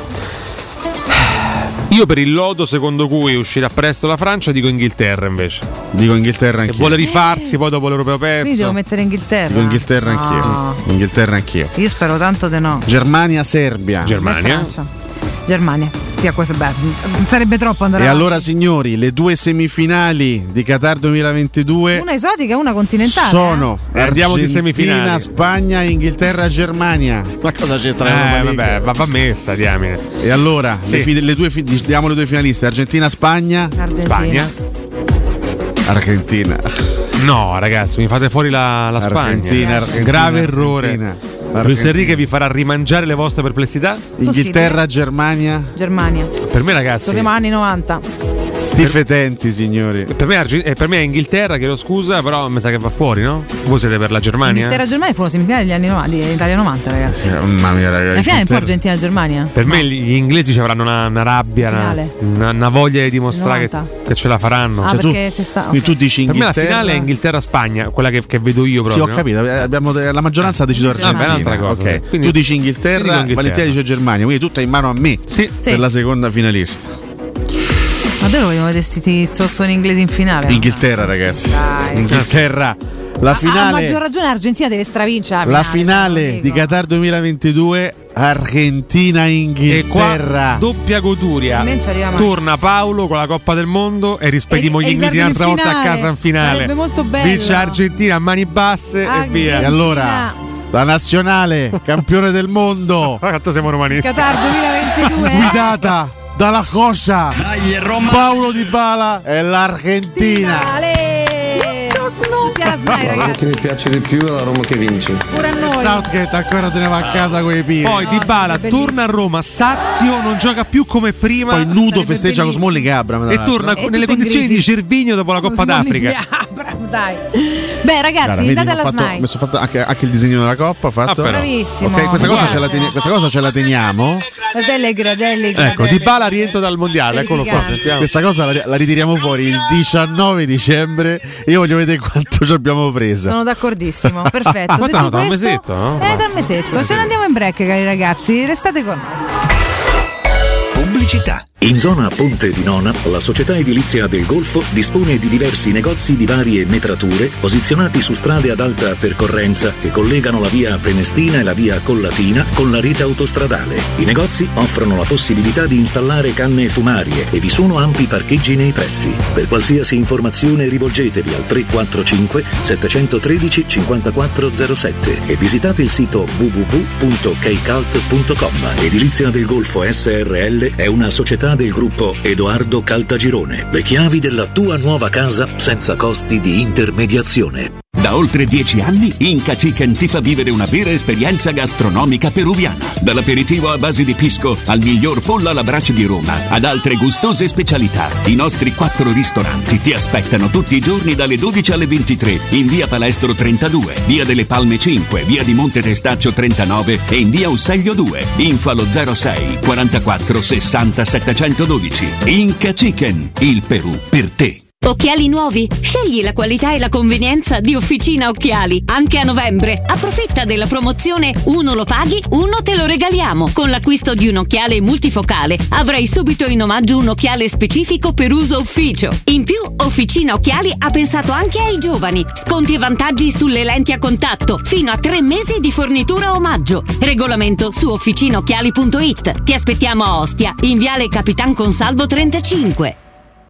[SPEAKER 17] Io per il lodo secondo cui uscirà presto la Francia dico Inghilterra invece.
[SPEAKER 14] Dico Inghilterra
[SPEAKER 17] Che
[SPEAKER 14] anch'io.
[SPEAKER 17] vuole rifarsi poi dopo l'Europeo
[SPEAKER 8] Quindi devo
[SPEAKER 17] perso.
[SPEAKER 8] mettere Inghilterra.
[SPEAKER 14] Dico Inghilterra
[SPEAKER 8] No.
[SPEAKER 14] anch'io. Inghilterra anch'io.
[SPEAKER 8] Io spero tanto di no.
[SPEAKER 14] Germania-Serbia.
[SPEAKER 17] Germania.
[SPEAKER 8] Francia. Germania. Sì, a questo sarebbe troppo andare
[SPEAKER 14] E
[SPEAKER 8] avanti.
[SPEAKER 14] allora, signori, le due semifinali di Qatar 2022
[SPEAKER 8] Una esotica e una continentale.
[SPEAKER 14] sono
[SPEAKER 17] Andiamo di
[SPEAKER 14] Argentina,
[SPEAKER 17] semifinali.
[SPEAKER 14] Spagna, Inghilterra, Germania. Ma cosa c'entra la Europa League?
[SPEAKER 17] Vabbè, va messa, diamine.
[SPEAKER 14] E allora,
[SPEAKER 17] Sì.
[SPEAKER 14] diamo le due finaliste: Argentina, Spagna.
[SPEAKER 8] Argentina.
[SPEAKER 17] Spagna.
[SPEAKER 14] Argentina.
[SPEAKER 17] No, ragazzi, mi fate fuori la Spagna.
[SPEAKER 14] Argentina,
[SPEAKER 17] Grave errore.
[SPEAKER 14] Argentina.
[SPEAKER 17] Luis Enrique vi farà rimangiare le vostre perplessità?
[SPEAKER 14] Inghilterra, Germania.
[SPEAKER 8] Germania.
[SPEAKER 17] Per me, ragazzi,
[SPEAKER 8] Torniamo anni 90.
[SPEAKER 14] Stifetenti, signori.
[SPEAKER 17] per me è Inghilterra, chiedo scusa, però mi sa che va fuori, no? Voi siete per la Germania?
[SPEAKER 8] Inghilterra e Germania furono semifinali degli anni 90, di Italia 90, ragazzi.
[SPEAKER 14] Mamma mia, ragazzi.
[SPEAKER 8] La finale è un po' Argentina e Germania.
[SPEAKER 17] Per me gli inglesi ci avranno una rabbia,
[SPEAKER 8] Finale.
[SPEAKER 17] una voglia di dimostrare
[SPEAKER 8] 90.
[SPEAKER 17] che ce la faranno.
[SPEAKER 8] Ah,
[SPEAKER 17] Cioè,
[SPEAKER 8] perché c'è sta.
[SPEAKER 14] Quindi tu dici
[SPEAKER 17] per me la
[SPEAKER 14] Inghilterra.
[SPEAKER 17] finale è Inghilterra-Spagna, quella che vedo io
[SPEAKER 14] Sì,
[SPEAKER 17] proprio.
[SPEAKER 14] ho capito. La maggioranza ha deciso Argentina.
[SPEAKER 17] è un'altra cosa.
[SPEAKER 14] Ok.
[SPEAKER 17] Quindi-
[SPEAKER 14] tu dici
[SPEAKER 17] io dico
[SPEAKER 14] Inghilterra,
[SPEAKER 17] Inghilterra.
[SPEAKER 14] Valentina dice Germania. Quindi tutto è in mano a me
[SPEAKER 17] Sì.
[SPEAKER 14] per la seconda finalista.
[SPEAKER 8] Ma noi vogliamo vedere sti zozzoni inglesi in finale?
[SPEAKER 14] Inghilterra, ragazzi.
[SPEAKER 8] Dai.
[SPEAKER 14] Inghilterra. La
[SPEAKER 8] A
[SPEAKER 14] finale.
[SPEAKER 8] maggior ragione l'Argentina deve stravincere.
[SPEAKER 14] La finale di Qatar 2022
[SPEAKER 17] E qua
[SPEAKER 14] Argentina-Inghilterra.
[SPEAKER 17] doppia goduria.
[SPEAKER 8] Almeno ci arriviamo.
[SPEAKER 17] Torna Paolo con la Coppa del Mondo e rispediamo gli
[SPEAKER 8] e
[SPEAKER 17] inglesi
[SPEAKER 8] guardiamo
[SPEAKER 17] un'altra
[SPEAKER 8] in
[SPEAKER 17] volta a
[SPEAKER 8] finale.
[SPEAKER 17] casa in finale.
[SPEAKER 8] Sarebbe molto bello.
[SPEAKER 17] Vince Argentina a mani basse e
[SPEAKER 8] Argentina.
[SPEAKER 17] via.
[SPEAKER 14] E allora la nazionale campione del mondo
[SPEAKER 17] Quanto siamo romanisti.
[SPEAKER 8] Qatar 2022.
[SPEAKER 14] guidata dalla Coscia Paolo Dybala e l'Argentina.
[SPEAKER 8] Tutti alla SNAI, ragazzi.
[SPEAKER 2] mi piace di più è la Roma che vince.
[SPEAKER 8] Pure a noi.
[SPEAKER 14] Southgate ancora se ne va a casa con i piedi.
[SPEAKER 17] Poi Dybala torna a Roma sazio, non gioca più come prima.
[SPEAKER 14] Poi nudo
[SPEAKER 8] Sarebbe
[SPEAKER 14] festeggia con
[SPEAKER 8] bellissimo.
[SPEAKER 14] Smalling e Abram.
[SPEAKER 17] E torna
[SPEAKER 8] E
[SPEAKER 17] nelle
[SPEAKER 8] tutto in
[SPEAKER 17] condizioni di
[SPEAKER 8] grigi.
[SPEAKER 17] Cervigno dopo la Coppa d'Africa.
[SPEAKER 8] Dai. Beh, ragazzi, andate alla SNAI.
[SPEAKER 14] Mi sono fatto anche il disegno della Coppa. Fatto.
[SPEAKER 17] però.
[SPEAKER 8] Bravissimo.
[SPEAKER 14] Ok, questa cosa ce la teniamo.
[SPEAKER 8] Delegre.
[SPEAKER 17] Ecco, Dybala rientro dal mondiale, eccolo qua.
[SPEAKER 8] Verificante.
[SPEAKER 14] Questa cosa la ritiriamo fuori il 19 dicembre. Io voglio vedere quanto ci abbiamo presa.
[SPEAKER 8] Sono d'accordissimo, perfetto.
[SPEAKER 17] Quanto
[SPEAKER 8] Detto
[SPEAKER 17] hanno, da un
[SPEAKER 8] questo,
[SPEAKER 17] mesetto, no?
[SPEAKER 8] Dal mesetto. Ce ne andiamo in break, cari ragazzi. Restate con noi.
[SPEAKER 21] Pubblicità. In zona Ponte di Nona, la società edilizia del Golfo dispone di diversi negozi di varie metrature posizionati su strade ad alta percorrenza che collegano la via Prenestina e la via Collatina con la rete autostradale. I negozi offrono la possibilità di installare canne fumarie e vi sono ampi parcheggi nei pressi. Per qualsiasi informazione rivolgetevi al 345 713 5407 e visitate il sito www.keicalt.com. Edilizia del Golfo SRL è una società del gruppo Edoardo Caltagirone. Le chiavi della tua nuova casa senza costi di intermediazione.
[SPEAKER 16] Da oltre 10 anni Inca Chicken ti fa vivere una vera esperienza gastronomica peruviana. Dall'aperitivo a base di pisco al miglior pollo alla brace di Roma, ad altre gustose specialità. I nostri 4 ristoranti ti aspettano tutti i giorni dalle 12 alle 23 in via Palestro 32, via delle Palme 5, via di Monte Testaccio 39 e in via Usseglio 2. Info allo 06 44 60 712. Inca Chicken, il Perù per te.
[SPEAKER 18] Occhiali nuovi? Scegli la qualità e la convenienza di Officina Occhiali. Anche a novembre. Approfitta della promozione 1 lo paghi, 1 te lo regaliamo. Con l'acquisto di un occhiale multifocale avrai subito in omaggio un occhiale specifico per uso ufficio. In più, Officina Occhiali ha pensato anche ai giovani. Sconti e vantaggi sulle lenti a contatto. Fino a 3 mesi di fornitura omaggio. Regolamento su officinaocchiali.it. Ti aspettiamo a Ostia, in viale Capitan Consalvo 35.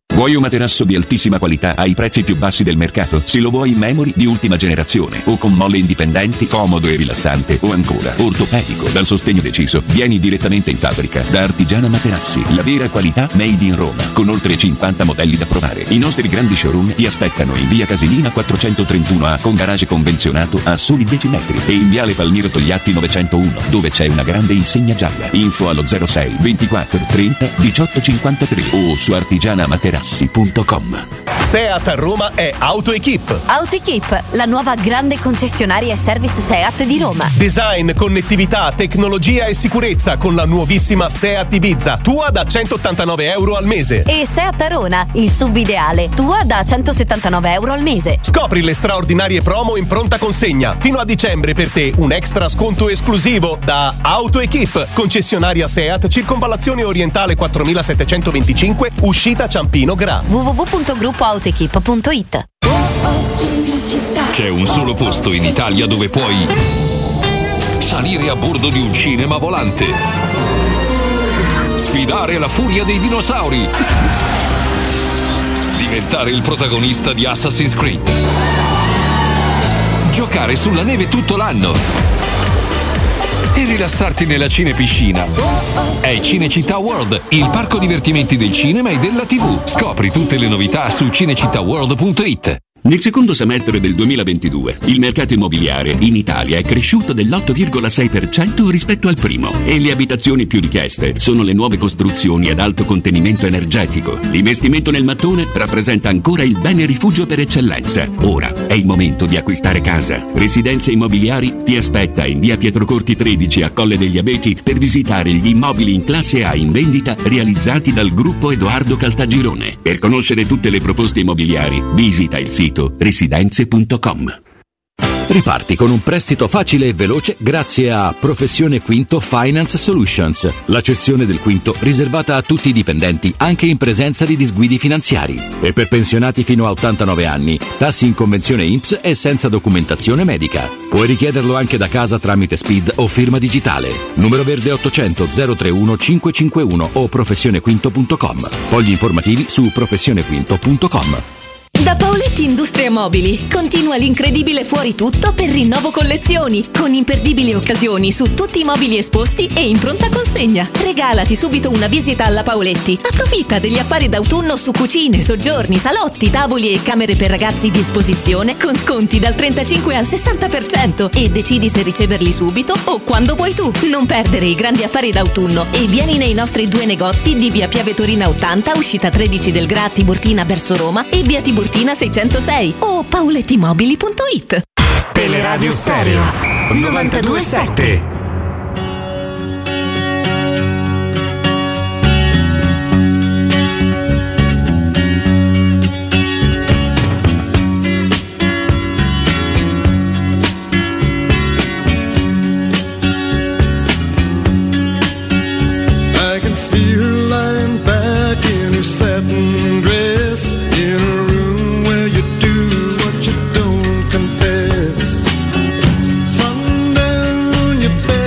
[SPEAKER 16] Vuoi un materasso di altissima qualità ai prezzi più bassi del mercato? Se lo vuoi in memory di ultima generazione o con molle indipendenti, comodo e rilassante, o ancora ortopedico dal sostegno deciso, vieni direttamente in fabbrica da Artigiana Materassi, la vera qualità made in Roma, con oltre 50 modelli da provare. I nostri grandi showroom ti aspettano in via Casilina 431A con garage convenzionato a soli 10 metri e in viale Palmiro Togliatti 901 dove c'è una grande insegna gialla. Info allo 06 24 30 18 53 o su artigianamaterassi.com.
[SPEAKER 3] Seat a Roma è AutoEquip.
[SPEAKER 20] AutoEquip, la nuova grande concessionaria e service Seat di Roma.
[SPEAKER 3] Design, connettività, tecnologia e sicurezza con la nuovissima Seat Ibiza, tua da €189 al mese.
[SPEAKER 20] E Seat Arona, il sub ideale, tua da €179 al mese.
[SPEAKER 3] Scopri le straordinarie promo in pronta consegna. Fino a dicembre per te un extra sconto esclusivo da AutoEquip, concessionaria Seat, circonvallazione orientale 4725, uscita Ciampino Gra.
[SPEAKER 20] www.gruppoautoequip.it.
[SPEAKER 22] C'è un solo posto in Italia dove puoi salire a bordo di un cinema volante, sfidare la furia dei dinosauri, diventare il protagonista di Assassin's Creed, giocare sulla neve tutto l'anno e rilassarti nella cinepiscina. È Cinecittà World, il parco divertimenti del cinema e della TV. Scopri tutte le novità su cinecittàworld.it.
[SPEAKER 16] Nel secondo semestre del 2022 il mercato immobiliare in Italia è cresciuto dell'8,6% rispetto al primo e le abitazioni più richieste sono le nuove costruzioni ad alto contenimento energetico. L'investimento nel mattone rappresenta ancora il bene rifugio per eccellenza. Ora è il momento di acquistare casa. Residenze Immobiliari ti aspetta in via Pietrocorti 13 a Colle degli Abeti per visitare gli immobili in classe A in vendita realizzati dal gruppo Edoardo Caltagirone. Per conoscere tutte le proposte immobiliari visita il sito residenze.com.
[SPEAKER 23] Riparti con un prestito facile e veloce grazie a Professione Quinto Finance Solutions, la cessione del quinto riservata a tutti i dipendenti anche in presenza di disguidi finanziari e per pensionati fino a 89 anni, tassi in convenzione INPS e senza documentazione medica. Puoi richiederlo anche da casa tramite SPID o firma digitale. Numero verde 800 031 551 o professionequinto.com. Fogli informativi su professionequinto.com.
[SPEAKER 18] Da Paoletti Industria Mobili continua l'incredibile fuori tutto per rinnovo collezioni, con imperdibili occasioni su tutti i mobili esposti e in pronta consegna. Regalati subito una visita alla Paoletti. Approfitta degli affari d'autunno su cucine, soggiorni, salotti, tavoli e camere per ragazzi di esposizione con sconti dal 35 al 60% e decidi se riceverli subito o quando vuoi tu. Non perdere i grandi affari d'autunno e vieni nei nostri 2 negozi di via Piave Torina 80, uscita 13 del Gra Tiburtina verso Roma e via Tiburtina 606 o paolettimobili.it.
[SPEAKER 4] Teleradio Stereo 92.7.
[SPEAKER 24] I can see her lying back in her satin dress in a room where you do what you don't confess. Sundown, you better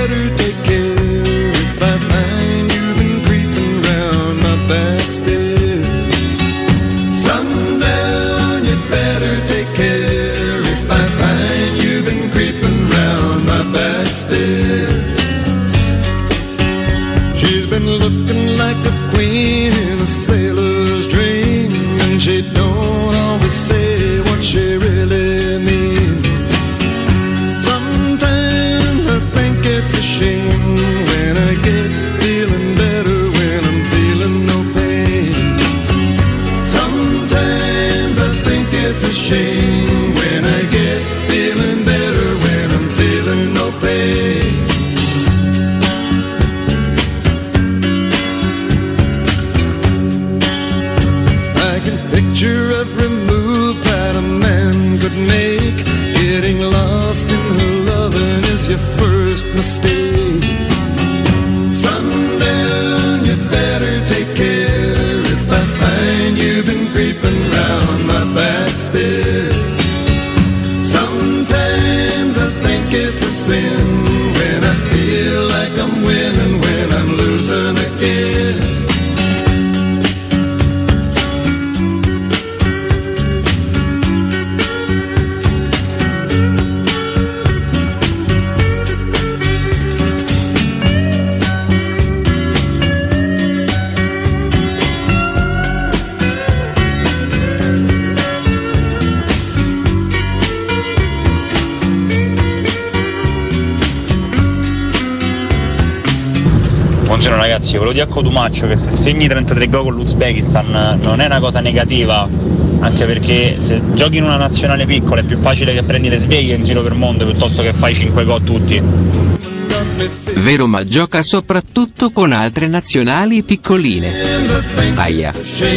[SPEAKER 1] ragazzi, volevo dire a Cotumaccio che se segni 33 gol con l'Uzbekistan non è una cosa negativa, anche perché se giochi in una nazionale piccola è più facile che prendi le sveglie in giro per mondo piuttosto che fai 5 gol tutti.
[SPEAKER 5] Vero, ma gioca soprattutto con altre nazionali piccoline. Aia.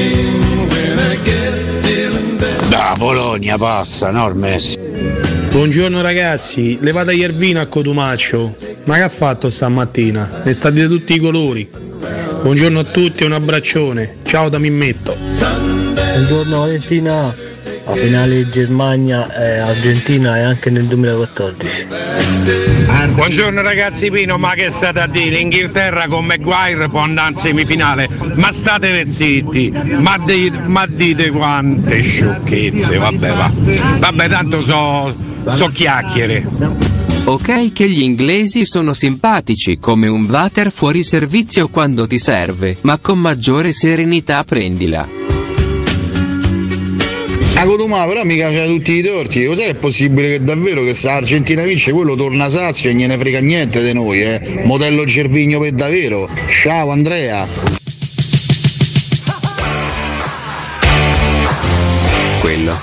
[SPEAKER 15] Da Polonia passa, no il Messi.
[SPEAKER 12] Buongiorno ragazzi, levate Iervino a Cotumaccio. Ma che ha fatto stamattina? Ne sta di tutti i colori. Buongiorno a tutti e un abbraccione. Ciao da Mimmetto.
[SPEAKER 6] Buongiorno Valentina. La finale Germania-Argentina è anche nel 2014.
[SPEAKER 7] Buongiorno ragazzi Pino, ma che state a dire? L'Inghilterra con Maguire può andare in semifinale, ma state zitti, ma dite quante sciocchezze, vabbè tanto so chiacchiere.
[SPEAKER 5] Ok che gli inglesi sono simpatici, come un water fuori servizio quando ti serve, ma con maggiore serenità prendila.
[SPEAKER 15] Cotumà però mica c'ha tutti i torti, cos'è è possibile che davvero che se l'Argentina vince quello torna sazio e gliene frega niente di noi, modello Gervigno per davvero. Ciao Andrea.
[SPEAKER 5] Quello.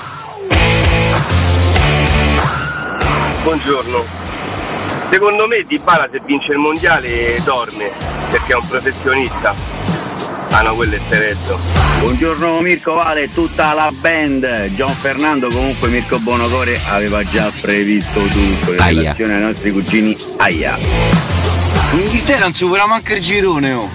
[SPEAKER 9] Buongiorno. Secondo me Dybala se vince il mondiale dorme, perché è un professionista. Ah no, quello è Teretto.
[SPEAKER 13] Buongiorno Mirko Vale e tutta la band. Gian Fernando, comunque Mirko Bonocore aveva già previsto tutto in relazione ai nostri cugini. Aia.
[SPEAKER 15] In Inghilterra non supera manco il girone, oh.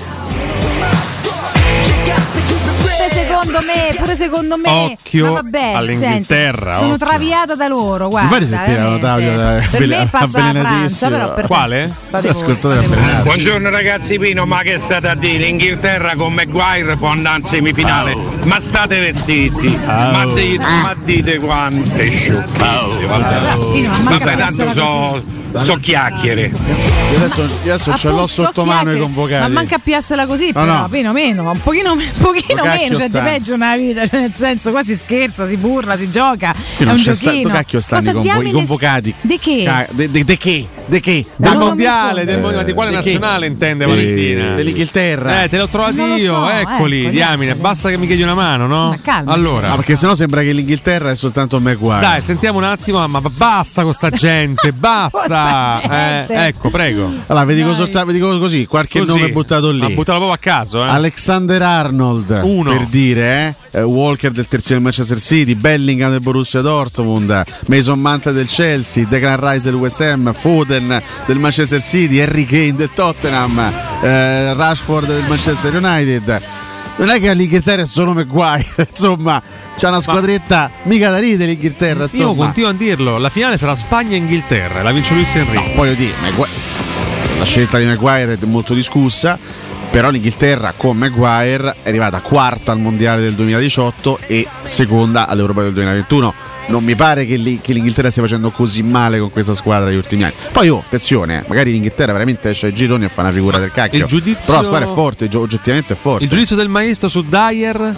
[SPEAKER 8] Pure secondo me,
[SPEAKER 17] occhio
[SPEAKER 8] ma vabbè,
[SPEAKER 17] all'Inghilterra,
[SPEAKER 8] sono
[SPEAKER 17] occhio.
[SPEAKER 8] traviata da loro, guarda.
[SPEAKER 14] Infatti sentivano Davide
[SPEAKER 8] per me passa la Francia, però per
[SPEAKER 17] quale?
[SPEAKER 7] Buongiorno ragazzi Pino, ma che state a dire? L'Inghilterra con Maguire può andare in semifinale, ma state zitti, ma dite quante sciocchezze, vabbè tanto so chiacchiere.
[SPEAKER 14] Io adesso ce l'ho sotto mano i convocati.
[SPEAKER 8] Ma manca a piarsela così, però meno, un pochino meno, cioè di peggio nella vita, cioè nel senso qua si scherza, si burla, si gioca, è un giochino.
[SPEAKER 14] Cacchio stanno i convocati.
[SPEAKER 8] Di che?
[SPEAKER 14] De che?
[SPEAKER 17] Dal mondiale, di quale nazionale intende Valentina?
[SPEAKER 14] Dell'Inghilterra.
[SPEAKER 17] Te l'ho trovati io, eccoli, diamine, basta che mi chiedi una mano, no?
[SPEAKER 8] Ma calma.
[SPEAKER 17] Allora.
[SPEAKER 14] Perché sennò sembra che l'Inghilterra è soltanto Maguire.
[SPEAKER 17] Dai, sentiamo un attimo, ma basta con sta gente, basta. Ecco, prego.
[SPEAKER 14] Allora, vi dico così, qualche nome buttato lì.
[SPEAKER 17] Ha buttato proprio a caso,
[SPEAKER 14] Alexander Arnold,
[SPEAKER 17] uno.
[SPEAKER 14] per dire, Walker del terzino del Manchester City, Bellingham del Borussia Dortmund, Mason Mount del Chelsea, Declan Rice del West Ham, Foden del Manchester City, Harry Kane del Tottenham, Rashford del Manchester United. Non è che all'Inghilterra è solo Maguire, insomma, c'è una squadretta mica da ridere l'Inghilterra, insomma.
[SPEAKER 17] Io continuo a dirlo, la finale sarà Spagna-Inghilterra, la vince Luis Enrique.
[SPEAKER 14] No, poi dire, la scelta di Maguire è molto discussa, però l'Inghilterra con Maguire è arrivata quarta al Mondiale del 2018 e seconda all'Europeo del 2021. Non mi pare che l'Inghilterra stia facendo così male con questa squadra negli ultimi anni. Poi attenzione, magari l'Inghilterra veramente esce ai gironi e fa una figura del cacchio.
[SPEAKER 17] Il giudizio...
[SPEAKER 14] Però la squadra è forte, oggettivamente è forte.
[SPEAKER 17] Il giudizio del maestro su Dyer?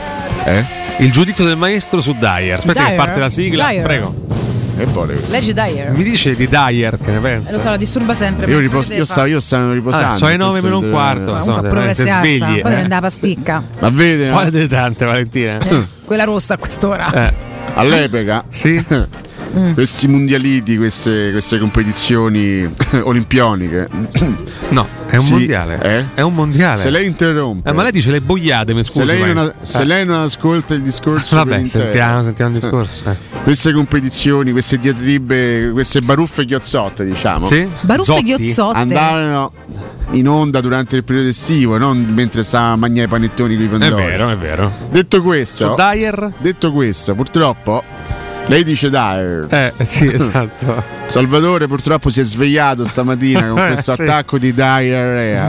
[SPEAKER 17] Il giudizio del maestro su Dyer. Aspetta che parte la sigla,
[SPEAKER 8] Dyer.
[SPEAKER 17] Prego.
[SPEAKER 14] E vuole questo?
[SPEAKER 8] Leggi Dyer.
[SPEAKER 17] Mi dice di Dyer, che ne pensa?
[SPEAKER 8] Lo so, la disturba sempre.
[SPEAKER 14] Io stavo riposando.
[SPEAKER 17] Sono le 9 meno un quarto.
[SPEAKER 8] Comunque progressi
[SPEAKER 17] svegli.
[SPEAKER 8] poi deve andare a pasticca.
[SPEAKER 14] Ma vede?
[SPEAKER 17] Quale delle tante, Valentina?
[SPEAKER 8] Quella rossa a quest'ora.
[SPEAKER 14] All'epoca
[SPEAKER 17] sì.
[SPEAKER 14] Questi mondialiti, queste competizioni olimpioniche.
[SPEAKER 17] No, è un mondiale. È un mondiale.
[SPEAKER 14] Se lei interrompe.
[SPEAKER 17] Ma lei dice le boiate, mi scusi.
[SPEAKER 14] Se lei non ascolta il discorso.
[SPEAKER 17] Vabbè, sentiamo il discorso.
[SPEAKER 14] Queste competizioni, queste diatribe, queste baruffe chiozzotte, diciamo.
[SPEAKER 17] Sì?
[SPEAKER 8] Baruffe chiozzotte.
[SPEAKER 14] Andavano in onda durante il periodo estivo, non mentre stava a mangiare i panettoni con i pandori.
[SPEAKER 17] È vero.
[SPEAKER 14] Detto questo, purtroppo lei dice Dyer.
[SPEAKER 17] Sì, esatto.
[SPEAKER 14] Salvatore purtroppo si è svegliato stamattina con questo attacco di diarrea.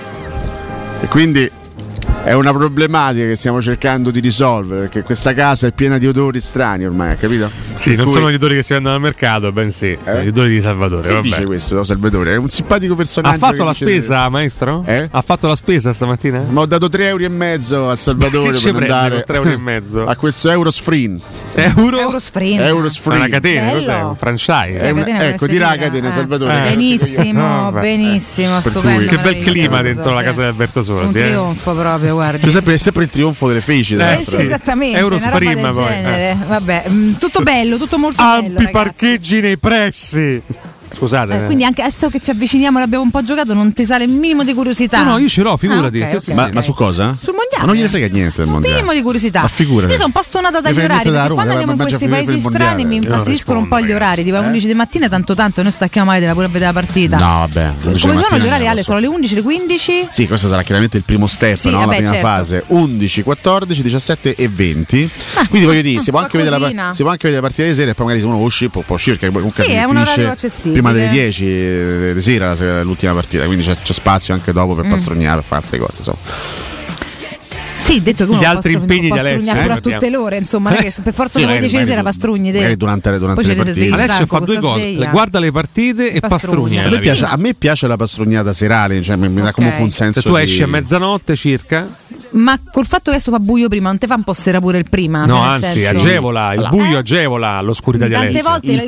[SPEAKER 14] E quindi è una problematica che stiamo cercando di risolvere, perché questa casa è piena di odori strani ormai, capito?
[SPEAKER 17] Sì, non sono editori che si vendono al mercato, bensì editori di Salvatore.
[SPEAKER 14] Che dice questo, no, Salvatore? È un simpatico personaggio.
[SPEAKER 17] Ha fatto la spesa, maestro? Ha fatto la spesa stamattina?
[SPEAKER 14] Ma ho dato 3,5 euro a Salvatore per andare
[SPEAKER 17] 3,5
[SPEAKER 14] a questo Eurosfreen.
[SPEAKER 8] Eurosfreen.
[SPEAKER 14] È
[SPEAKER 17] una catena, cos'è? Un franchise.
[SPEAKER 14] Ecco, dirà la catena, Salvatore.
[SPEAKER 8] Benissimo, benissimo, stupendo.
[SPEAKER 17] Che bel clima dentro la casa di Alberto Sordi.
[SPEAKER 8] Un trionfo proprio, guarda.
[SPEAKER 14] È sempre il trionfo delle feci.
[SPEAKER 8] Sì, esattamente.
[SPEAKER 17] Eurosfreen
[SPEAKER 8] una roba del genere. Vabbè, tutto bello, tutto molto
[SPEAKER 17] ampi
[SPEAKER 8] bello.
[SPEAKER 17] Parcheggi nei pressi. Scusate.
[SPEAKER 8] Quindi anche adesso che ci avviciniamo, l'abbiamo un po' giocato, non ti sale il minimo di curiosità.
[SPEAKER 17] No, io ce l'ho, figurati.
[SPEAKER 14] Ma su cosa?
[SPEAKER 8] Sul mondiale.
[SPEAKER 14] Ma non gliene frega niente del mondiale.
[SPEAKER 8] Minimo di curiosità.
[SPEAKER 14] Ma figurati.
[SPEAKER 8] Io sono un po' stonata dagli orari, perché quando andiamo in questi paesi strani mi infastidiscono un po' gli orari. Tipo alle 11 di mattina tanto noi stacchiamo mai, deve pure vedere la partita.
[SPEAKER 14] No, vabbè.
[SPEAKER 8] Come sono gli orari, Ale? Sono le 11, le 15?
[SPEAKER 14] Sì, questo sarà chiaramente il primo step, no? La prima fase. 11, 14, 17 e 20. Quindi voglio dire, si può anche vedere la partita di sera e poi magari se uno può uscire, perché comunque
[SPEAKER 8] è un orario accessibile.
[SPEAKER 14] Prima delle 10 di sera l'ultima partita, quindi c'è spazio anche dopo per pastrugnare, per fare altre cose, insomma.
[SPEAKER 8] Sì, detto che uno
[SPEAKER 17] gli altri impegni di Alessio
[SPEAKER 8] pure a tutte le ore, insomma, non è che per forza alle 10 di sera pastrugni
[SPEAKER 14] durante le partite.
[SPEAKER 17] Alessio fa due cose, guarda le partite e pastrugna.
[SPEAKER 14] A me piace la pastrugnata serale, cioè mi dà comunque un senso.
[SPEAKER 17] Se tu esci a mezzanotte circa.
[SPEAKER 8] Ma col fatto che adesso fa buio prima, non te fa un po' sera pure il prima?
[SPEAKER 17] No, anzi, agevola, il buio agevola l'oscurità di Alessio.
[SPEAKER 8] Tante volte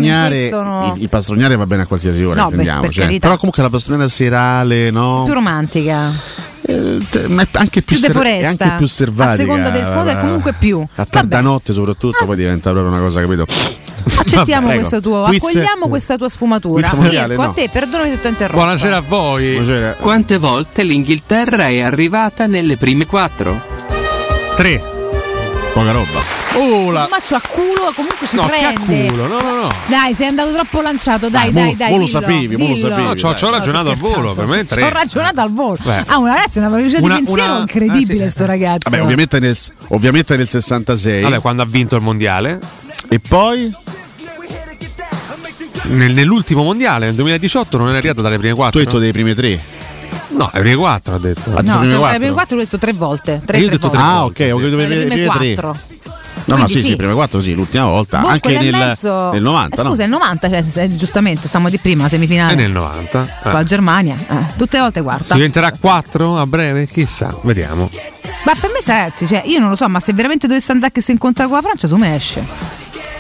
[SPEAKER 14] il pastrugnare va bene a qualsiasi ora, intendiamo. Però comunque la pastrugnata serale, no?
[SPEAKER 8] Più romantica.
[SPEAKER 14] Anche più
[SPEAKER 8] deforesta,
[SPEAKER 14] anche più selvatica.
[SPEAKER 8] A seconda del sfondo è comunque più.
[SPEAKER 14] A tarda notte soprattutto poi diventa proprio una cosa, capito?
[SPEAKER 8] Accettiamo questo tuo, accogliamo questa tua sfumatura.
[SPEAKER 14] Mondiale,
[SPEAKER 8] a te, perdonami se ti ho interrotto.
[SPEAKER 17] Buonasera a voi.
[SPEAKER 14] Buonasera.
[SPEAKER 5] Quante volte l'Inghilterra è arrivata nelle prime 4?
[SPEAKER 17] 3.
[SPEAKER 14] Poca roba.
[SPEAKER 8] Un maccio a culo, comunque si prende.
[SPEAKER 17] No.
[SPEAKER 8] Dai, sei andato troppo lanciato. Dai.
[SPEAKER 14] Lo sapevi.
[SPEAKER 17] No, ci ho ragionato al volo. Per me 3.
[SPEAKER 8] Ci ho ragionato al volo. Una velocità di pensiero incredibile, sto ragazzo.
[SPEAKER 14] Vabbè, ovviamente nel 66.
[SPEAKER 17] Vabbè, quando ha vinto il mondiale.
[SPEAKER 14] E poi?
[SPEAKER 17] Nell'ultimo mondiale, nel 2018, non è arrivato dalle prime 4.
[SPEAKER 14] Tu hai detto dei prime 3.
[SPEAKER 17] No, le prime 4 ha detto.
[SPEAKER 8] No, le prime 4 l'ho detto 3 volte.
[SPEAKER 17] Io ho detto 3 volte.
[SPEAKER 14] Ok, ho detto le prime 4. No, sì, le prime 4 sì, l'ultima volta. Anche nel 90.
[SPEAKER 8] Scusa, nel 90, giustamente, stiamo di prima, semifinale.
[SPEAKER 17] E nel 90.
[SPEAKER 8] Con la Germania. Tutte le volte quarta.
[SPEAKER 17] Diventerà 4 a breve? Chissà, vediamo.
[SPEAKER 8] Ma per me ragazzi, io non lo so, ma se veramente dovesse andare che si incontra con la Francia, su me esce.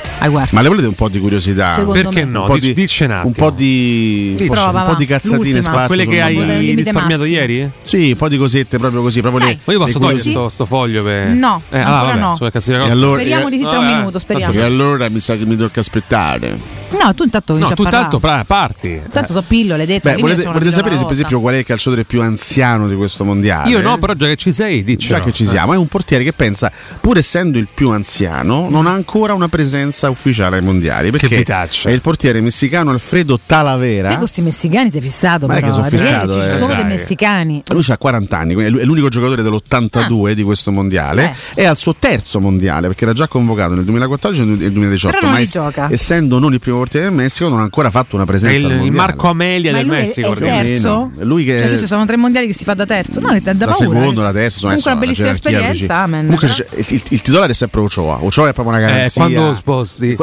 [SPEAKER 14] Ma le volete un po' di curiosità?
[SPEAKER 17] Perché no? Dici
[SPEAKER 14] un po' di cazzatine sparse.
[SPEAKER 17] Quelle che hai risparmiato ieri?
[SPEAKER 14] Sì, un po' di cosette proprio così.
[SPEAKER 17] Ma io posso togliere sto foglio per...
[SPEAKER 8] No, no. Speriamo di tra un minuto, speriamo.
[SPEAKER 14] E allora mi sa che mi tocca aspettare.
[SPEAKER 8] No, tu intanto cominci a parlare.
[SPEAKER 17] Tu intanto parti.
[SPEAKER 8] Intanto so pillole, detto.
[SPEAKER 14] Volete sapere per esempio qual è il calciatore più anziano di questo mondiale?
[SPEAKER 17] Io no, però già che ci sei, diccelo.
[SPEAKER 14] Già che ci siamo, è un portiere che pensa, pur essendo il più anziano, non ha ancora una presenza ufficiale ai mondiali. Perché è il portiere messicano Alfredo Talavera.
[SPEAKER 8] Te con questi messicani sei fissato,
[SPEAKER 14] ma
[SPEAKER 8] però.
[SPEAKER 14] È che sono fissato,
[SPEAKER 8] ci sono dei messicani.
[SPEAKER 14] Lui ha 40 anni, è l'unico giocatore dell'82 di questo mondiale. È al suo terzo mondiale, perché era già convocato nel 2014 e nel 2018.
[SPEAKER 8] Però non
[SPEAKER 14] essendo non il primo portiere del Messico, non ha ancora fatto una presenza al mondiale.
[SPEAKER 17] Il Marco Amelia del
[SPEAKER 8] È
[SPEAKER 17] Messico.
[SPEAKER 8] il terzo?
[SPEAKER 14] Lui che
[SPEAKER 8] ci sono 3 mondiali che si fa da terzo. No, è da
[SPEAKER 14] la
[SPEAKER 8] paura.
[SPEAKER 14] Secondo, la terza,
[SPEAKER 8] comunque una bellissima esperienza. Amen.
[SPEAKER 14] Comunque il titolare è sempre Ochoa. Ochoa è proprio una garanzia.
[SPEAKER 17] Quando sposti.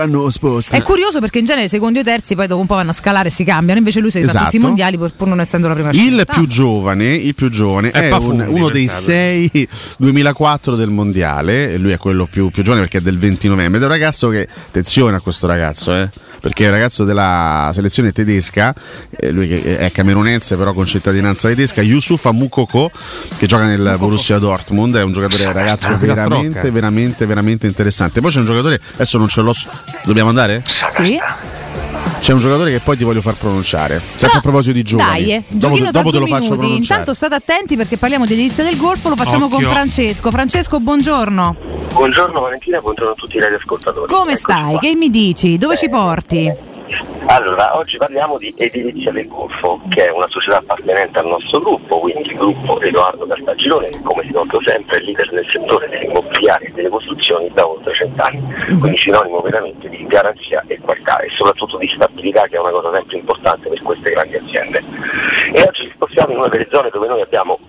[SPEAKER 8] È curioso perché in genere i secondi e i terzi poi dopo un po' vanno a scalare e si cambiano. Invece lui si fa tutti i mondiali pur non essendo la prima scelta.
[SPEAKER 14] Il più giovane è uno dei 6 2004 del mondiale. Lui è quello più giovane perché è del 20 novembre. Ed è un ragazzo che, attenzione a questo ragazzo, perché è un ragazzo della selezione tedesca, lui che è camerunense però con cittadinanza tedesca, Youssoufa Moukoko, che gioca nel Borussia Dortmund, è un giocatore ragazzo veramente interessante. Poi c'è un giocatore, adesso non ce l'ho, dobbiamo andare?
[SPEAKER 8] Sì.
[SPEAKER 14] C'è un giocatore che poi ti voglio far pronunciare. Sempre a proposito di giovani.
[SPEAKER 8] Dai,
[SPEAKER 14] dopo te lo faccio pronunciare.
[SPEAKER 8] Intanto state attenti perché parliamo dell'inizio del Golfo, lo facciamo con Francesco. Francesco, buongiorno.
[SPEAKER 9] Buongiorno Valentina, buongiorno a tutti i radioascoltatori.
[SPEAKER 8] Come stai? Che mi dici? Dove ci porti?
[SPEAKER 9] Allora, oggi parliamo di Edilizia del Golfo, che è una società appartenente al nostro gruppo, quindi il gruppo Edoardo Cartagirone, che come si nota sempre è leader nel settore dell'immobiliare e delle costruzioni da oltre 100 anni, quindi sinonimo veramente di garanzia e qualità e soprattutto di stabilità, che è una cosa sempre importante per queste grandi aziende. E oggi ci spostiamo in una delle zone dove noi abbiamo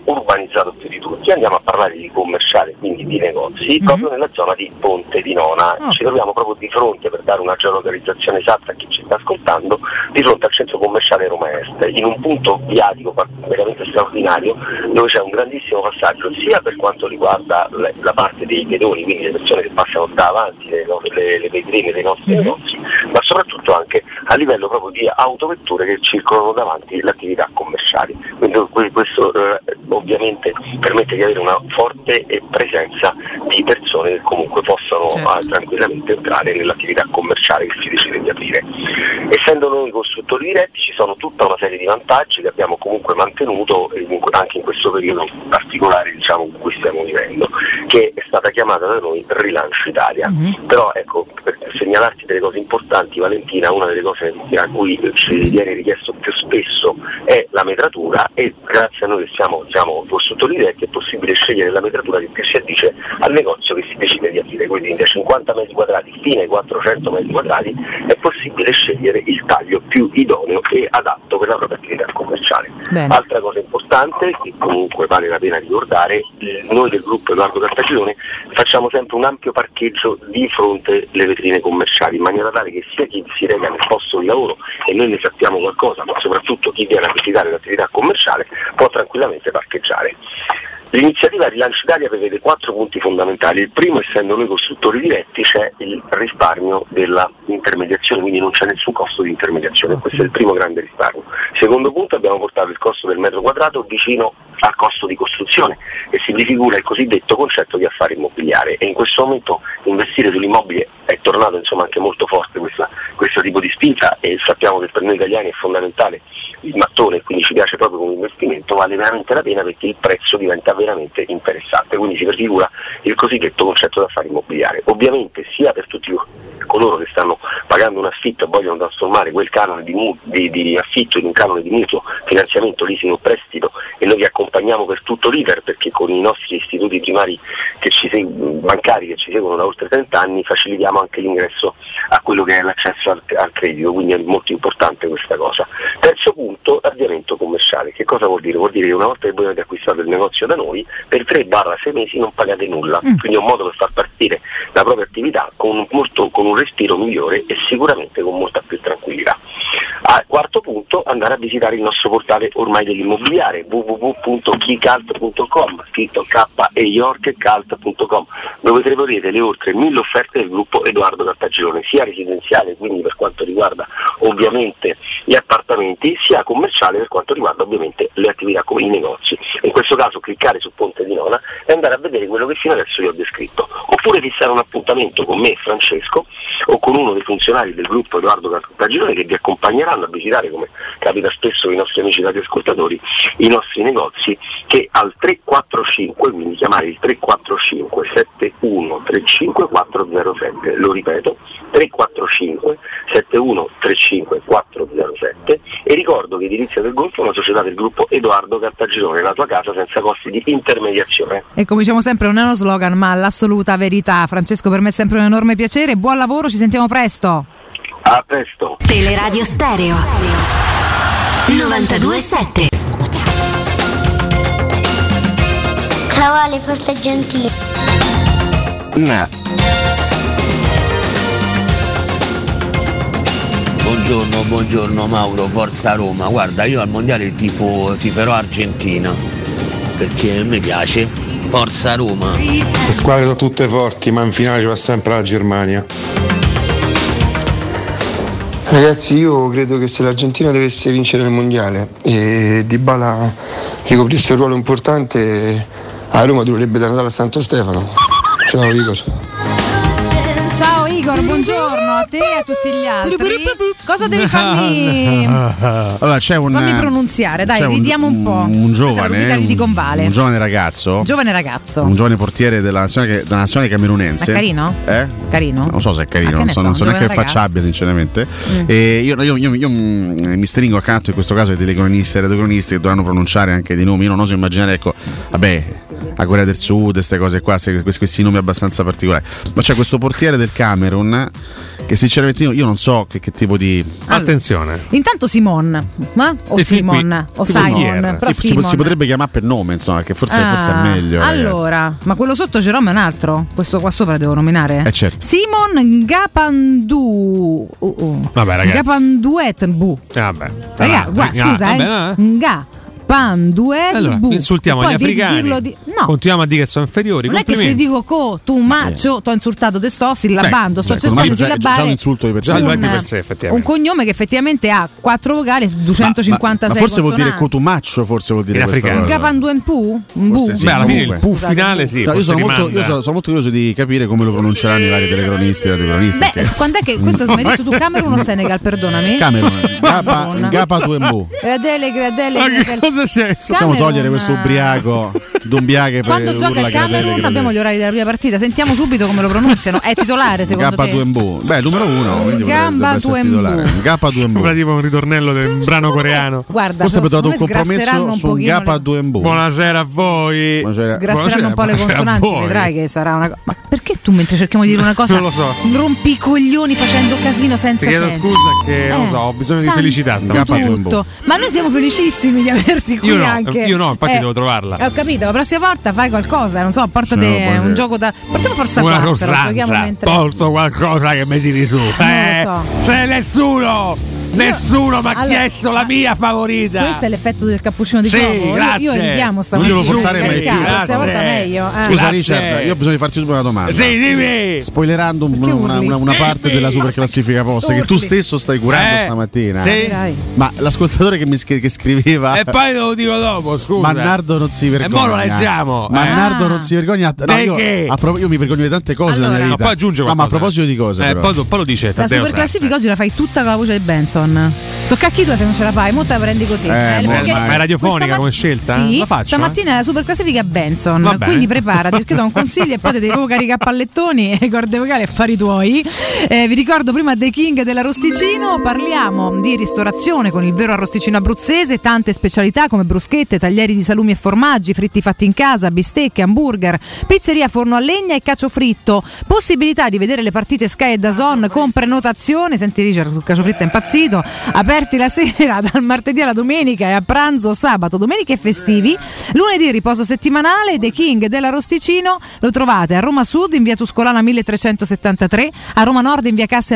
[SPEAKER 9] urbanizzato più di tutti, andiamo a parlare di commerciale, quindi di negozi, proprio nella zona di Ponte di Nona. Ci troviamo proprio di fronte, per dare una geolocalizzazione esatta a chi ci sta ascoltando, di fronte al centro commerciale Roma Est, in un punto viatico veramente straordinario, dove c'è un grandissimo passaggio sia per quanto riguarda la parte dei pedoni, quindi le persone che passano davanti le vetrine dei nostri negozi, ma soprattutto anche a livello proprio di autovetture che circolano davanti le attività commerciali. Quindi questo ovviamente permette di avere una forte presenza di persone che comunque possono tranquillamente entrare nell'attività commerciale che si decide di aprire. Essendo noi costruttori diretti ci sono tutta una serie di vantaggi che abbiamo comunque mantenuto anche in questo periodo particolare, diciamo, in cui stiamo vivendo, che è stata chiamata da noi Rilancio Italia. Però ecco, per segnalarti delle cose importanti, Valentina, una delle cose a cui ci viene richiesto più spesso è la metratura, e grazie a noi che siamo, diciamo, costruttori diretti è possibile scegliere la metratura che più si addice al negozio che si decide di aprire, quindi da 50 metri quadrati fino ai 400 metri quadrati è possibile scegliere il taglio più idoneo e adatto per la propria attività commerciale. Bene. Altra cosa importante che comunque vale la pena ricordare, noi del gruppo Edoardo Cartagirone facciamo sempre un ampio parcheggio di fronte alle vetrine commerciali, in maniera tale che sia chi si reca nel posto di lavoro, e noi ne sappiamo qualcosa, ma soprattutto chi viene a visitare l'attività commerciale può tranquillamente parcheggiare. L'iniziativa Rilancio Italia prevede 4 punti fondamentali. Il primo, essendo noi costruttori diretti, c'è il risparmio della intermediazione, quindi non c'è nessun costo di intermediazione, questo è il primo grande risparmio. Secondo punto, abbiamo portato il costo del metro quadrato vicino al costo di costruzione e si prefigura il cosiddetto concetto di affare immobiliare, e in questo momento investire sull'immobile è tornato insomma anche molto forte questo tipo di spinta, e sappiamo che per noi italiani è fondamentale il mattone, quindi ci piace proprio come investimento, vale veramente la pena perché il prezzo diventa veramente interessante, quindi si prefigura il cosiddetto concetto di affare immobiliare. Ovviamente sia per tutti coloro che stanno pagando un affitto e vogliono trasformare quel canone di affitto in un canone di mutuo, finanziamento, leasing o prestito, e noi vi accompagniamo per tutto l'iter, perché con i nostri istituti primari bancari che ci seguono da oltre 30 anni facilitiamo anche l'ingresso a quello che è l'accesso al credito, quindi è molto importante questa cosa. Terzo punto, avviamento commerciale. Che cosa vuol dire? Vuol dire che una volta che voi avete acquistato il negozio da noi, per 3-6 mesi non pagate nulla, quindi è un modo per far partire la propria attività con un respiro migliore e sicuramente con molta più tranquillità. Quarto punto, andare a visitare il nostro portale ormai dell'immobiliare, www.keycult.com, scritto KEYORKCult.com, dove troverete le oltre 1000 offerte del gruppo Edoardo Cartagirone, sia residenziale, quindi per quanto riguarda ovviamente gli appartamenti, sia commerciale per quanto riguarda ovviamente le attività come i negozi. In questo caso cliccare su Ponte di Nona e andare a vedere quello che fino adesso vi ho descritto, oppure fissare un appuntamento con me, Francesco, o con uno dei funzionari del gruppo Edoardo Cartagirone che vi accompagneranno a visitare, come capita spesso ai nostri amici radioascoltatori, i nostri negozi, che al 345, quindi chiamare il 345 7135 407, lo ripeto, 345 7135 407, e ricordo che Edilizia del Golfo è una società del gruppo Edoardo Cartagirone, la tua casa senza costi di intermediazione.
[SPEAKER 8] E come diciamo sempre, non è uno slogan ma l'assoluta verità. Francesco, per me è sempre un enorme piacere, buon lavoro, ci sentiamo presto.
[SPEAKER 9] A presto.
[SPEAKER 4] Teleradio Stereo 92.7.
[SPEAKER 2] Ciao Ale, forse gentile.
[SPEAKER 10] No. Buongiorno Mauro, forza Roma. Guarda, io al mondiale tiferò Argentina perché a me piace. Forza Roma.
[SPEAKER 11] Le squadre sono tutte forti, ma in finale ci va sempre la Germania. Ragazzi, io credo che se l'Argentina dovesse vincere il mondiale e Dybala ricoprisse un ruolo importante, a Roma dovrebbe da Natale a Santo Stefano. Ciao Igor.
[SPEAKER 8] Ciao Igor, buongiorno a te e a tutti gli altri. Cosa devi farmi?
[SPEAKER 14] Allora, fammi
[SPEAKER 8] pronunziare, dai, ridiamo un po'.
[SPEAKER 14] Un giovane,
[SPEAKER 8] un
[SPEAKER 14] giovane ragazzo, un giovane portiere della nazionale camerunense.
[SPEAKER 8] È carino? Carino?
[SPEAKER 14] Non so se è carino, non so neanche che faccia abbia, sinceramente. E io mi stringo accanto in questo caso ai telecronisti e radiocronisti che dovranno pronunciare anche dei nomi. Io non oso immaginare, ecco, vabbè, la Corea del Sud, queste cose qua, questi nomi abbastanza particolari. Ma c'è questo portiere del Camerun Camerun, che sinceramente io non so che tipo di...
[SPEAKER 17] Attenzione.
[SPEAKER 8] Intanto Simon, o Simon o Simon, però
[SPEAKER 14] si potrebbe chiamare per nome, insomma, che forse è meglio.
[SPEAKER 8] Allora, ragazzi. Ma quello sotto Jerome è un altro? Questo qua sopra devo nominare?
[SPEAKER 14] Certo.
[SPEAKER 8] Simon Ngapandu.
[SPEAKER 17] Vabbè, ragazzi.
[SPEAKER 8] Ngapanduetbu.
[SPEAKER 17] Vabbè.
[SPEAKER 8] Scusa, allora,
[SPEAKER 17] insultiamo gli africani. Continuiamo a dire che sono inferiori.
[SPEAKER 8] Non è che se dico tu t'ho insultato te sto sillabando, sto cercando di sillabare
[SPEAKER 14] un insulto di
[SPEAKER 17] per sé,
[SPEAKER 8] un cognome che effettivamente ha 4 vocali e 256
[SPEAKER 14] ma forse vuol dire cotumaccio, forse vuol dire
[SPEAKER 8] africano. Ngapanduempu?
[SPEAKER 17] Beh, alla fine il pu finale sì.
[SPEAKER 14] Io sono molto curioso di capire come lo pronunceranno i vari telecronisti e radiocronisti.
[SPEAKER 8] Beh, quando è che questo mi hai detto tu, Camerun o Senegal, perdonami?
[SPEAKER 14] Camerun. Ngapanduembu.
[SPEAKER 8] Gradele.
[SPEAKER 14] Possiamo togliere questo ubriaco Dumbiache.
[SPEAKER 8] Quando gioca il Camerun abbiamo gli orari della prima partita, sentiamo subito come lo pronunziano. È titolare secondo te?
[SPEAKER 14] Beh, numero 1.
[SPEAKER 17] Sembra tipo un ritornello del brano coreano.
[SPEAKER 8] Guarda,
[SPEAKER 14] forse abbiamo trovato un compromesso su Gapa2mbu.
[SPEAKER 17] Buonasera a voi.
[SPEAKER 8] Sgrasseranno un po' le consonanti, vedrai che sarà una cosa. Ma perché tu mentre cerchiamo di dire una cosa
[SPEAKER 17] non lo so,
[SPEAKER 8] rompi i coglioni facendo casino senza senso?
[SPEAKER 17] Ti chiedo scusa che non lo so, ho bisogno di felicità
[SPEAKER 8] tutto. Ma noi siamo felicissimi di averti qui anche.
[SPEAKER 17] Io no, infatti devo trovarla.
[SPEAKER 8] Ho capito, la prossima volta fai qualcosa, non so, portate un gioco da. Portiamo forza 4, giochiamo mentre.
[SPEAKER 17] Porto qualcosa che mi tiri su.
[SPEAKER 8] Non lo so.
[SPEAKER 17] Se nessuno mi ha chiesto la mia favorita.
[SPEAKER 8] Questo è l'effetto del cappuccino di
[SPEAKER 17] Ciomo.
[SPEAKER 8] Io richiamo stamattina.
[SPEAKER 14] Non devo portare mai più.
[SPEAKER 8] La prossima volta meglio.
[SPEAKER 14] Scusa Richard, io ho bisogno di farti subito una domanda.
[SPEAKER 17] Sì, dimmi.
[SPEAKER 14] Spoilerando una parte della super classifica posta che tu stesso stai curando stamattina.
[SPEAKER 17] Sì.
[SPEAKER 14] Ma l'ascoltatore che scriveva.
[SPEAKER 17] E poi te lo dico dopo, scusa.
[SPEAKER 14] Mannardo non si vergogna.
[SPEAKER 17] E mo lo leggiamo.
[SPEAKER 14] Mannardo non si vergogna. Io mi vergogno di tante cose nella vita.
[SPEAKER 17] Ma poi aggiunge qualcosa.
[SPEAKER 14] Ma a proposito di cose.
[SPEAKER 17] Poi lo dice.
[SPEAKER 8] La super classifica oggi la fai tutta con la voce di Benson. So cacchi tua se non ce la fai, mo te la prendi così.
[SPEAKER 17] Ma è radiofonica come scelta?
[SPEAKER 8] Sì,
[SPEAKER 17] la faccio.
[SPEAKER 8] Stamattina la super classifica Benson. Quindi preparati, perché do un consiglio e poi ti devo caricare a pallettoni e corde vocali affari tuoi. Vi ricordo prima The King dell'Arrosticino, parliamo di ristorazione con il vero arrosticino abruzzese, tante specialità come bruschette, taglieri di salumi e formaggi, fritti fatti in casa, bistecche, hamburger, pizzeria forno a legna e cacio fritto, possibilità di vedere le partite Sky e DAZN con prenotazione. Senti Richard, sul cacio fritto è impazzito. Aperti la sera dal martedì alla domenica e a pranzo sabato, domenica e festivi. Lunedì riposo settimanale. The King dell'Arrosticino lo trovate a Roma Sud in via Tuscolana 1373, a Roma Nord in via Cassia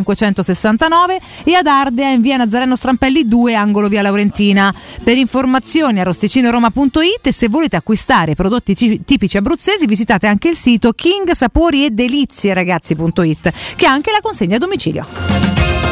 [SPEAKER 8] 1569 e ad Ardea in via Nazareno Strampelli 2 angolo via Laurentina. Per informazioni arrosticinoroma.it e se volete acquistare prodotti tipici abruzzesi visitate anche il sito King Sapori e Delizie ragazzi.it che ha anche la consegna a domicilio.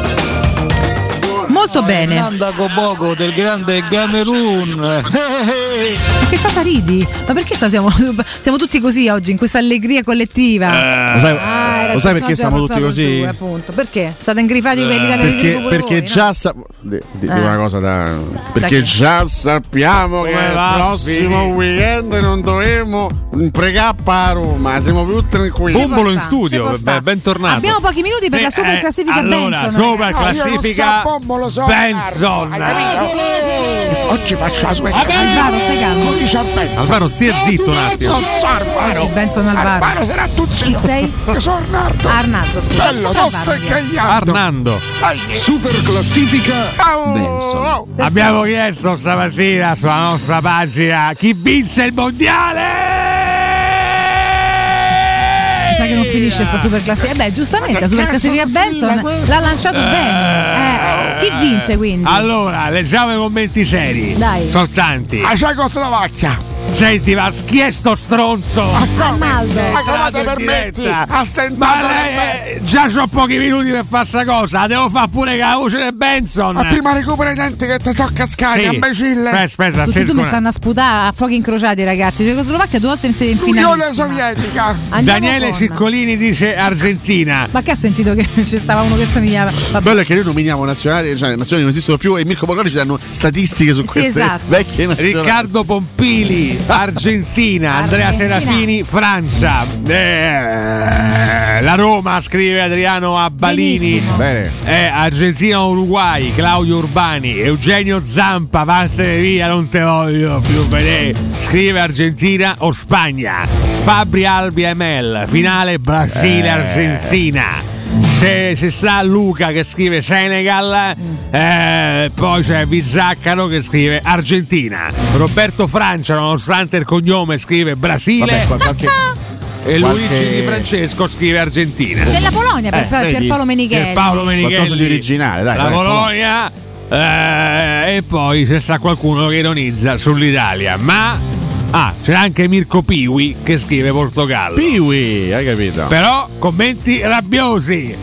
[SPEAKER 8] Molto bene.
[SPEAKER 6] Poco del grande Camerun.
[SPEAKER 8] Ma che cosa ridi? Ma perché siamo tutti così oggi in questa allegria collettiva?
[SPEAKER 14] Lo sai perché siamo tutti così?
[SPEAKER 8] Appunto. Perché? State ingrifati per l'Italia
[SPEAKER 14] perché già una cosa da perché già sappiamo che il prossimo weekend non dovremo pregare a Roma, siamo più tranquilli.
[SPEAKER 17] Bombolo in studio, bentornato.
[SPEAKER 8] Abbiamo pochi minuti per la super classifica Benson.
[SPEAKER 17] Super classifica Benson.
[SPEAKER 15] Oggi faccio la super
[SPEAKER 8] Alvaro, stai calmo.
[SPEAKER 17] Alvaro, stia zitto un attimo.
[SPEAKER 15] Non so Alvaro.
[SPEAKER 8] Benson Alvaro.
[SPEAKER 15] Alvaro sarà tu zitto.
[SPEAKER 8] Sei?
[SPEAKER 15] Io sono
[SPEAKER 8] Arnaldo, scusa.
[SPEAKER 15] Bello, tosse che
[SPEAKER 17] Arnando.
[SPEAKER 22] Super classifica Benson.
[SPEAKER 17] Abbiamo chiesto stamattina sulla nostra pagina chi vince il mondiale.
[SPEAKER 8] Sa che non finisce sta super classifica. Giustamente la super classifica Benson l'ha lanciato bene. Chi vince quindi?
[SPEAKER 17] Allora, leggiamo i commenti seri.
[SPEAKER 8] Dai.
[SPEAKER 17] Sono tanti.
[SPEAKER 15] La Cecoslovacchia.
[SPEAKER 17] Senti, ma chi è sto stronzo?
[SPEAKER 8] Arnaldo.
[SPEAKER 15] Ma come ti permetti? Ha sentato
[SPEAKER 17] già c'ho pochi minuti per fare sta cosa. La devo fare pure con la voce del Benson.
[SPEAKER 15] Ma prima recupera i denti che ti sono cascati, imbecille.
[SPEAKER 17] Aspetta,
[SPEAKER 8] tutti tu mi stanno a sputare a fuochi incrociati, ragazzi. Cecoslovacchia 2 volte in finale.
[SPEAKER 15] Unione Sovietica.
[SPEAKER 17] Daniele Ciccolini dice Argentina.
[SPEAKER 8] Ma che ha sentito che ci stava uno che somigliava?
[SPEAKER 14] Bello è che noi nominiamo nazionali, cioè le nazioni non esistono più e Mirko Bocconi ci danno statistiche su queste vecchie nazioni.
[SPEAKER 17] Riccardo Pompili, Argentina. Andrea Serafini, Francia. La Roma, scrive Adriano Abbalini.
[SPEAKER 14] Bene.
[SPEAKER 17] Argentina Uruguay, Claudio Urbani. Eugenio Zampa, vattene via, non te voglio più vedere. Scrive Argentina o Spagna. Fabri Albi ML, finale Brasile-Argentina. c'è sta Luca che scrive Senegal, poi c'è Vizzaccaro che scrive Argentina, Roberto Francia nonostante il cognome scrive Brasile. E Luigi Di Francesco scrive Argentina.
[SPEAKER 8] C'è la Polonia per Pierpaolo Menichelli.
[SPEAKER 14] Qualcosa di originale, dai.
[SPEAKER 17] La Polonia. E poi c'è sta qualcuno che ironizza sull'Italia, ma c'è anche Mirko Piwi che scrive Portogallo.
[SPEAKER 14] Piwi, hai capito?
[SPEAKER 17] Però commenti rabbiosi.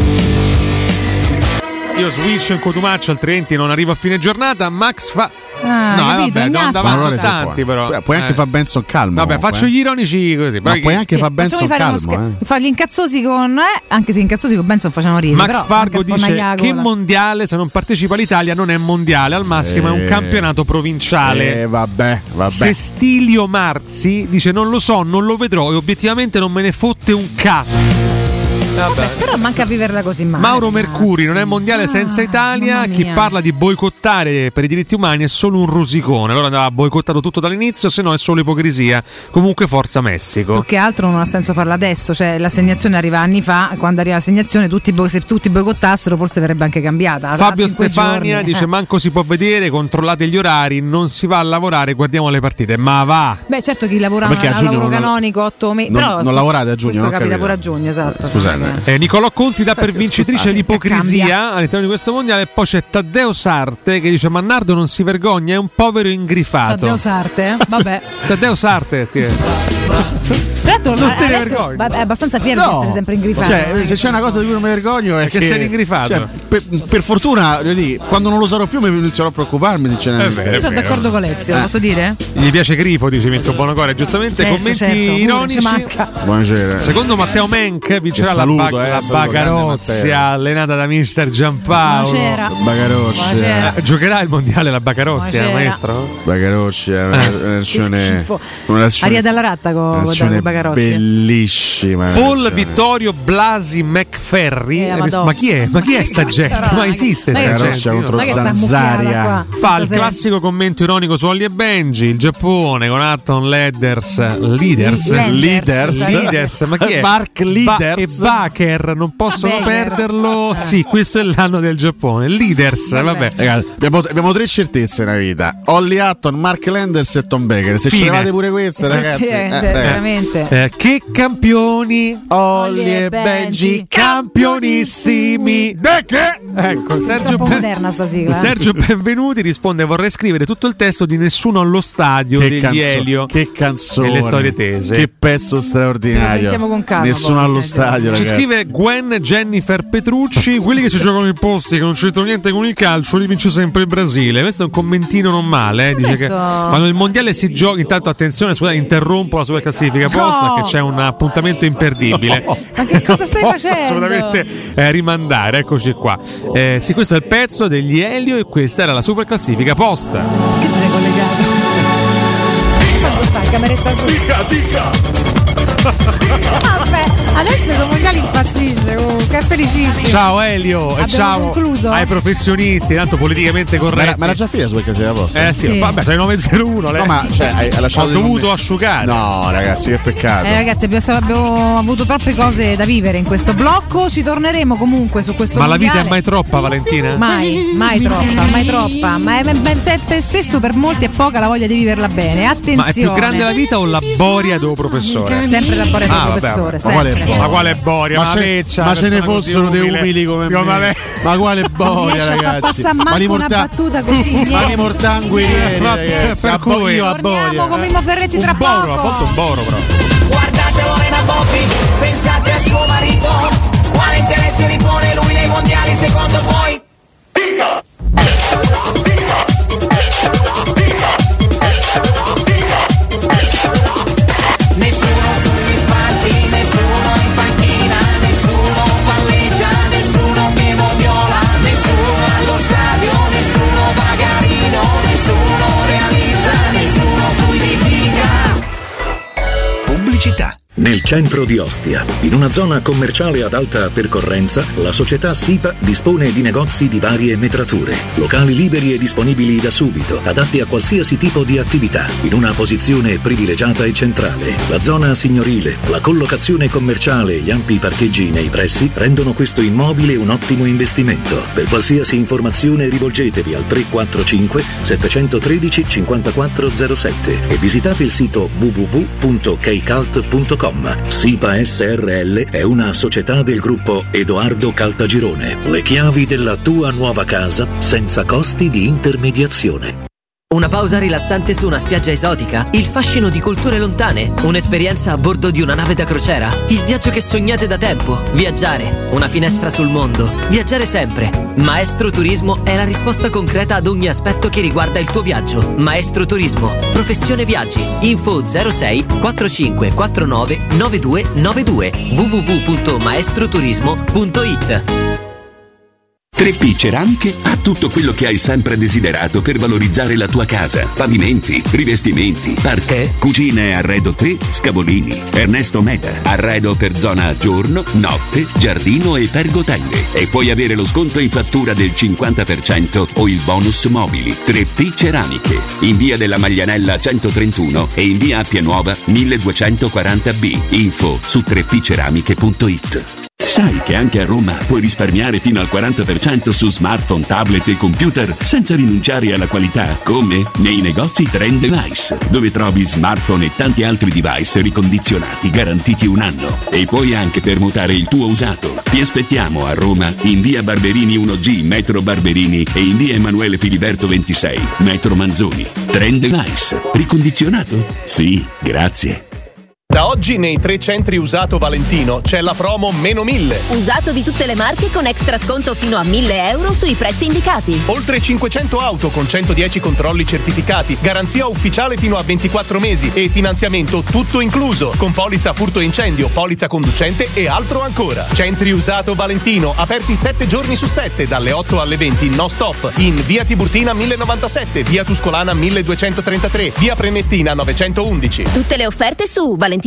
[SPEAKER 17] Io switch in Cotumaccio, altrimenti non arrivo a fine giornata. Max fa. Vabbè, non davanti sono tanti, però.
[SPEAKER 14] Puoi anche far Benson calmo.
[SPEAKER 17] Vabbè, faccio gli ironici così.
[SPEAKER 14] Ma puoi anche far Benson calmo.
[SPEAKER 8] Fa gli incazzosi con. Anche se gli incazzosi con Benson facciano ridere.
[SPEAKER 17] Max Fargo dice che mondiale, se non partecipa l'Italia, non è mondiale, al massimo è un campionato provinciale.
[SPEAKER 14] Vabbè.
[SPEAKER 17] Sestilio Marzi dice non lo so, non lo vedrò e obiettivamente non me ne fotte un cazzo.
[SPEAKER 8] Vabbè, però manca a viverla così male.
[SPEAKER 17] Mauro Mercuri, non è mondiale senza Italia. Chi parla di boicottare per i diritti umani è solo un rosicone. Allora andava boicottato tutto dall'inizio, se no è solo ipocrisia. Comunque forza Messico.
[SPEAKER 8] Più che altro non ha senso farla adesso. Cioè l'assegnazione arriva anni fa. Quando arriva l'assegnazione se tutti boicottassero forse verrebbe anche cambiata.
[SPEAKER 17] Fabio Stefania dice manco si può vedere, controllate gli orari, non si va a lavorare, guardiamo le partite. Ma va.
[SPEAKER 8] Beh, certo, chi lavora a lavoro canonico 8 mesi. Però
[SPEAKER 14] non lavorate a giugno.
[SPEAKER 8] Questo capita pure a giugno, esatto.
[SPEAKER 14] Scusate.
[SPEAKER 17] Nicolò Conti dà per vincitrice l'ipocrisia all'interno di questo mondiale. Poi c'è Taddeo Sarte che dice Mannardo non si vergogna, è un povero ingrifato.
[SPEAKER 8] Taddeo Sarte? Vabbè.
[SPEAKER 17] Taddeo Sarte
[SPEAKER 8] è abbastanza fiero di essere sempre ingrifato.
[SPEAKER 14] Cioè, se c'è una cosa di cui non mi vergogno è
[SPEAKER 17] che sei ingrifato.
[SPEAKER 14] Cioè, per fortuna, quando non lo sarò più mi inizierò a preoccuparmi.
[SPEAKER 8] Io sono d'accordo con Alessio, posso dire?
[SPEAKER 17] Gli piace Grifo, dice Mirko Bonocore, giustamente. Commenti ironici.
[SPEAKER 14] Buonasera.
[SPEAKER 17] Secondo Matteo Menck vincerà la Bagarozia allenata da mister Giampaolo.
[SPEAKER 14] Bagarozia.
[SPEAKER 17] Giocherà il mondiale la Bagarozia, maestro?
[SPEAKER 14] Bagarozia,
[SPEAKER 8] Aria dalla ratta con Bagarozia.
[SPEAKER 14] Bellissima.
[SPEAKER 17] Paul Vittorio Blasi McFerry. Ma chi è? Ma chi è sta gente? Ma esiste sta gente?
[SPEAKER 14] Contro Zanzaria.
[SPEAKER 17] Fa il classico commento ironico su Ollie e Benji, il Giappone con Atton Leaders. Ma chi è?
[SPEAKER 14] Mark Leaders
[SPEAKER 17] e Baker, non possono perderlo. Sì, questo è l'anno del Giappone. Leaders, vabbè.
[SPEAKER 14] Ragazzi, abbiamo 3 certezze nella vita: Ollie Hatton, Mark Landers e Tom Baker. Se ci levate pure queste, ragazzi,
[SPEAKER 8] veramente.
[SPEAKER 17] Che campioni,
[SPEAKER 14] Ollie e Benji,
[SPEAKER 17] campionissimi. Ecco, Sergio Benvenuti risponde: vorrei scrivere tutto il testo di Nessuno allo stadio degli Elio.
[SPEAKER 14] Che canzone,
[SPEAKER 17] le storie tese.
[SPEAKER 14] Che pezzo straordinario.
[SPEAKER 8] Sentiamo con calma.
[SPEAKER 14] Nessuno allo stadio, ragazzi.
[SPEAKER 17] Ci scrive Gwen Jennifer Petrucci: quelli che si giocano in posti che non c'entrano niente con il calcio li vince sempre il Brasile. Questo è un commentino non male, dice che quando il mondiale si gioca, intanto attenzione, scusate, interrompo la super classifica posta che c'è un appuntamento imperdibile.
[SPEAKER 8] Ma che cosa stai facendo?
[SPEAKER 17] Assolutamente rimandare, eccoci qua. Sì, questo è il pezzo degli Elio e questa era la super classifica posta.
[SPEAKER 8] Che ti sei collegato? Cameretta su. Vabbè, adesso i mondiali impazzisce comunque, è felicissimo.
[SPEAKER 17] Ciao Elio e ciao
[SPEAKER 8] concluso?
[SPEAKER 17] Ai professionisti, tanto politicamente corretti.
[SPEAKER 14] Ma era già finita su perché sei a posto?
[SPEAKER 17] Sì. Vabbè, sei 901.
[SPEAKER 14] No, ma hai lasciato
[SPEAKER 17] ho dovuto asciugare.
[SPEAKER 14] No, ragazzi, che peccato.
[SPEAKER 8] Ragazzi, abbiamo avuto troppe cose da vivere in questo blocco. Ci torneremo comunque su questo
[SPEAKER 17] Ma
[SPEAKER 8] mondiale.
[SPEAKER 17] La vita è mai troppa, Valentina?
[SPEAKER 8] Mai troppa. Ma spesso per molti è poca la voglia di viverla bene. Attenzione.
[SPEAKER 17] Ma è più grande la vita o la boria del professore?
[SPEAKER 8] Sempre la boria del professore.
[SPEAKER 17] Ma quale boria?
[SPEAKER 14] Ma ce ne fossero dei umili come me. Ma quale boria, ragazzi?
[SPEAKER 8] Ma li una battuta così.
[SPEAKER 14] Ma li mortanguerieri,
[SPEAKER 17] per cui
[SPEAKER 14] io a boria.
[SPEAKER 8] Torniamo con Mimmo Ferretti tra poco.
[SPEAKER 17] A volte un boro, però.
[SPEAKER 3] Guardate Lorena Bobbi, pensate a suo marito. Quale interesse ripone lui nei mondiali secondo voi? Nessuno sugli spalti, nessuno in panchina, nessuno palleggia, nessuno che viola, nessuno allo stadio, nessuno bagarino, nessuno realizza, nessuno fluidifica.
[SPEAKER 22] Pubblicità.
[SPEAKER 16] nel centro di Ostia. In una zona commerciale ad alta percorrenza, la società SIPA dispone di negozi di varie metrature, locali liberi e disponibili da subito, adatti a qualsiasi tipo di attività, in una posizione privilegiata e centrale. La zona signorile, la collocazione commerciale e gli ampi parcheggi nei pressi rendono questo immobile un ottimo investimento. Per qualsiasi informazione rivolgetevi al 345 713 5407 e visitate il sito www.keicalt.com. SIPA SRL è una società del gruppo Edoardo Caltagirone. Le chiavi della tua nuova casa senza costi di intermediazione.
[SPEAKER 19] Una pausa rilassante su una spiaggia esotica? Il fascino di culture lontane? Un'esperienza a bordo di una nave da crociera? Il viaggio che sognate da tempo? Viaggiare, una finestra sul mondo. Viaggiare sempre. Maestro Turismo è la risposta concreta ad ogni aspetto che riguarda il tuo viaggio. Maestro Turismo, professione viaggi. Info 06 45 49 9292 www.maestroturismo.it.
[SPEAKER 20] 3P Ceramiche ha tutto quello che hai sempre desiderato per valorizzare la tua casa. Pavimenti, rivestimenti, parquet, cucine e arredo 3, Scavolini. Ernesto Meda, arredo per zona giorno, notte, giardino e pergotelle. E puoi avere lo sconto in fattura del 50% o il bonus mobili. 3P Ceramiche, in via della Maglianella 131 e in via Appia Nuova 1240B. Info su 3pceramiche.it. Sai che anche a Roma puoi risparmiare fino al 40% su smartphone, tablet e computer senza rinunciare alla qualità? Come? Nei negozi Trend Device, dove trovi smartphone e tanti altri device ricondizionati garantiti un anno. E puoi anche permutare il tuo usato. Ti aspettiamo a Roma in via Barberini 1G, metro Barberini, e in via Emanuele Filiberto 26, metro Manzoni. Trend Device. Ricondizionato? Sì, grazie.
[SPEAKER 21] Da oggi nei 3 centri usato Valentino c'è la promo meno 1000.
[SPEAKER 25] Usato di tutte le marche con extra sconto fino a 1.000 euro sui prezzi indicati.
[SPEAKER 21] Oltre 500 auto con 110 controlli certificati, garanzia ufficiale fino a 24 mesi e finanziamento tutto incluso, con polizza furto e incendio, polizza conducente e altro ancora. Centri usato Valentino, aperti 7 giorni su 7, dalle 8 alle 20, no stop, in via Tiburtina 1097, via Tuscolana 1233, via Prenestina 911.
[SPEAKER 25] Tutte le offerte su valentinoautomobili.it.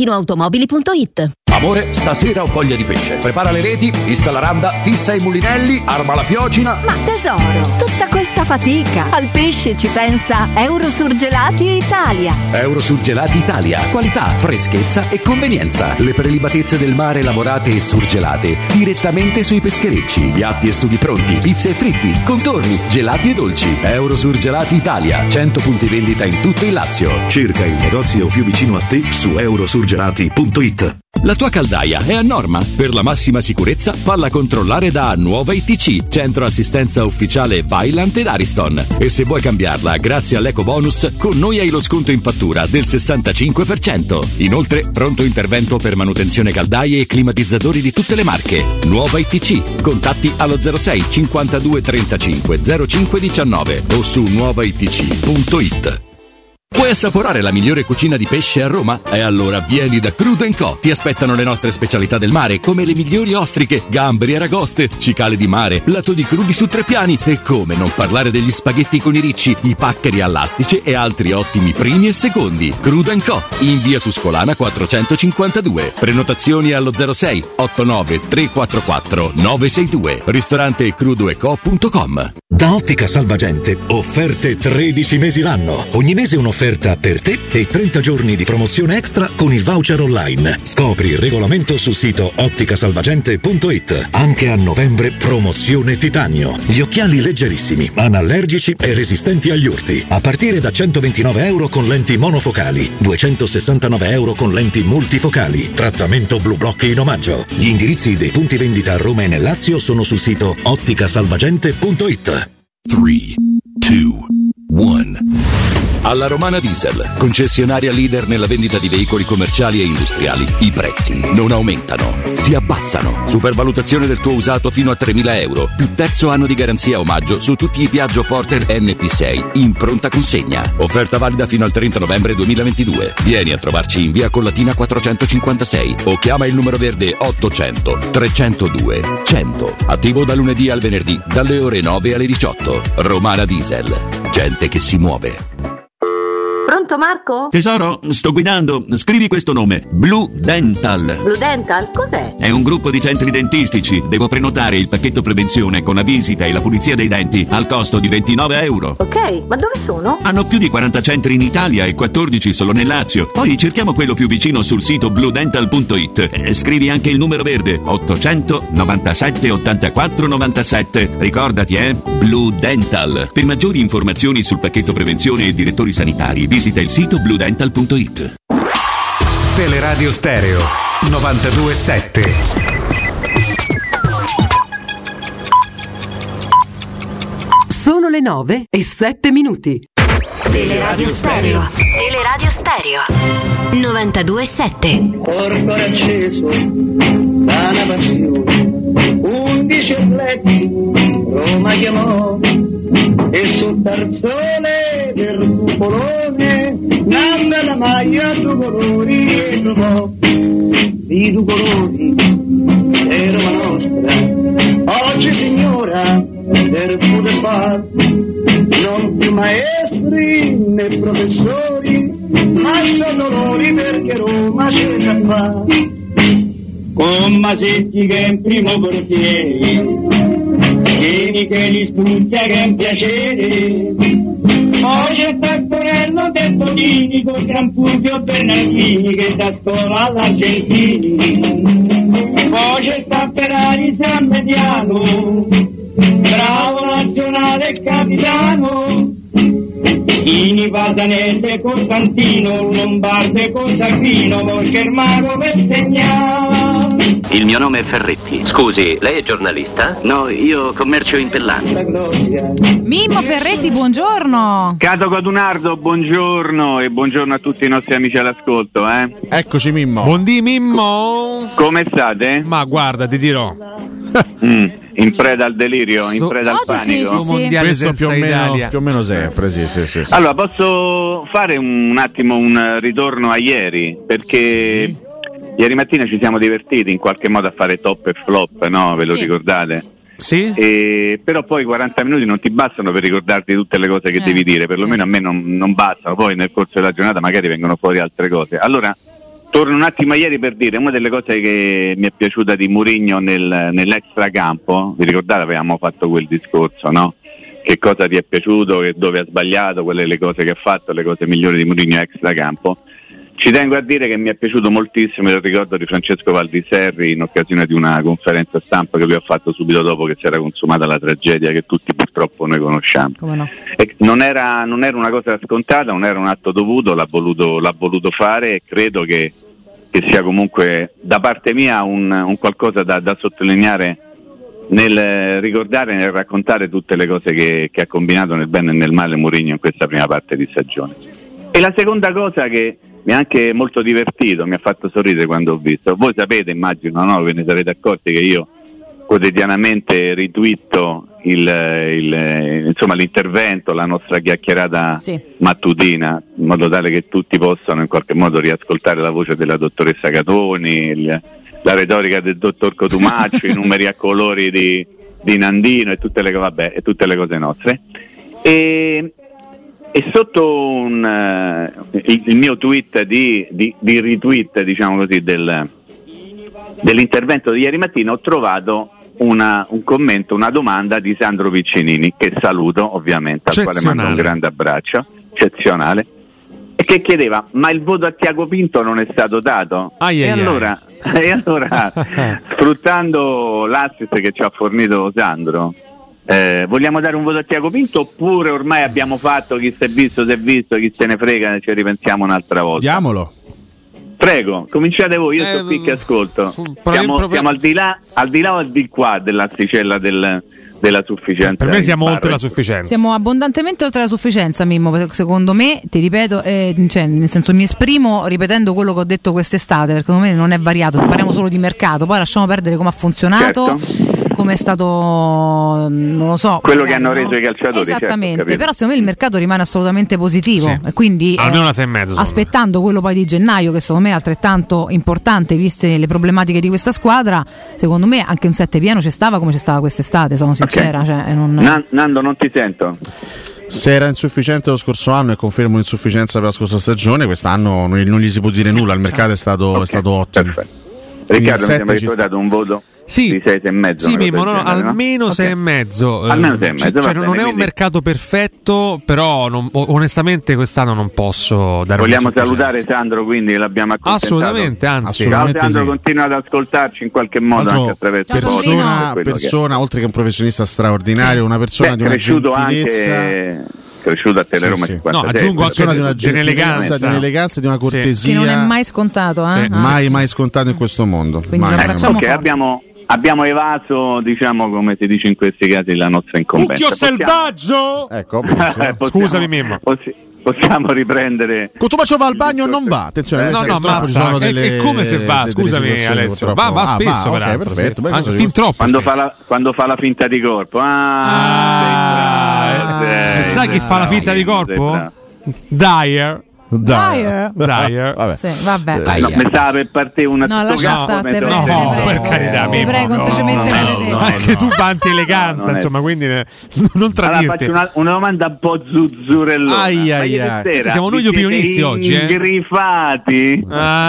[SPEAKER 26] Amore, stasera ho voglia di pesce. Prepara le reti, fissa la randa, fissa i mulinelli, arma la fiocina.
[SPEAKER 27] Ma tesoro, tutta questa fatica. Al pesce ci pensa Eurosurgelati Italia.
[SPEAKER 23] Eurosurgelati Italia. Qualità, freschezza e convenienza. Le prelibatezze del mare lavorate e surgelate direttamente sui pescherecci. Piatti e sughi pronti, pizze e fritti, contorni, gelati e dolci. Eurosurgelati Italia. 100 punti vendita in tutto il Lazio. Cerca il negozio più vicino a te su eurosurgelati.it. La tua caldaia è a norma? Per la massima sicurezza falla controllare da Nuova ITC, centro assistenza ufficiale Vaillant ed Ariston. E se vuoi cambiarla grazie all'eco bonus, con noi hai lo sconto in fattura del 65%. Inoltre, pronto intervento per manutenzione caldaie e climatizzatori di tutte le marche. Nuova ITC, contatti allo 06 52 35 05 19 o su nuovaitc.it. Puoi assaporare la migliore cucina di pesce a Roma? E allora vieni da Crudo & Co. Ti aspettano le nostre specialità del mare, come le migliori ostriche, gamberi, aragoste, cicale di mare, lato di crudi su 3 piani e come non parlare degli spaghetti con i ricci, i paccheri all'astice e altri ottimi primi e secondi. Crudo & Co. in via Tuscolana 452. Prenotazioni allo 06 89 344 962. Ristorante crudoeco.com.
[SPEAKER 28] Da Ottica Salvagente, offerte 13 mesi l'anno. Ogni mese un'offerta per te e 30 giorni di promozione extra con il voucher online. Scopri il regolamento sul sito otticasalvagente.it. Anche a novembre promozione titanio. Gli occhiali leggerissimi, anallergici e resistenti agli urti. A partire da 129 euro con lenti monofocali, 269 euro con lenti multifocali. Trattamento Blue Block in omaggio. Gli indirizzi dei punti vendita a Roma e nel Lazio sono sul sito otticasalvagente.it.
[SPEAKER 23] 3, 2, 1. Alla Romana Diesel, concessionaria leader nella vendita di veicoli commerciali e industriali, i prezzi non aumentano, si abbassano. Supervalutazione del tuo usato fino a 3.000 euro, più terzo anno di garanzia omaggio su tutti i Piaggio Porter NP6 in pronta consegna. Offerta valida fino al 30 novembre 2022. Vieni a trovarci in via Collatina 456 o chiama il numero verde 800 302 100. Attivo da lunedì al venerdì dalle ore 9 alle 18. Romana Diesel, gente che si muove.
[SPEAKER 1] Pronto Marco?
[SPEAKER 20] Tesoro, sto guidando. Scrivi questo nome: Blue Dental.
[SPEAKER 1] Blue Dental? Cos'è?
[SPEAKER 20] È un gruppo di centri dentistici. Devo prenotare il pacchetto prevenzione con la visita e la pulizia dei denti al costo di €29.
[SPEAKER 1] Ok, ma dove sono?
[SPEAKER 20] Hanno più di 40 centri in Italia e 14 solo nel Lazio. Poi cerchiamo quello più vicino sul sito bluedental.it. Scrivi anche il numero verde: 800 97 84 97. Ricordati, Blue Dental. Per maggiori informazioni sul pacchetto prevenzione e direttori sanitari, visita il sito bluedental.it.
[SPEAKER 4] Teleradio Stereo 92.7.
[SPEAKER 5] Sono le 9:07.
[SPEAKER 25] Teleradio Stereo. Teleradio Stereo 92.7.
[SPEAKER 3] Corpo acceso da una passione, 11 atleti Roma chiamò, e sul tarzone del cupolone nanna la maglia due colori e trovò i due colori di Roma nostra. Oggi signora del poter far non più maestri né professori, ma sono loro perché Roma ce ne fa. Con Masetti che è in primo portiere, Vieni che li studia che è un piacere. Poi c'è Taccorello del Tonini con Gran Fulvio Bernardini che da scuola all'Argentini. Poi c'è Tapperari San Mediano, bravo nazionale capitano. Ini Pasanelle Costantino, Lombarde Cosagrino, Volchermano per segnare.
[SPEAKER 7] Il mio nome è Ferretti. Scusi, lei è giornalista? No, io commercio in Pellani.
[SPEAKER 8] Mimmo Ferretti, buongiorno.
[SPEAKER 9] Cato Codunardo, buongiorno e buongiorno a tutti i nostri amici all'ascolto.
[SPEAKER 14] Eccoci Mimmo.
[SPEAKER 17] Buondì Mimmo.
[SPEAKER 9] Come state?
[SPEAKER 17] Ma guarda, ti dirò.
[SPEAKER 9] In preda al delirio, in preda al panico.
[SPEAKER 8] Sì.
[SPEAKER 14] Questo più o meno sempre, sì.
[SPEAKER 9] Allora, posso fare un attimo un ritorno a ieri, perché ieri mattina ci siamo divertiti in qualche modo a fare top e flop, no? Ve lo ricordate?
[SPEAKER 17] Sì.
[SPEAKER 9] Però poi 40 minuti non ti bastano per ricordarti tutte le cose che devi dire, perlomeno a me non bastano, poi nel corso della giornata magari vengono fuori altre cose. Allora, torno un attimo a ieri per dire una delle cose che mi è piaciuta di Mourinho nell'extracampo. Vi ricordate, avevamo fatto quel discorso, no? Che cosa ti è piaciuto, dove ha sbagliato, quelle le cose che ha fatto, le cose migliori di Mourinho extracampo. Ci tengo a dire che mi è piaciuto moltissimo il ricordo di Francesco Valdiserri in occasione di una conferenza stampa che lui ha fatto subito dopo che si era consumata la tragedia che tutti purtroppo noi conosciamo.
[SPEAKER 8] Come no?
[SPEAKER 9] E non era una cosa scontata, non era un atto dovuto, l'ha voluto fare e credo che sia comunque da parte mia un qualcosa da sottolineare nel ricordare e nel raccontare tutte le cose che ha combinato nel bene e nel male Mourinho in questa prima parte di stagione. E la seconda cosa che mi ha anche molto divertito, mi ha fatto sorridere quando ho visto, voi sapete, immagino, no? Ve ne sarete accorti che io quotidianamente ritwitto l'intervento, la nostra chiacchierata mattutina, in modo tale che tutti possano in qualche modo riascoltare la voce della dottoressa Catoni, la retorica del dottor Cotumaccio, i numeri a colori di Nandino e tutte le cose nostre. E sotto il mio tweet di retweet, diciamo così, dell'intervento di ieri mattina ho trovato un commento, una domanda di Sandro Piccinini, che saluto ovviamente, al quale mando un grande abbraccio, eccezionale, e che chiedeva: ma il voto a Tiago Pinto non è stato dato? E allora sfruttando l'assist che ci ha fornito Sandro, vogliamo dare un voto a Tiago Pinto oppure ormai abbiamo fatto chi si è visto, chi se ne frega, ci ripensiamo un'altra volta?
[SPEAKER 14] Diamolo.
[SPEAKER 9] Prego, cominciate voi, io sto qui che ascolto. Siamo al di là o al di qua dell'asticella della sufficienza?
[SPEAKER 17] Per me siamo oltre la sufficienza.
[SPEAKER 8] Siamo abbondantemente oltre la sufficienza, Mimmo, secondo me, ti ripeto, nel senso mi esprimo ripetendo quello che ho detto quest'estate, perché secondo me non è variato, se parliamo solo di mercato, poi lasciamo perdere come ha funzionato, come è stato, non lo so,
[SPEAKER 9] quello che hanno reso i calciatori.
[SPEAKER 8] Esattamente, però secondo me il mercato rimane assolutamente positivo e quindi
[SPEAKER 17] almeno una 6,5,
[SPEAKER 8] aspettando quello poi di gennaio, che secondo me è altrettanto importante viste le problematiche di questa squadra, secondo me anche un 7 pieno ci stava come ci stava quest'estate, sono sincera.
[SPEAKER 9] Nando, non ti sento.
[SPEAKER 14] Se era insufficiente lo scorso anno e confermo l'insufficienza per la scorsa stagione, quest'anno non gli si può dire nulla, il mercato è stato ottimo.
[SPEAKER 9] Perfetto. Riccardo, mi sembra che tu hai dato un voto di 6,5.
[SPEAKER 17] Sì, Mimmo, almeno 6,5.
[SPEAKER 9] Almeno 6,5.
[SPEAKER 17] Cioè, non è un mercato perfetto, però onestamente quest'anno non posso dare.
[SPEAKER 9] Vogliamo salutare Sandro, quindi l'abbiamo accontentato.
[SPEAKER 17] Assolutamente, anzi.
[SPEAKER 9] Sandro, continua ad ascoltarci in qualche modo anche attraverso
[SPEAKER 14] persona oltre che un professionista straordinario, una persona di una gentilezza.
[SPEAKER 9] Cresciuto a Teleroma 57.
[SPEAKER 17] No, aggiungo anche
[SPEAKER 14] di un'eleganza e di una cortesia
[SPEAKER 8] che non è mai scontato,
[SPEAKER 14] mai scontato in questo mondo.
[SPEAKER 9] Ok, abbiamo evaso, diciamo, come si dice in questi casi, la nostra incombenza.
[SPEAKER 17] Mucchio selvaggio!
[SPEAKER 14] Ecco,
[SPEAKER 17] scusami Mimmo.
[SPEAKER 9] Possiamo riprendere.
[SPEAKER 14] Cotumaccio va al bagno o non va? Attenzione,
[SPEAKER 17] ci sono
[SPEAKER 14] delle,
[SPEAKER 17] e come se va? Scusami Alessio, va spesso peraltro.
[SPEAKER 14] Perfetto,
[SPEAKER 17] fin troppo.
[SPEAKER 9] Quando fa la finta di corpo.
[SPEAKER 17] Sai chi fa la finta di corpo? Dyer.
[SPEAKER 14] Vabbè.
[SPEAKER 8] Sì, vabbè.
[SPEAKER 9] Mi stava per partire una
[SPEAKER 8] lascia stare,
[SPEAKER 17] per carità,
[SPEAKER 8] ti prego, non ci mette
[SPEAKER 17] anche tu vanti eleganza, insomma, quindi non tradirti.
[SPEAKER 9] Allora, faccio una domanda un po' zuzzurellona.
[SPEAKER 17] Siamo noi gli opinionisti oggi,
[SPEAKER 9] ingrifati?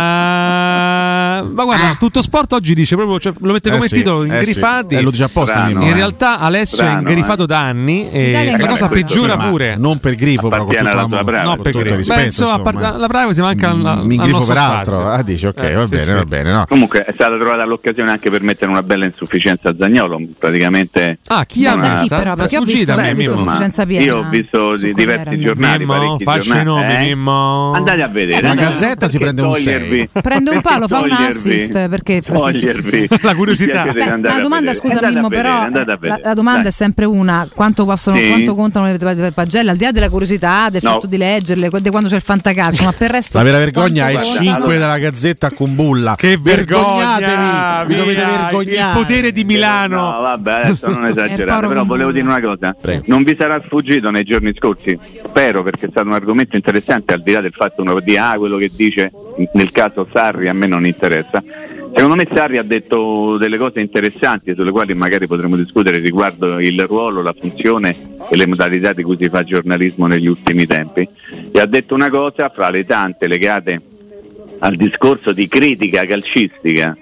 [SPEAKER 17] Ma guarda, Tutto Sport oggi dice proprio, cioè, lo mette come titolo, ingrifati.
[SPEAKER 14] Lo dice apposta.
[SPEAKER 17] In realtà Alessio è ingrifato da anni e la cosa peggiora pure.
[SPEAKER 14] Non per grifo, però con tutto il rispetto.
[SPEAKER 17] La privacy manca
[SPEAKER 14] mi ingrifo peraltro. Dici ok, va bene. No.
[SPEAKER 9] Comunque è stata trovata l'occasione anche per mettere una bella insufficienza a Zagnolo, praticamente.
[SPEAKER 17] Chi ha messo?
[SPEAKER 8] Perché ho visto insufficienza piena.
[SPEAKER 9] Io ho visto diversi giornali,
[SPEAKER 17] faccio i nomi, Mimmo.
[SPEAKER 9] Andate a vedere.
[SPEAKER 14] La Gazzetta si prende un 6.
[SPEAKER 8] Prende un palo, fa un assist perché
[SPEAKER 17] la curiosità.
[SPEAKER 8] La domanda, scusa Mimmo, però la domanda è sempre una: quanto contano le pagelle, al di là della curiosità, del fatto di leggerle, di quando c'è il fantacalcio, ma per il resto
[SPEAKER 14] la vera vergogna è il 5 della Gazzetta a Kumbulla.
[SPEAKER 17] Che vergogna,
[SPEAKER 14] vi dovete vergognare.
[SPEAKER 17] Il potere di Milano.
[SPEAKER 9] No, vabbè, adesso non esagerate, però volevo dire una cosa. Non vi sarà sfuggito nei giorni scorsi, spero, perché è stato un argomento interessante, al di là del fatto uno di quello che dice nel caso Sarri a me non interessa. Secondo me Sarri ha detto delle cose interessanti sulle quali magari potremo discutere riguardo il ruolo, la funzione e le modalità di cui si fa giornalismo negli ultimi tempi, e ha detto una cosa fra le tante legate al discorso di critica calcistica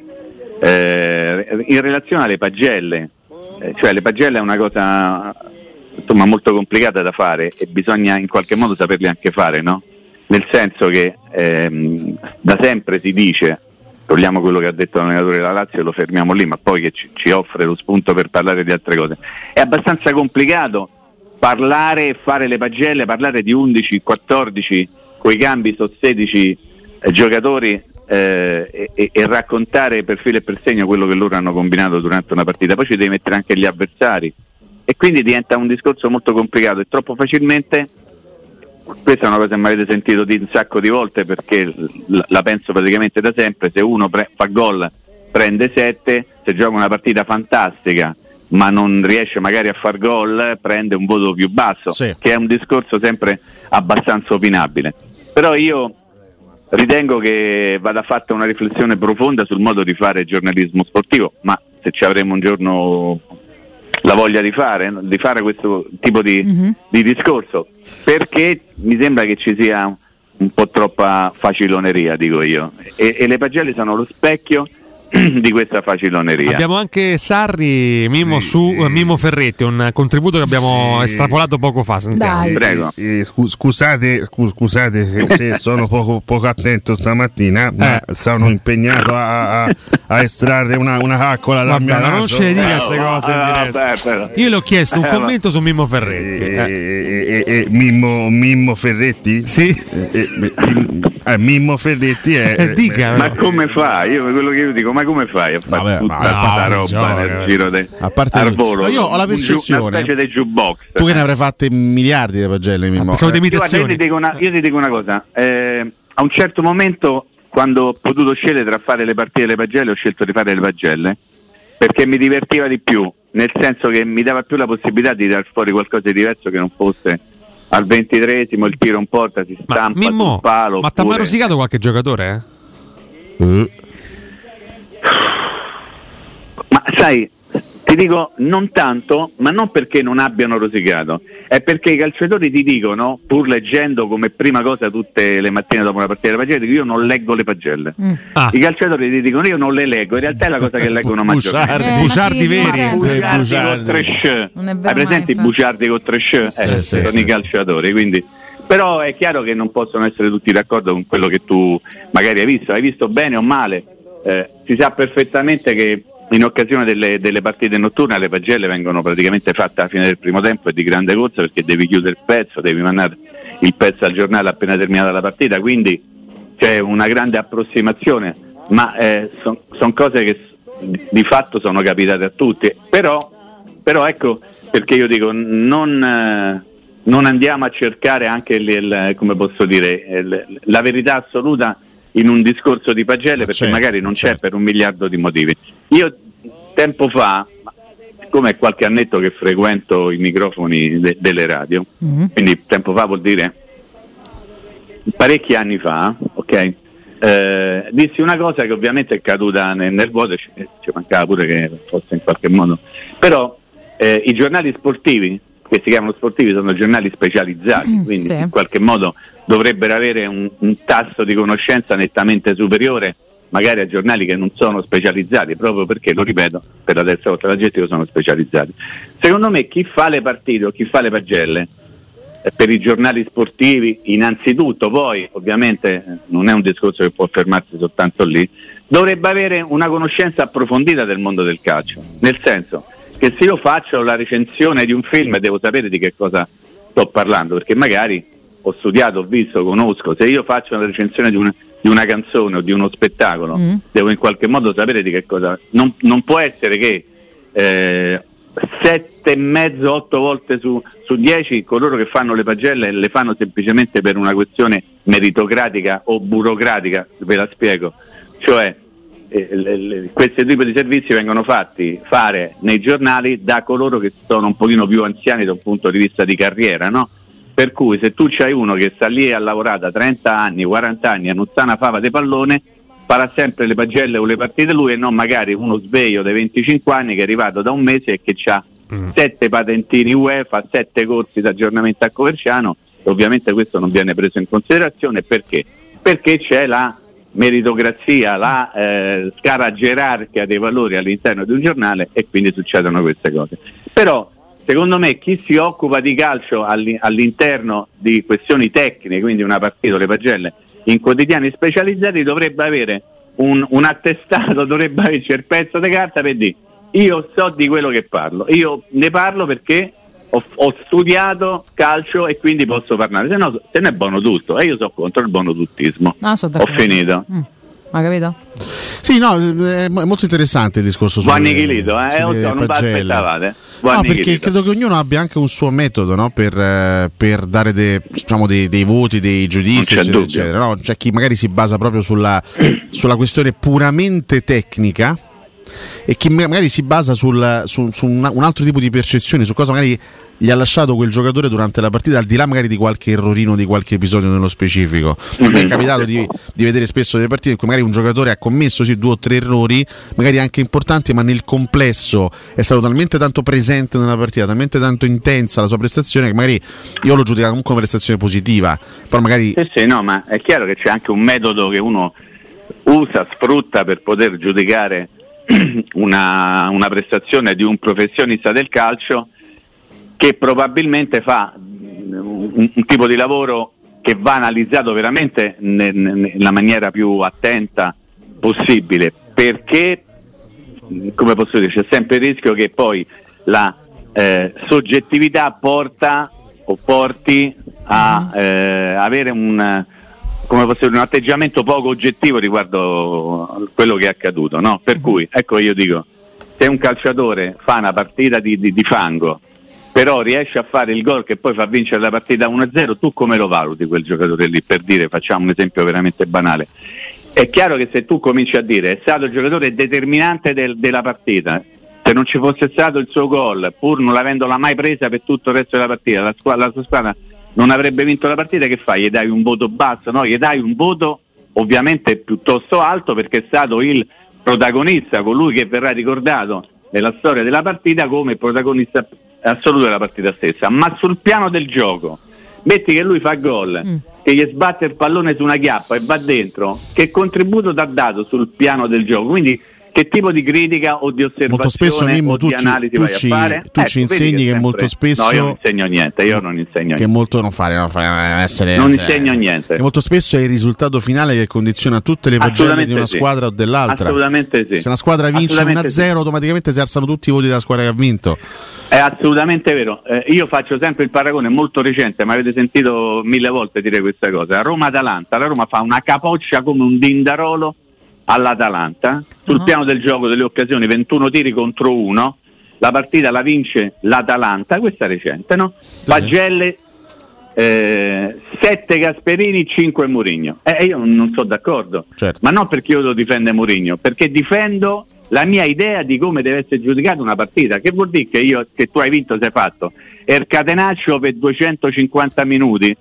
[SPEAKER 9] in relazione alle pagelle. Cioè le pagelle è una cosa insomma molto complicata da fare e bisogna in qualche modo saperle anche fare, no? Nel senso che da sempre si dice, togliamo quello che ha detto l'allenatore della Lazio e lo fermiamo lì, ma poi che ci offre lo spunto per parlare di altre cose. È abbastanza complicato parlare e fare le pagelle, parlare di 11, 14, coi cambi su 16 giocatori e raccontare per filo e per segno quello che loro hanno combinato durante una partita. Poi ci devi mettere anche gli avversari e quindi diventa un discorso molto complicato e troppo facilmente. Questa è una cosa che mi avete sentito di un sacco di volte, perché la penso praticamente da sempre: se uno fa gol prende 7, se gioca una partita fantastica ma non riesce magari a far gol prende un voto più basso, che è un discorso sempre abbastanza opinabile. Però io ritengo che vada fatta una riflessione profonda sul modo di fare giornalismo sportivo, ma se ci avremo un giorno la voglia di fare questo tipo di discorso, perché mi sembra che ci sia un po' troppa faciloneria, dico io, e le pagelle sono lo specchio di questa faciloneria.
[SPEAKER 17] Abbiamo anche Sarri, Mimmo, su Mimmo Ferretti, un contributo che abbiamo estrapolato poco fa.
[SPEAKER 8] Dai.
[SPEAKER 9] Prego.
[SPEAKER 2] Scusate se sono poco attento stamattina, ma sono impegnato a estrarre una caccola dal mio naso.
[SPEAKER 17] Non ce ne dica queste cose in diretta. Io le ho chiesto un commento su Mimmo Ferretti.
[SPEAKER 2] Mimmo Ferretti?
[SPEAKER 17] Sì.
[SPEAKER 2] Mimmo Ferretti è
[SPEAKER 17] dica,
[SPEAKER 9] ma come fai? Quello che io dico, ma come fai a fare tutta questa roba nel giro al volo?
[SPEAKER 14] Io ho la percezione,
[SPEAKER 9] una specie di jukebox.
[SPEAKER 14] Tu che ne avrai fatte miliardi di pagelle, Mimmo.
[SPEAKER 17] Sono imitazioni.
[SPEAKER 9] Io ti dico una cosa, a un certo momento, quando ho potuto scegliere tra fare le partite e le pagelle, ho scelto di fare le pagelle perché mi divertiva di più, nel senso che mi dava più la possibilità di dar fuori qualcosa di diverso che non fosse al 23esimo il tiro in porta, si stampa sul palo.
[SPEAKER 17] Ma t'ha mai rosicato qualche giocatore?
[SPEAKER 9] Ma sai, Ti dico non tanto, ma non perché non abbiano rosicato, è perché i calciatori ti dicono, pur leggendo come prima cosa tutte le mattine dopo una partita di pagelle, io non leggo le pagelle. I calciatori ti dicono io non le leggo, in realtà è la cosa che leggono maggiormente.
[SPEAKER 17] Buciardi veri.
[SPEAKER 9] Buciardi con tre sc. Hai presente i buciardi con tre sc? Sono i calciatori, quindi. Però è chiaro che non possono essere tutti d'accordo con quello che tu magari hai visto bene o male. Si sa perfettamente che in occasione delle partite notturne le pagelle vengono praticamente fatte alla fine del primo tempo e di grande corsa, perché devi chiudere il pezzo, devi mandare il pezzo al giornale appena terminata la partita, quindi c'è una grande approssimazione, ma sono cose che di fatto sono capitate a tutti, però ecco perché io dico non andiamo a cercare anche come posso dire, la verità assoluta in un discorso di pagelle, perché magari non c'è per un miliardo di motivi. Io tempo fa, come qualche annetto che frequento i microfoni delle radio, quindi tempo fa vuol dire parecchi anni fa, ok? Dissi una cosa che ovviamente è caduta nel vuoto, ci mancava pure che fosse in qualche modo, però i giornali sportivi, che si chiamano sportivi, sono giornali specializzati, quindi in qualche modo dovrebbero avere un tasso di conoscenza nettamente superiore magari a giornali che non sono specializzati, proprio perché, lo ripeto per la terza volta l'aggettivo, sono specializzati. Secondo me chi fa le partite o chi fa le pagelle per i giornali sportivi innanzitutto, poi ovviamente non è un discorso che può fermarsi soltanto lì, dovrebbe avere una conoscenza approfondita del mondo del calcio, nel senso che se io faccio la recensione di un film devo sapere di che cosa sto parlando, perché magari ho studiato, ho visto, conosco. Se io faccio una recensione di una canzone o di uno spettacolo, devo in qualche modo sapere di che cosa. Non può essere che 7,5, 8 volte su 10 coloro che fanno le pagelle le fanno semplicemente per una questione meritocratica o burocratica. Ve la spiego. Cioè questi tipi di servizi vengono fare nei giornali da coloro che sono un pochino più anziani da un punto di vista di carriera, no? Per cui se tu c'hai uno che sta lì e ha lavorato da 30 anni, 40 anni, a non sta una fava di pallone, farà sempre le pagelle o le partite lui, e non magari uno sveglio dei 25 anni che è arrivato da un mese e che ha 7 patentini UEFA, 7 corsi di aggiornamento a Coverciano. Ovviamente questo non viene preso in considerazione. Perché? Perché c'è la meritocrazia, la scala gerarchia dei valori all'interno di un giornale, e quindi succedono queste cose. Però secondo me chi si occupa di calcio all'interno di questioni tecniche, quindi una partita o le pagelle, in quotidiani specializzati, dovrebbe avere un attestato, dovrebbe averci il pezzo di carta per dire io so di quello che parlo, io ne parlo perché ho studiato calcio e quindi posso parlare, se no è buono tutto, e io sono contro il buonotuttismo. Ho finito.
[SPEAKER 8] Ma capito?
[SPEAKER 14] Sì, no, è molto interessante il discorso
[SPEAKER 9] sulle pagelle. Non aspettavate.
[SPEAKER 14] No, perché credo che ognuno abbia anche un suo metodo, no? per dare dei voti, dei giudizi, eccetera, eccetera. No? C'è chi magari si basa proprio sulla questione puramente tecnica, e chi magari si basa su un altro tipo di percezione, su cosa magari gli ha lasciato quel giocatore durante la partita, al di là magari di qualche errorino, di qualche episodio nello specifico. Mi è capitato di vedere spesso delle partite in cui magari un giocatore ha commesso 2 o 3 errori, magari anche importanti, ma nel complesso è stato talmente tanto presente nella partita, talmente tanto intensa la sua prestazione, che magari io l'ho giudicata comunque una prestazione positiva. Però magari
[SPEAKER 9] sì, no, ma è chiaro che c'è anche un metodo che uno usa, sfrutta per poter giudicare una prestazione di un professionista del calcio, che probabilmente fa un tipo di lavoro che va analizzato veramente nella maniera più attenta possibile, perché, come posso dire, c'è sempre il rischio che poi la soggettività porti a avere un atteggiamento poco oggettivo riguardo quello che è accaduto, no? Per cui, ecco, io dico, se un calciatore fa una partita di fango, però riesce a fare il gol che poi fa vincere la partita 1-0, tu come lo valuti quel giocatore lì? Per dire, facciamo un esempio veramente banale. È chiaro che se tu cominci a dire è stato il giocatore determinante della partita, se non ci fosse stato il suo gol, pur non avendola mai presa per tutto il resto della partita, la sua squadra non avrebbe vinto la partita, che fai? Gli dai un voto basso? No, gli dai un voto ovviamente piuttosto alto, perché è stato il protagonista, colui che verrà ricordato nella storia della partita come protagonista assoluto della partita stessa, ma sul piano del gioco, metti che lui fa gol, che gli sbatte il pallone su una chiappa e va dentro, che contributo ti ha dato sul piano del gioco? Quindi che tipo di critica o di osservazione
[SPEAKER 14] molto spesso, Mimmo,
[SPEAKER 9] o di analisi vai a fare?
[SPEAKER 14] Tu ci insegni che molto spesso...
[SPEAKER 9] No, io non insegno niente, non insegno
[SPEAKER 14] che molto non fare,
[SPEAKER 9] non insegno niente.
[SPEAKER 14] Che molto spesso è il risultato finale che condiziona tutte le pagelle di una squadra o dell'altra.
[SPEAKER 9] Assolutamente sì.
[SPEAKER 14] Se una squadra vince 1-0, automaticamente si alzano tutti i voti della squadra che ha vinto.
[SPEAKER 9] È assolutamente vero. Io faccio sempre il paragone molto recente, ma avete sentito 1000 volte dire questa cosa. Roma-Atalanta, la Roma fa una capoccia come un dindarolo all'Atalanta sul piano del gioco, delle occasioni, 21 tiri contro 1, la partita la vince l'Atalanta, questa è recente, no? Pagelle 7 Gasperini, 5 Mourinho. Io non sono d'accordo, ma non perché io lo difendo Mourinho, perché difendo la mia idea di come deve essere giudicata una partita. Che vuol dire che tu hai vinto, sei fatto il catenaccio per 250 minuti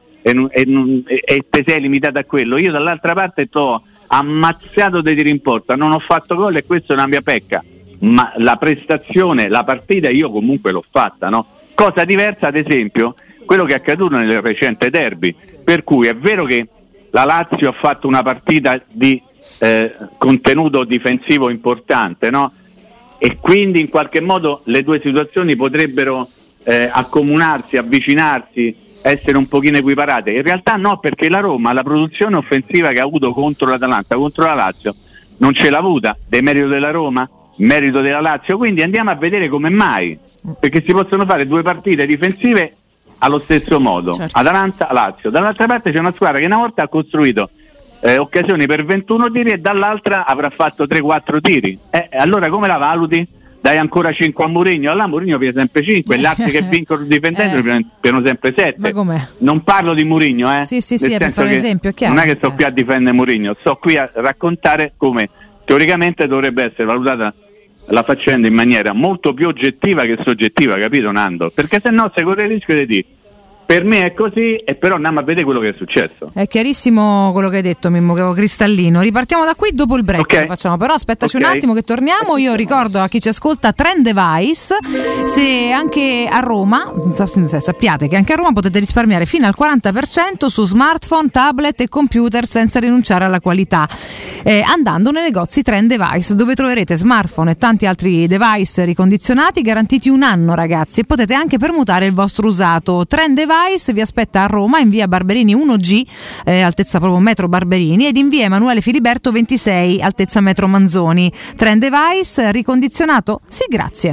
[SPEAKER 9] e te sei limitato a quello. Io dall'altra parte t'ho ammazzato dei tiri in porta, non ho fatto gol e questa è una mia pecca, ma la prestazione, la partita io comunque l'ho fatta, no? Cosa diversa ad esempio quello che è accaduto nel recente derby, per cui è vero che la Lazio ha fatto una partita di contenuto difensivo importante, no? E quindi in qualche modo le due situazioni potrebbero accomunarsi, avvicinarsi, essere un pochino equiparate. In realtà no, perché la Roma la produzione offensiva che ha avuto contro l'Atalanta, contro la Lazio, non ce l'ha avuta. Demerito della Roma, merito della Lazio. Quindi andiamo a vedere come mai, perché si possono fare due partite difensive allo stesso modo, Atalanta-Lazio. Dall'altra parte c'è una squadra che una volta ha costruito occasioni per 21 tiri e dall'altra avrà fatto 3-4 tiri. Allora come la valuti? Dai ancora 5 a Mourinho, allora Mourinho piace sempre 5, gli altri che vincono difendendo piano sempre 7.
[SPEAKER 8] Ma com'è?
[SPEAKER 9] Non parlo di Mourinho,
[SPEAKER 8] Sì, è per fare un esempio, chiaro.
[SPEAKER 9] Non è che sto qui a difendere Mourinho, sto qui a raccontare come teoricamente dovrebbe essere valutata la faccenda in maniera molto più oggettiva che soggettiva, capito Nando? Perché se no si corre il rischio di dire per me è così, e però andiamo a vedere quello che è successo.
[SPEAKER 8] È chiarissimo quello che hai detto, Mimmo, che cristallino. Ripartiamo da qui dopo il break, lo facciamo, però aspettaci un attimo che torniamo. Io ricordo a chi ci ascolta Trend Device, se anche a Roma, sappiate che anche a Roma potete risparmiare fino al 40% su smartphone, tablet e computer senza rinunciare alla qualità, andando nei negozi Trend Device, dove troverete smartphone e tanti altri device ricondizionati garantiti un anno, ragazzi, e potete anche permutare il vostro usato. Trend Device vi aspetta a Roma in via Barberini 1G, altezza proprio metro Barberini, ed in via Emanuele Filiberto 26, altezza metro Manzoni. Trend Device ricondizionato? Sì, grazie.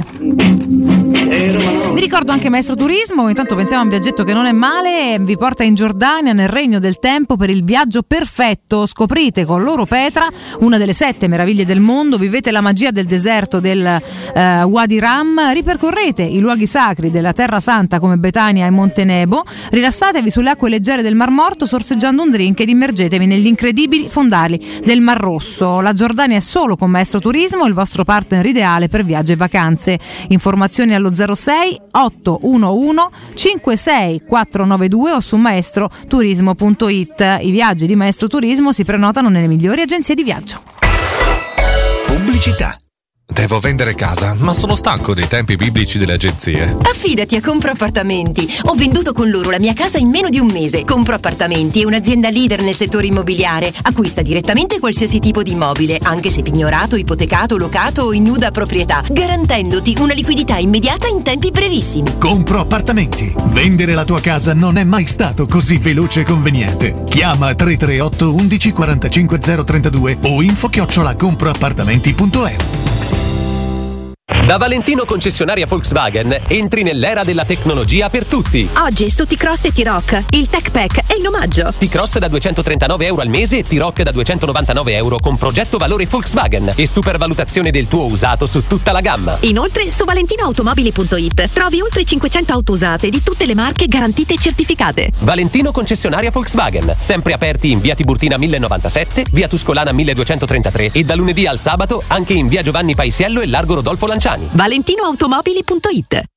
[SPEAKER 8] Vi ricordo anche Maestro Turismo, intanto pensiamo a un viaggetto che non è male, vi porta in Giordania nel regno del tempo per il viaggio perfetto. Scoprite con loro Petra una delle 7 meraviglie del mondo, vivete la magia del deserto del Wadi Ram, ripercorrete i luoghi sacri della Terra Santa come Betania e Monte Nebo, rilassatevi sulle acque leggere del Mar Morto sorseggiando un drink ed immergetevi negli incredibili fondali del Mar Rosso. La Giordania è solo con Maestro Turismo, il vostro partner ideale per viaggi e vacanze. Informazioni allo 06 811 56 492 o su maestroturismo.it. I viaggi di Maestro Turismo si prenotano nelle migliori agenzie di viaggio.
[SPEAKER 6] Pubblicità. Devo vendere casa, ma sono stanco dei tempi biblici delle agenzie.
[SPEAKER 10] Affidati a Compro Appartamenti. Ho venduto con loro la mia casa in meno di un mese. Compro Appartamenti è un'azienda leader nel settore immobiliare. Acquista direttamente qualsiasi tipo di immobile, anche se pignorato, ipotecato, locato o in nuda proprietà, garantendoti una liquidità immediata in tempi brevissimi.
[SPEAKER 6] Compro Appartamenti. Vendere la tua casa non è mai stato così veloce e conveniente. Chiama 338 11 45 032 o info@comproappartamenti.eu.
[SPEAKER 11] Da Valentino concessionaria Volkswagen entri nell'era della tecnologia per tutti.
[SPEAKER 27] Oggi su T-Cross e T-Rock il Tech Pack è in omaggio.
[SPEAKER 11] T-Cross da €239 al mese e T-Rock da €299 con progetto valore Volkswagen e supervalutazione del tuo usato su tutta la gamma.
[SPEAKER 27] Inoltre su valentinoautomobili.it trovi oltre 500 auto usate di tutte le marche garantite e certificate.
[SPEAKER 11] Valentino concessionaria Volkswagen, sempre aperti in via Tiburtina 1097, via Tuscolana 1233 e da lunedì al sabato anche in via Giovanni Paisiello e largo Rodolfo Lanciani.
[SPEAKER 27] valentinoautomobili.it.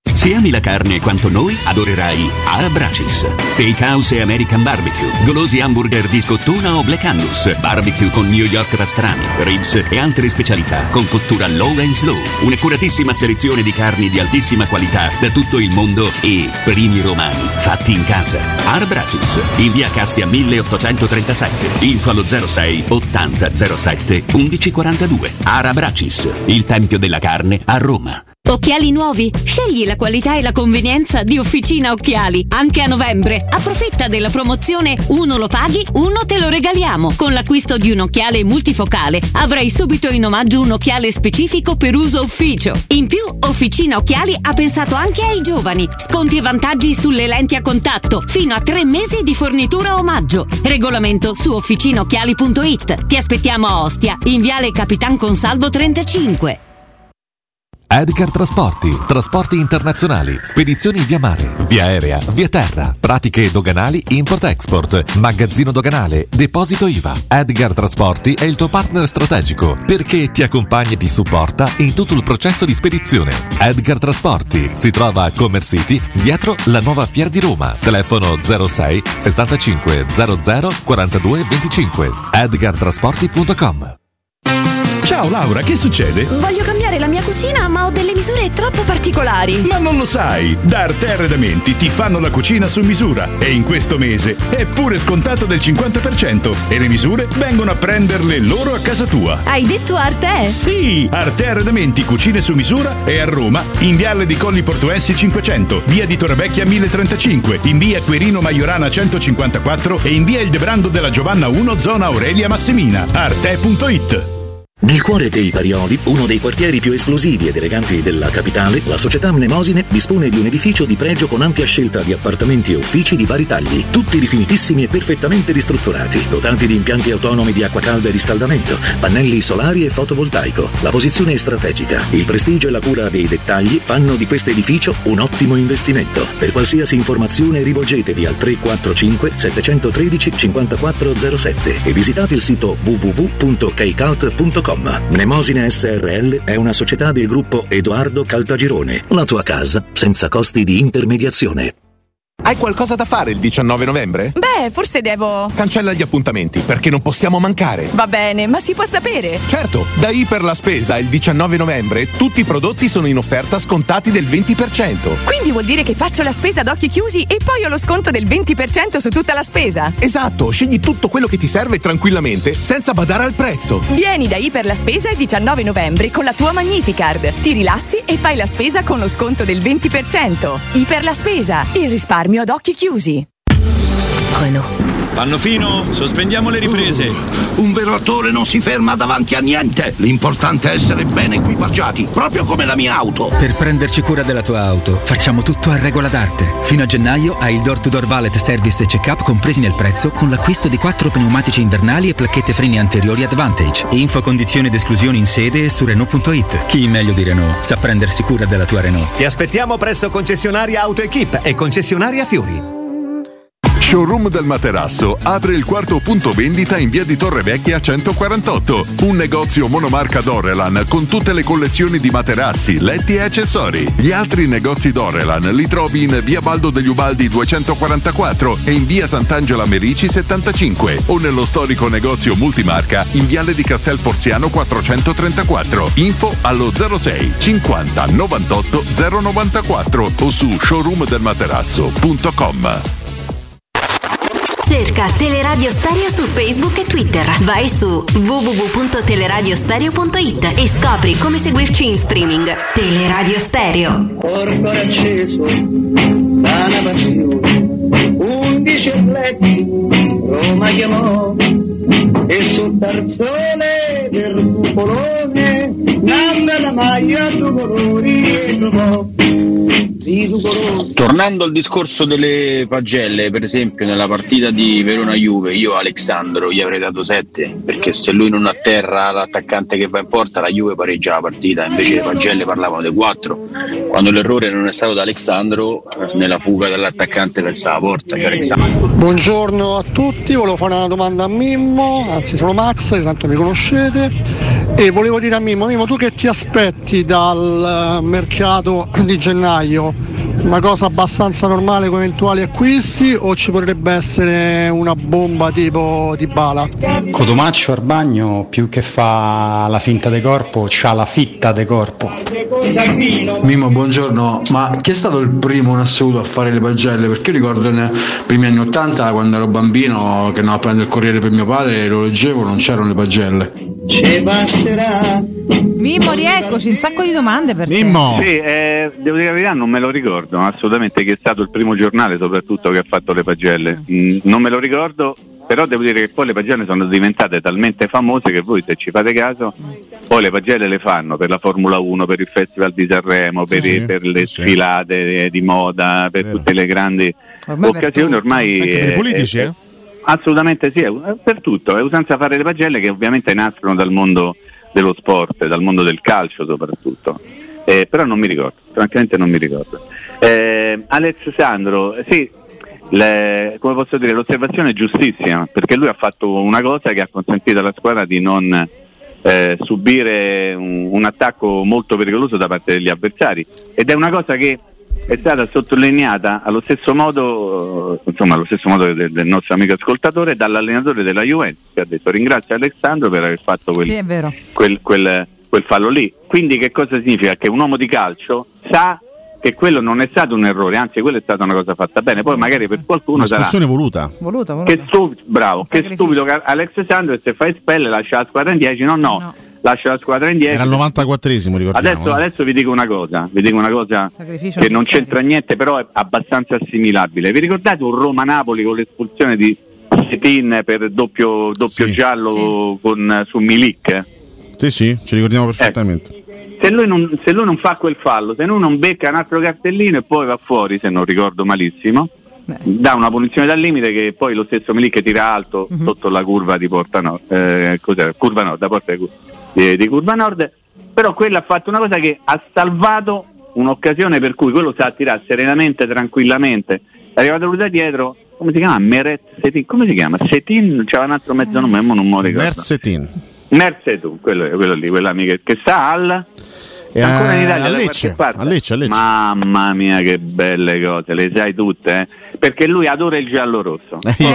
[SPEAKER 20] Se ami la carne quanto noi, adorerai Arabracis. Steakhouse e American Barbecue, golosi hamburger di scottuna o Black Angus, barbecue con New York pastrami, ribs e altre specialità con cottura low and slow. Un'accuratissima selezione di carni di altissima qualità da tutto il mondo e primi romani fatti in casa. Arabracis, in via Cassia 1837, info allo 06 80 07 1142. Arabracis, il tempio della carne a Roma.
[SPEAKER 12] Occhiali nuovi? Scegli la qualità e la convenienza di Officina Occhiali. Anche a novembre. Approfitta della promozione uno lo paghi, uno te lo regaliamo. Con l'acquisto di un occhiale multifocale avrai subito in omaggio un occhiale specifico per uso ufficio. In più, Officina Occhiali ha pensato anche ai giovani. Sconti e vantaggi sulle lenti a contatto. Fino a 3 mesi di fornitura omaggio. Regolamento su officinaocchiali.it. Ti aspettiamo a Ostia, in viale Capitan Consalvo 35.
[SPEAKER 13] Edgar trasporti internazionali, spedizioni via mare, via aerea, via terra, pratiche doganali import-export, magazzino doganale, deposito IVA. Edgar Trasporti è il tuo partner strategico perché ti accompagna e ti supporta in tutto il processo di spedizione. Edgar Trasporti si trova a Commerce City, dietro la nuova Fiera di Roma. Telefono 06 65 00 42 25. edgartrasporti.com.
[SPEAKER 15] Ciao Laura, che succede?
[SPEAKER 27] Voglio cambiare la mia cucina, ma ho delle misure troppo particolari.
[SPEAKER 15] Ma non lo sai! Da Arte Arredamenti ti fanno la cucina su misura e in questo mese è pure scontato del 50% e le misure vengono a prenderle loro a casa tua.
[SPEAKER 27] Hai detto Arte?
[SPEAKER 15] Sì! Arte Arredamenti Cucine su misura è a Roma, in Viale di Colli Portuensi 500, via di Torrevecchia 1035, in via Quirino Maiorana 154 e in via Il Debrando della Giovanna 1, zona Aurelia Massimina. Arte.it.
[SPEAKER 28] Nel cuore dei Parioli, uno dei quartieri più esclusivi ed eleganti della capitale, la società Mnemosine dispone di un edificio di pregio con ampia scelta di appartamenti e uffici di vari tagli, tutti rifinitissimi e perfettamente ristrutturati, dotati di impianti autonomi di acqua calda e riscaldamento, pannelli solari e fotovoltaico. La posizione è strategica, il prestigio e la cura dei dettagli fanno di questo edificio un ottimo investimento. Per qualsiasi informazione rivolgetevi al 345 713 5407 e visitate il sito www.kcalt.com. Mnemosine SRL è una società del gruppo Edoardo Caltagirone. La tua casa senza costi di intermediazione.
[SPEAKER 16] Hai qualcosa da fare il 19 novembre?
[SPEAKER 27] Beh, forse devo...
[SPEAKER 16] Cancella gli appuntamenti, perché non possiamo mancare.
[SPEAKER 27] Va bene, ma si può sapere?
[SPEAKER 16] Certo, da Iper la Spesa il 19 novembre tutti i prodotti sono in offerta scontati del 20%.
[SPEAKER 27] Quindi vuol dire che faccio la spesa ad occhi chiusi e poi ho lo sconto del 20% su tutta la spesa?
[SPEAKER 16] Esatto, scegli tutto quello che ti serve tranquillamente, senza badare al prezzo.
[SPEAKER 27] Vieni da Iper la Spesa il 19 novembre con la tua Magnificard. Ti rilassi e fai la spesa con lo sconto del 20%. Iper la Spesa, il risparmio ad occhi chiusi.
[SPEAKER 18] Pannofino, sospendiamo le riprese.
[SPEAKER 19] Un vero attore non si ferma davanti a niente. L'importante è essere ben equipaggiati, proprio come la mia auto.
[SPEAKER 22] Per prenderci cura della tua auto, facciamo tutto a regola d'arte. Fino a gennaio hai il door-to-door valet service e check-up compresi nel prezzo con l'acquisto di 4 pneumatici invernali e placchette freni anteriori Advantage. Info, condizioni ed esclusioni in sede e su Renault.it. Chi meglio di Renault sa prendersi cura della tua Renault.
[SPEAKER 18] Ti aspettiamo presso concessionaria AutoEquip e concessionaria Fiori.
[SPEAKER 24] Showroom del Materasso apre il quarto punto vendita in via di Torrevecchia 148. Un negozio monomarca Dorelan con tutte le collezioni di materassi, letti e accessori. Gli altri negozi Dorelan li trovi in via Baldo degli Ubaldi 244 e in via Sant'Angela Merici 75 o nello storico negozio multimarca in viale di Castel Porziano 434. Info allo 06 50 98 094 o su showroomdelmaterasso.com.
[SPEAKER 25] Cerca Teleradio Stereo su Facebook e Twitter. Vai su www.teleradiostereo.it e scopri come seguirci in streaming. Teleradio Stereo.
[SPEAKER 3] Porto acceso da una passione, 11 atleti Roma chiamò e sul tarzone del cupolone nanna la maglia a due colori e trovò.
[SPEAKER 9] Tornando al discorso delle pagelle, per esempio nella partita di Verona-Juve, io a Alexandro gli avrei dato 7, perché se lui non atterra l'attaccante che va in porta, la Juve pareggia la partita. Invece le pagelle parlavano dei 4, quando l'errore non è stato da Alexandro nella fuga dall'attaccante verso la porta.
[SPEAKER 29] Buongiorno a tutti, volevo fare una domanda a Mimmo, anzi sono Max, tanto mi conoscete, e volevo dire a Mimmo, tu che ti aspetti dal mercato di gennaio? una cosa abbastanza normale con eventuali acquisti o ci potrebbe essere una bomba tipo Dybala?
[SPEAKER 1] Cotumaccio al bagno più che fa la finta de corpo c'ha la fitta de corpo.
[SPEAKER 2] Mimmo, buongiorno, ma chi è stato il primo in assoluto a fare le pagelle? Perché io ricordo nei primi anni 80, quando ero bambino, che andavo a prendere il Corriere per mio padre, lo leggevo, non c'erano le pagelle.
[SPEAKER 8] Mimmo, rieccoci, un sacco di domande per te.
[SPEAKER 9] Sì, devo dire la verità, non me lo ricordo assolutamente chi è stato il primo giornale soprattutto che ha fatto le pagelle. Non me lo ricordo, però devo dire che poi le pagelle sono diventate talmente famose che voi, se ci fate caso, poi le pagelle le fanno per la Formula 1, per il Festival di Sanremo, per le sfilate di moda, per tutte le grandi occasioni ormai.
[SPEAKER 4] Anche per i politici,
[SPEAKER 9] Assolutamente sì, per tutto. È usanza fare le pagelle che ovviamente nascono dal mondo dello sport, dal mondo del calcio soprattutto. Però non mi ricordo, francamente non mi ricordo. Alex Sandro, sì, come posso dire, l'osservazione è giustissima, perché lui ha fatto una cosa che ha consentito alla squadra di non subire un attacco molto pericoloso da parte degli avversari, ed è una cosa che è stata sottolineata allo stesso modo del nostro amico ascoltatore, dall'allenatore della Juventus, che ha detto: ringrazio Alessandro per aver fatto quel fallo lì. Quindi che cosa significa? Che un uomo di calcio sa che quello non è stato un errore, anzi quello è stata una cosa fatta bene. Poi magari per qualcuno sarà
[SPEAKER 14] voluta.
[SPEAKER 9] Che stupido che Alex Sandro, e se fa espelle lascia la squadra in 10. No. Lascia la squadra in 10.
[SPEAKER 14] Era il 94esimo, ricordiamo.
[SPEAKER 9] Adesso vi dico una cosa che non c'entra niente, però è abbastanza assimilabile. Vi ricordate un Roma-Napoli con l'espulsione di Setin per doppio giallo su Milik?
[SPEAKER 14] Sì, ci ricordiamo perfettamente.
[SPEAKER 9] Se lui non fa quel fallo, se lui non becca un altro cartellino e poi va fuori, se non ricordo malissimo, dà una punizione dal limite che poi lo stesso Milik tira alto sotto la curva di Porta Nord, curva nord, da porta di curva nord. Però quello ha fatto una cosa che ha salvato un'occasione per cui quello sa tirare serenamente, tranquillamente. È arrivato lui da dietro, come si chiama? Meret Setin, come si chiama? Setin, c'era un altro mezzo nome, ma non me lo ricordo. Mersetun, quello lì, quell'amico che sta ancora in Italia,
[SPEAKER 14] a Lecce.
[SPEAKER 9] Mamma mia, che belle cose, le sai tutte, perché lui adora il giallo rosso.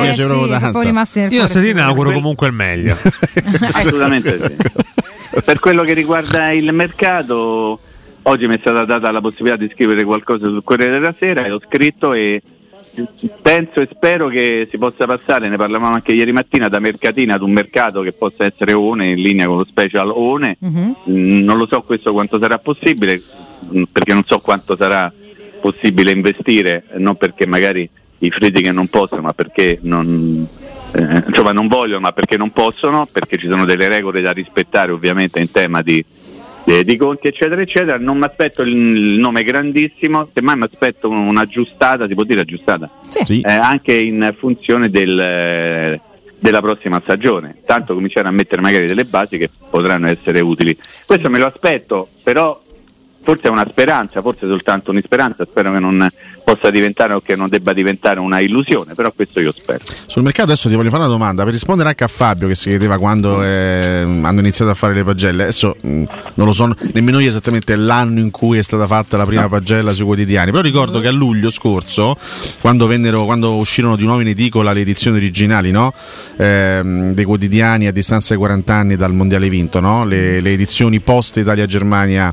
[SPEAKER 4] Io a Setin auguro comunque il meglio.
[SPEAKER 9] Assolutamente sì. Per quello che riguarda il mercato, oggi mi è stata data la possibilità di scrivere qualcosa sul Corriere della Sera e ho scritto, e penso e spero che si possa passare, ne parlavamo anche ieri mattina, da mercatina ad un mercato che possa essere One, in linea con lo special One. Non lo so questo quanto sarà possibile, perché non so quanto sarà possibile investire, non perché magari i Friedrich non possono, ma perché non vogliono, ma perché non possono, perché ci sono delle regole da rispettare ovviamente in tema di conti eccetera eccetera. Non mi aspetto il nome grandissimo, semmai mi aspetto un'aggiustata, si può dire aggiustata?
[SPEAKER 14] Sì.
[SPEAKER 9] Anche in funzione della prossima stagione, tanto cominciare a mettere magari delle basi che potranno essere utili. Questo me lo aspetto, però forse è una speranza, forse soltanto un'esperanza, spero che non possa diventare o che non debba diventare una illusione, però questo io spero.
[SPEAKER 14] Sul mercato adesso ti voglio fare una domanda per rispondere anche a Fabio, che si chiedeva quando hanno iniziato a fare le pagelle. Adesso non lo so nemmeno io esattamente l'anno in cui è stata fatta la prima pagella sui quotidiani, però ricordo che a luglio scorso, quando uscirono di nuovo in edicola le edizioni originali, no? Dei quotidiani a distanza di 40 anni dal mondiale vinto, no? Le edizioni post Italia-Germania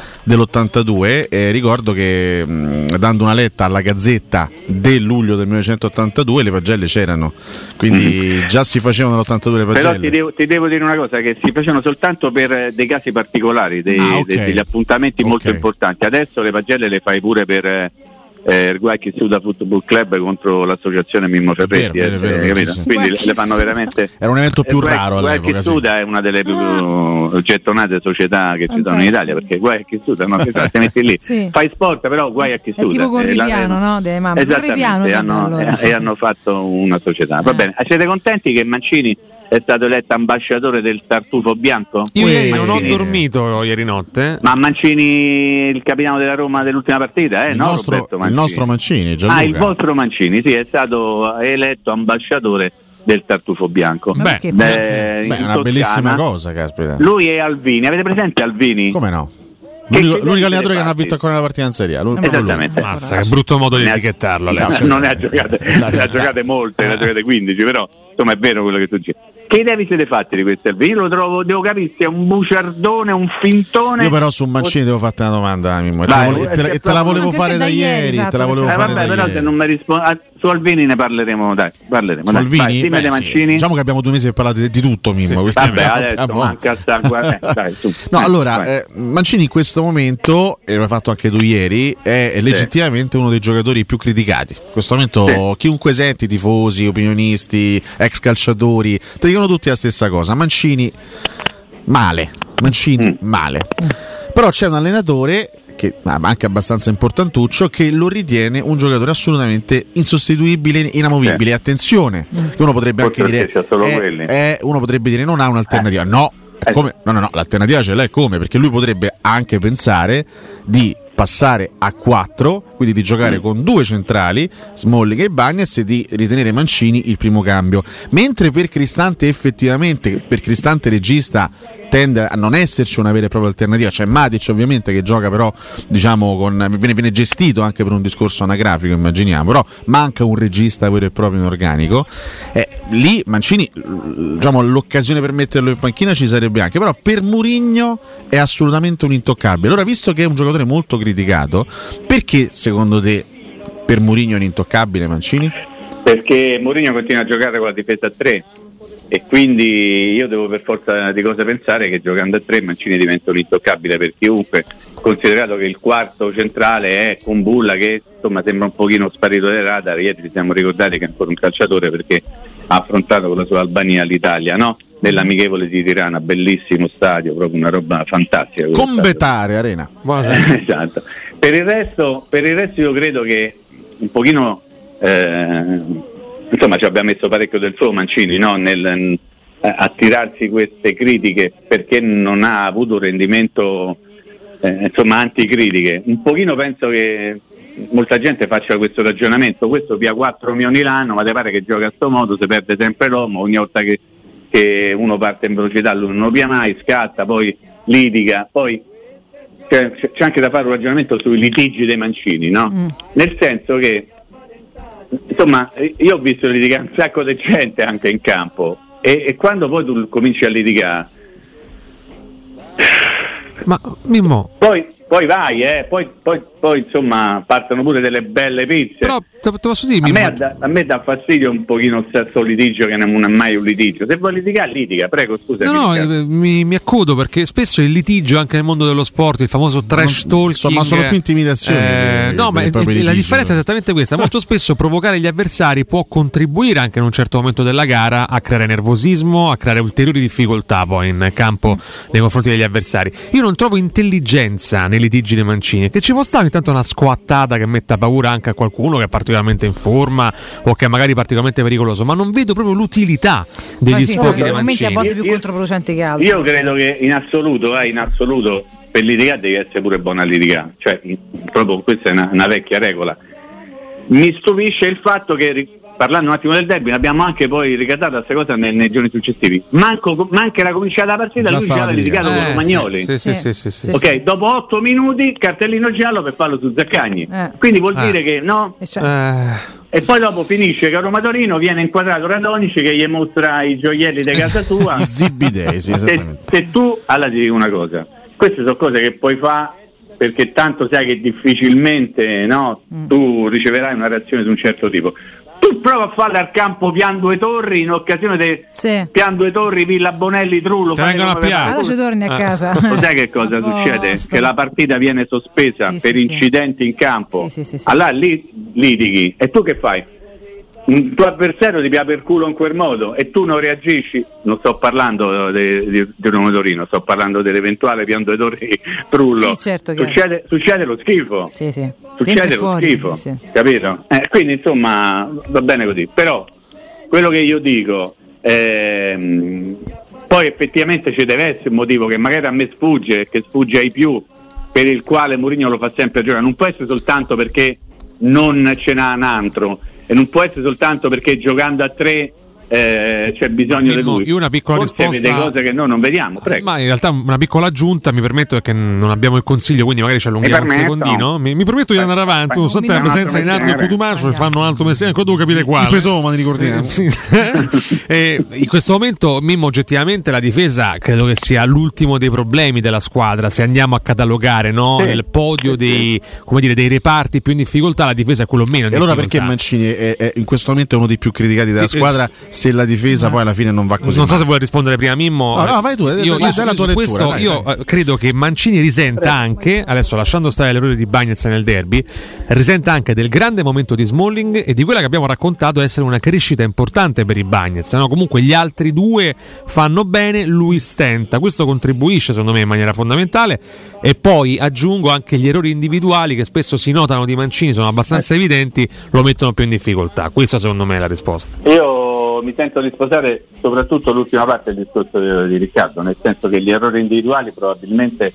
[SPEAKER 14] dell'82, ricordo che dando una letta alla Gazzetta del luglio del 1982 le pagelle c'erano, quindi già si facevano nell'82 le pagelle.
[SPEAKER 9] Però ti devo dire una cosa, che si facevano soltanto per dei casi particolari, degli appuntamenti molto importanti. Adesso le pagelle le fai pure per Guaychi Suda Football Club contro l'associazione Mimmo Ferretti,
[SPEAKER 14] sì.
[SPEAKER 9] Quindi le fanno veramente.
[SPEAKER 14] Era un evento più raro all'epoca.
[SPEAKER 9] Guaychi Suda è una delle più gettonate società che ci sono in Italia, perché Guaychi Suda te metti lì, fai sport, però Guaychi Suda
[SPEAKER 8] è tipo con Ripiano, no?
[SPEAKER 9] Esattamente, e hanno fatto una società. Va bene, siete contenti che Mancini è stato eletto ambasciatore del tartufo bianco?
[SPEAKER 4] Io ieri non ho dormito ieri notte.
[SPEAKER 9] Ma Mancini, il capitano della Roma dell'ultima partita,
[SPEAKER 14] il nostro Mancini, Gianluca.
[SPEAKER 9] Il vostro Mancini, sì, è stato eletto ambasciatore del tartufo bianco.
[SPEAKER 14] È una bellissima cosa, caspita.
[SPEAKER 9] Lui e Alvini, avete presente Alvini?
[SPEAKER 14] Come no? L'unico allenatore che non ha vinto ancora una partita in Serie A.
[SPEAKER 9] Esattamente.
[SPEAKER 4] Mazza, che brutto modo di etichettarlo.
[SPEAKER 9] Non ne ha giocate molte, ne ha giocate 15, però insomma è vero quello che tu dici. Che idee vi siete fatti di questo? Io lo trovo, devo capire se è un buciardone, un fintone.
[SPEAKER 14] Io però su Mancini devo farti una domanda, Mimmo. Te la volevo fare da ieri.
[SPEAKER 8] Esatto,
[SPEAKER 14] te la volevo fare
[SPEAKER 9] vabbè,
[SPEAKER 14] da
[SPEAKER 9] però
[SPEAKER 14] ieri.
[SPEAKER 9] se non mi rispondi su Alvini ne parleremo, dai. Parleremo.
[SPEAKER 14] Alvini?
[SPEAKER 9] Vai, Mancini.
[SPEAKER 14] Diciamo che abbiamo 2 mesi per parlare di tutto, Mimmo.
[SPEAKER 9] Sì. Vabbè, adesso manca dai, su.
[SPEAKER 14] No, allora, Mancini in questo momento, e l'hai fatto anche tu ieri, è legittimamente uno dei giocatori più criticati. In questo momento chiunque senti, tifosi, opinionisti, ex calciatori, ti dicono tutti la stessa cosa. Mancini male. Però c'è un allenatore che anche abbastanza importantuccio, che lo ritiene un giocatore assolutamente insostituibile, inamovibile. Attenzione, che uno potrebbe anche dire uno potrebbe dire non ha un'alternativa. No, l'alternativa ce l'è, come? Perché lui potrebbe anche pensare di passare a 4, quindi di giocare con 2 centrali, Smalling e Bagnez, e di ritenere Mancini il primo cambio. Mentre per Cristante effettivamente, per Cristante regista, tende a non esserci una vera e propria alternativa. C'è Matic ovviamente che gioca, però diciamo viene gestito anche per un discorso anagrafico, immaginiamo, però manca un regista vero e proprio in organico. Lì Mancini, diciamo, l'occasione per metterlo in panchina ci sarebbe anche, però per Mourinho è assolutamente un intoccabile. Allora, visto che è un giocatore molto criticato, perché secondo te per Mourinho è un intoccabile Mancini?
[SPEAKER 9] Perché Mourinho continua a giocare con la difesa a 3 e quindi io devo per forza di cose pensare che giocando a 3 Mancini diventa un intoccabile per chiunque, considerato che il quarto centrale è Kumbulla, che insomma sembra un pochino sparito dai radar. Ieri ci siamo ricordati che è ancora un calciatore, perché ha affrontato con la sua Albania l'Italia, no? Nell'amichevole di Tirana, bellissimo stadio, proprio una roba fantastica.
[SPEAKER 14] Combetare Arena.
[SPEAKER 9] Esatto. Per il resto io credo che un pochino insomma ci abbia messo parecchio del suo Mancini, no? Nel attirarsi queste critiche, perché non ha avuto un rendimento insomma anticritiche. Un pochino penso che molta gente faccia questo ragionamento: questo via 4 milioni l'anno, ma ti pare che gioca a sto modo, si perde sempre l'uomo, ogni volta che uno parte in velocità lui non lo pia mai, scatta, poi litiga, poi c'è anche da fare un ragionamento sui litigi dei Mancini, no? Nel senso che insomma io ho visto litigare un sacco di gente anche in campo, e quando poi tu cominci a litigare,
[SPEAKER 4] ma Mimmo,
[SPEAKER 9] poi vai, poi insomma partono pure delle belle pizze.
[SPEAKER 4] Però te posso dire,
[SPEAKER 9] a me dà fastidio un pochino il stesso litigio che non è mai un litigio. Se vuoi litigare, litiga, prego, scusa.
[SPEAKER 4] Mi accodo, perché spesso il litigio anche nel mondo dello sport, il famoso trash talking,
[SPEAKER 14] insomma, sono più intimidazioni.
[SPEAKER 4] Ma la differenza è esattamente questa: molto spesso provocare gli avversari può contribuire anche in un certo momento della gara a creare nervosismo, a creare ulteriori difficoltà poi in campo nei confronti degli avversari. Io non trovo intelligenza nei litigi dei Mancini, che ci può stare intanto una squattata che metta paura anche a qualcuno che è particolarmente in forma o che è magari particolarmente pericoloso, ma non vedo proprio l'utilità degli sfoghi dei Mancini.
[SPEAKER 8] A volte più controproducenti che altri.
[SPEAKER 9] Io credo che in assoluto per litigare devi essere pure buona a litigare, cioè proprio questa è una vecchia regola. Mi stupisce il fatto che, parlando un attimo del derby, abbiamo anche poi ricattato questa cosa nei giorni successivi. Manca era cominciata la partita, lui già aveva litigato con Romagnoli.
[SPEAKER 4] Sì.
[SPEAKER 9] Ok, dopo 8 minuti cartellino giallo per farlo su Zaccagni. Quindi vuol dire che no. E poi dopo finisce che a Roma Torino viene inquadrato Radonici che gli mostra i gioielli di casa tua.
[SPEAKER 14] I Zibidei, sì, esattamente.
[SPEAKER 9] Se tu, allora ti dico una cosa, queste sono cose che puoi fare perché tanto sai che difficilmente tu riceverai una reazione di un certo tipo. Tu prova a farle al campo Pian Due Torri in occasione di Pian Due Torri, Villa Bonelli, Trullo.
[SPEAKER 8] Allora ci torni a casa.
[SPEAKER 9] Sai che cosa succede? Che la partita viene sospesa per incidenti in campo. Allora lì litighi e tu che fai? Un tuo avversario ti pia per culo in quel modo e tu non reagisci. Non sto parlando di Roma Torino, sto parlando dell'eventuale Pian Due Torri Trullo.
[SPEAKER 8] Certo,
[SPEAKER 9] succede lo schifo. Succede lo schifo, capito? Quindi insomma va bene così. Però quello che io dico, poi effettivamente ci deve essere un motivo che magari a me sfugge, che sfugge ai più, per il quale Mourinho lo fa sempre giocare. Non può essere soltanto perché non ce n'ha un altro, e non può essere soltanto perché giocando a 3 c'è bisogno di lui.
[SPEAKER 4] Io una piccola
[SPEAKER 9] Forse
[SPEAKER 4] risposta,
[SPEAKER 9] vede cose che noi non vediamo, prego.
[SPEAKER 4] Ma in realtà una piccola aggiunta, mi permetto, perché non abbiamo il consiglio, quindi magari ci allunghiamo un secondino. Mi permetto di andare avanti, nonostante la presenza di Nardo e Cotumaccio che fanno un altro mestiere, ancora devo capire quale.
[SPEAKER 14] Il Petoma, ricordiamo.
[SPEAKER 4] In questo momento, Mimmo, oggettivamente la difesa credo che sia l'ultimo dei problemi della squadra. Se andiamo a catalogare, no, nel podio dei reparti più in difficoltà, la difesa è quello meno in
[SPEAKER 14] difficoltà. E allora perché Mancini è in questo momento è uno dei più criticati della squadra, se la difesa poi alla fine non va così?
[SPEAKER 4] Non so se vuoi rispondere prima, Mimmo.
[SPEAKER 14] No, vai tu, io la tua lettura.
[SPEAKER 4] Io credo che Mancini risenta anche, adesso lasciando stare l'errore di Bagnez nel derby, risenta anche del grande momento di Smalling e di quella che abbiamo raccontato essere una crescita importante per i Bagnez, no? Comunque gli altri due fanno bene, lui stenta, questo contribuisce secondo me in maniera fondamentale. E poi aggiungo anche gli errori individuali che spesso si notano di Mancini, sono abbastanza evidenti, lo mettono più in difficoltà. Questa secondo me è la risposta.
[SPEAKER 9] Io mi sento di sposare soprattutto l'ultima parte del discorso di Riccardo, nel senso che gli errori individuali probabilmente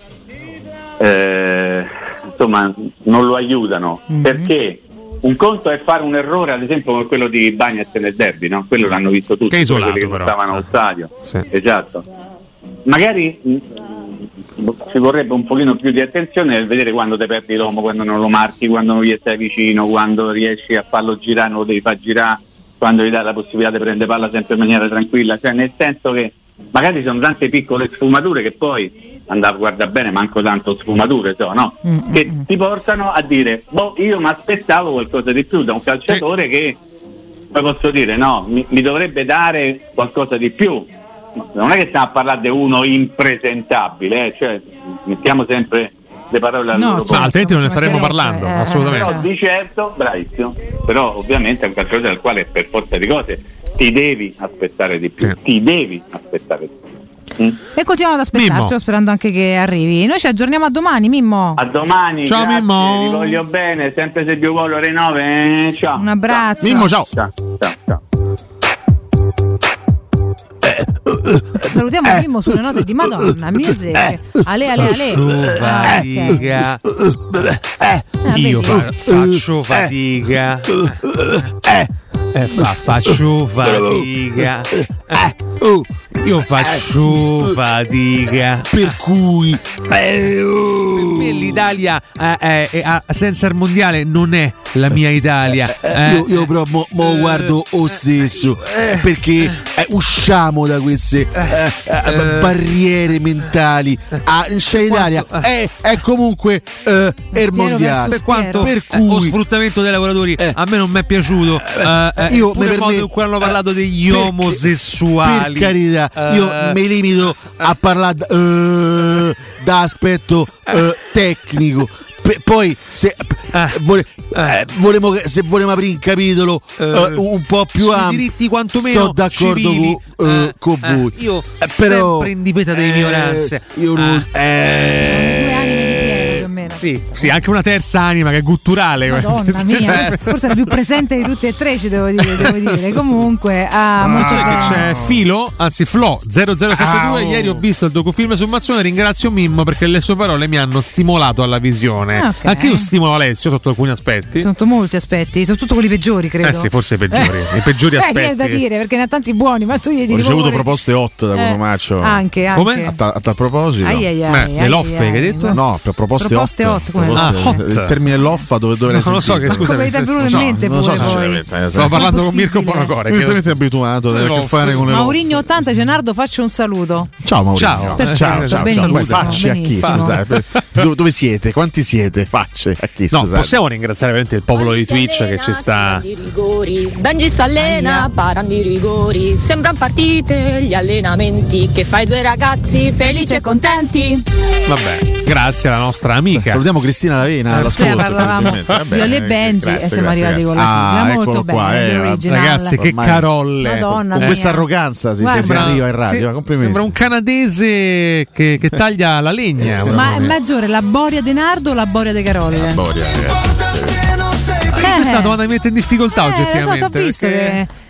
[SPEAKER 9] non lo aiutano, perché un conto è fare un errore, ad esempio come quello di Bagnez nel derby, no? Quello l'hanno visto tutti,
[SPEAKER 4] che è isolato,
[SPEAKER 9] quelli che stavano allo stadio.
[SPEAKER 4] Sì.
[SPEAKER 9] Esatto. Magari ci vorrebbe un pochino più di attenzione nel vedere quando te perdi l'uomo, quando non lo marchi, quando non gli stai vicino, quando riesci a farlo girare, non lo devi far girare, quando gli dai la possibilità di prendere palla sempre in maniera tranquilla, cioè nel senso che magari sono tante piccole sfumature che poi andare a guardare bene, manco tanto sfumature, no? Che ti portano a dire io mi aspettavo qualcosa di più da un calciatore che poi posso dire mi dovrebbe dare qualcosa di più. Non è che stiamo a parlare di uno impresentabile, cioè mettiamo sempre le parole al loro posto.
[SPEAKER 4] Altrimenti non ne staremmo parlando, assolutamente.
[SPEAKER 9] Però di certo, bravissimo, però ovviamente è un calciatore del quale per forza di cose ti devi aspettare di più, ti devi aspettare di più.
[SPEAKER 8] E continuiamo ad aspettarci, sperando anche che arrivi. Noi ci aggiorniamo a domani, Mimmo.
[SPEAKER 9] A domani.
[SPEAKER 4] Ciao,
[SPEAKER 9] grazie,
[SPEAKER 4] Mimmo.
[SPEAKER 9] vi voglio bene, sempre se più vuole ore 9. Ciao.
[SPEAKER 8] Un abbraccio.
[SPEAKER 14] Mimmo, ciao.
[SPEAKER 9] Ciao.
[SPEAKER 8] Salutiamo Mimmo sulle note di Madonna Music. Ale.
[SPEAKER 4] Fatica. Io faccio fatica. Faccio fatica. Io faccio fatica.
[SPEAKER 14] Per cui
[SPEAKER 4] per me l'Italia senza il mondiale non è la mia Italia.
[SPEAKER 14] Io però mo guardo lo stesso, perché usciamo da queste barriere mentali. C'è l'Italia è comunque il mondiale,
[SPEAKER 4] per cui lo sfruttamento dei lavoratori a me non mi è piaciuto.
[SPEAKER 14] Io
[SPEAKER 4] pure il modo in cui hanno parlato degli omosessuali,
[SPEAKER 14] per carità, io mi limito a parlare da aspetto tecnico. Poi se volevamo aprire un capitolo un po' più ampio,
[SPEAKER 4] diritti quantomeno
[SPEAKER 14] sono d'accordo con voi.
[SPEAKER 4] Io
[SPEAKER 14] però
[SPEAKER 4] sempre in difesa delle minoranze. Sì, anche una terza anima che è gutturale.
[SPEAKER 8] Madonna mia, forse la più presente di tutte e tre, ci devo dire. Comunque,
[SPEAKER 4] c'è Flo 0072. Ieri ho visto il docufilm su Mazzone. Ringrazio Mimmo perché le sue parole mi hanno stimolato alla visione. Okay. Anche io stimolo Alessio sotto alcuni aspetti.
[SPEAKER 8] Sotto molti aspetti, soprattutto quelli peggiori, credo.
[SPEAKER 4] Sì, forse i peggiori. I peggiori aspetti.
[SPEAKER 8] Niente da dire perché ne ha tanti buoni, ma tu gli dici.
[SPEAKER 14] Ho ricevuto proposte hot da Cotumaccio.
[SPEAKER 8] Anche.
[SPEAKER 14] Come? A tal proposito.
[SPEAKER 4] Le loffe che hai detto?
[SPEAKER 14] No, per proposte hot.
[SPEAKER 4] Hot.
[SPEAKER 14] Il termine loffa dove
[SPEAKER 4] non lo so, che scusa,
[SPEAKER 8] come ti è venuto in mente pure poi.
[SPEAKER 4] Stavo parlando con Mirko Bonocore,
[SPEAKER 14] evidentemente abituato a che fare con le
[SPEAKER 8] Maurigno 80. Genardo, faccio un saluto.
[SPEAKER 14] Ciao Maurigno. Ciao. Facce a chi? Scusate. Dove siete? Quanti siete? Facce a chi?
[SPEAKER 4] No, possiamo ringraziare veramente il popolo di Twitch che ci sta.
[SPEAKER 5] Benji si allena, parano di rigori. Sembrano partite gli allenamenti che fai due ragazzi felici e contenti.
[SPEAKER 4] Vabbè, grazie alla nostra amica.
[SPEAKER 14] Salutiamo Cristina D'Avena all'ascolto.
[SPEAKER 8] Parlavamo di Olli e Benji e siamo arrivati con la sigla molto bene.
[SPEAKER 4] Ragazzi, che carolle.
[SPEAKER 8] Madonna
[SPEAKER 14] con questa arroganza si arriva in radio. Complimenti.
[SPEAKER 4] Sembra un canadese che taglia la legna.
[SPEAKER 8] Ma è maggiore la Boria De Nardo o la Boria De Carolle?
[SPEAKER 14] La Boria, ragazzi.
[SPEAKER 4] Questa è una domanda che mi mette in difficoltà oggettivamente.
[SPEAKER 8] Ho visto che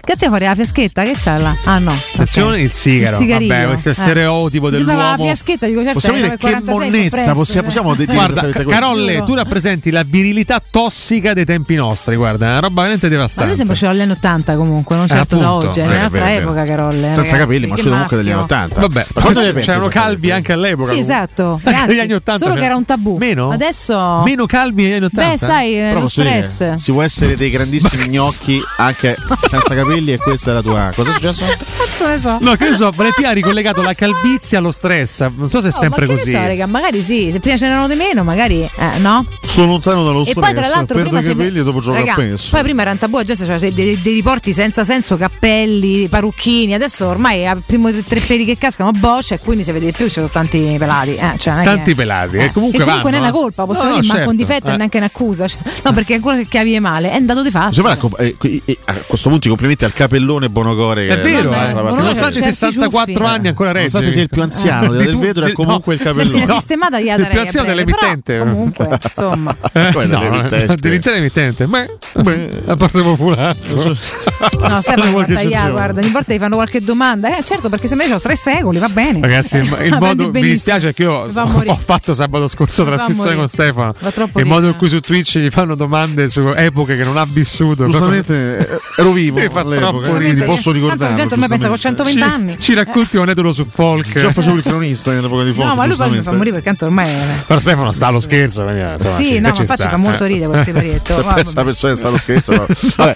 [SPEAKER 8] Che te fuori la fiaschetta? Che c'è là? Ah no.
[SPEAKER 4] Attenzione, il sigaro. Vabbè, questo è stereotipo dell'uomo.
[SPEAKER 8] La fiaschetta, dico, certo,
[SPEAKER 14] possiamo dire che monnezza, possiamo dire.
[SPEAKER 4] Guarda, Carolle, tu rappresenti la virilità tossica dei tempi nostri, guarda, è una roba veramente devastante.
[SPEAKER 8] Ma lui sembra ce l'ha agli anni 80 comunque, non certo da oggi, è un'altra epoca, Carolle.
[SPEAKER 14] Senza capelli, ma c'è comunque degli anni 80.
[SPEAKER 4] Vabbè, c'erano calvi anche all'epoca.
[SPEAKER 8] Sì, esatto.
[SPEAKER 4] Negli anni 80.
[SPEAKER 8] Solo che era un tabù.
[SPEAKER 4] Meno?
[SPEAKER 8] Adesso
[SPEAKER 4] meno calvi negli anni 80.
[SPEAKER 8] Beh, sai, lo stress.
[SPEAKER 14] Si può essere dei grandissimi gnocchi anche senza capelli e questa è la tua. Cosa è successo?
[SPEAKER 8] Cazzo ne so.
[SPEAKER 4] No, che ne so, Valentina ha ricollegato la calvizie allo stress. Non so se è sempre così.
[SPEAKER 8] So, raga, magari sì, se prima ce n'erano di meno, magari no.
[SPEAKER 14] Sto lontano dallo stress.
[SPEAKER 8] E poi tra l'altro
[SPEAKER 14] perdo i capelli e dopo gioco a penso.
[SPEAKER 8] Poi prima era un tabù, la gente c'era dei riporti senza senso, cappelli, parrucchini. Adesso ormai a primo tre peli che cascano boccia e quindi se vede di più ci sono tanti pelati. Cioè,
[SPEAKER 4] tanti pelati. E comunque
[SPEAKER 8] non è una colpa, possiamo dire, manco un difetto e neanche un'accusa. No, perché ancora che cavi male è andato di fatto.
[SPEAKER 14] A questo punto i complimenti al capellone Bonocore.
[SPEAKER 4] È vero, nonostante 64 anni ancora regge.
[SPEAKER 14] Nonostante sei il più anziano del vetro, è comunque il capellone.
[SPEAKER 8] Se sistemata gli
[SPEAKER 4] il più anziano dell'emittente.
[SPEAKER 8] Comunque, insomma.
[SPEAKER 14] Dell'emittente.
[SPEAKER 4] L'emittente. La parte popolare.
[SPEAKER 8] No, Stefano, guarda, ogni volta gli fanno qualche domanda. Certo, perché se me ne ho 3 secoli, va bene.
[SPEAKER 4] Ragazzi, il modo mi dispiace che io ho fatto sabato scorso trasmissione con Stefano. Il modo in cui su Twitch gli fanno domande su epoche che non ha vissuto.
[SPEAKER 14] Giustamente ero vivo all'epoca, quindi posso ricordare.
[SPEAKER 8] La gente ormai pensa con 120 anni.
[SPEAKER 4] Ci racconti un aneddoto su folk.
[SPEAKER 14] Già facevo il cronista nell'epoca di folk.
[SPEAKER 8] No, ma lui poi mi fa morire perché tanto ormai.
[SPEAKER 4] Però Stefano sta allo scherzo.
[SPEAKER 8] Sì, no, ma infatti fa molto ridere quel siparietto.
[SPEAKER 14] Questa persona sta allo scherzo.
[SPEAKER 8] No,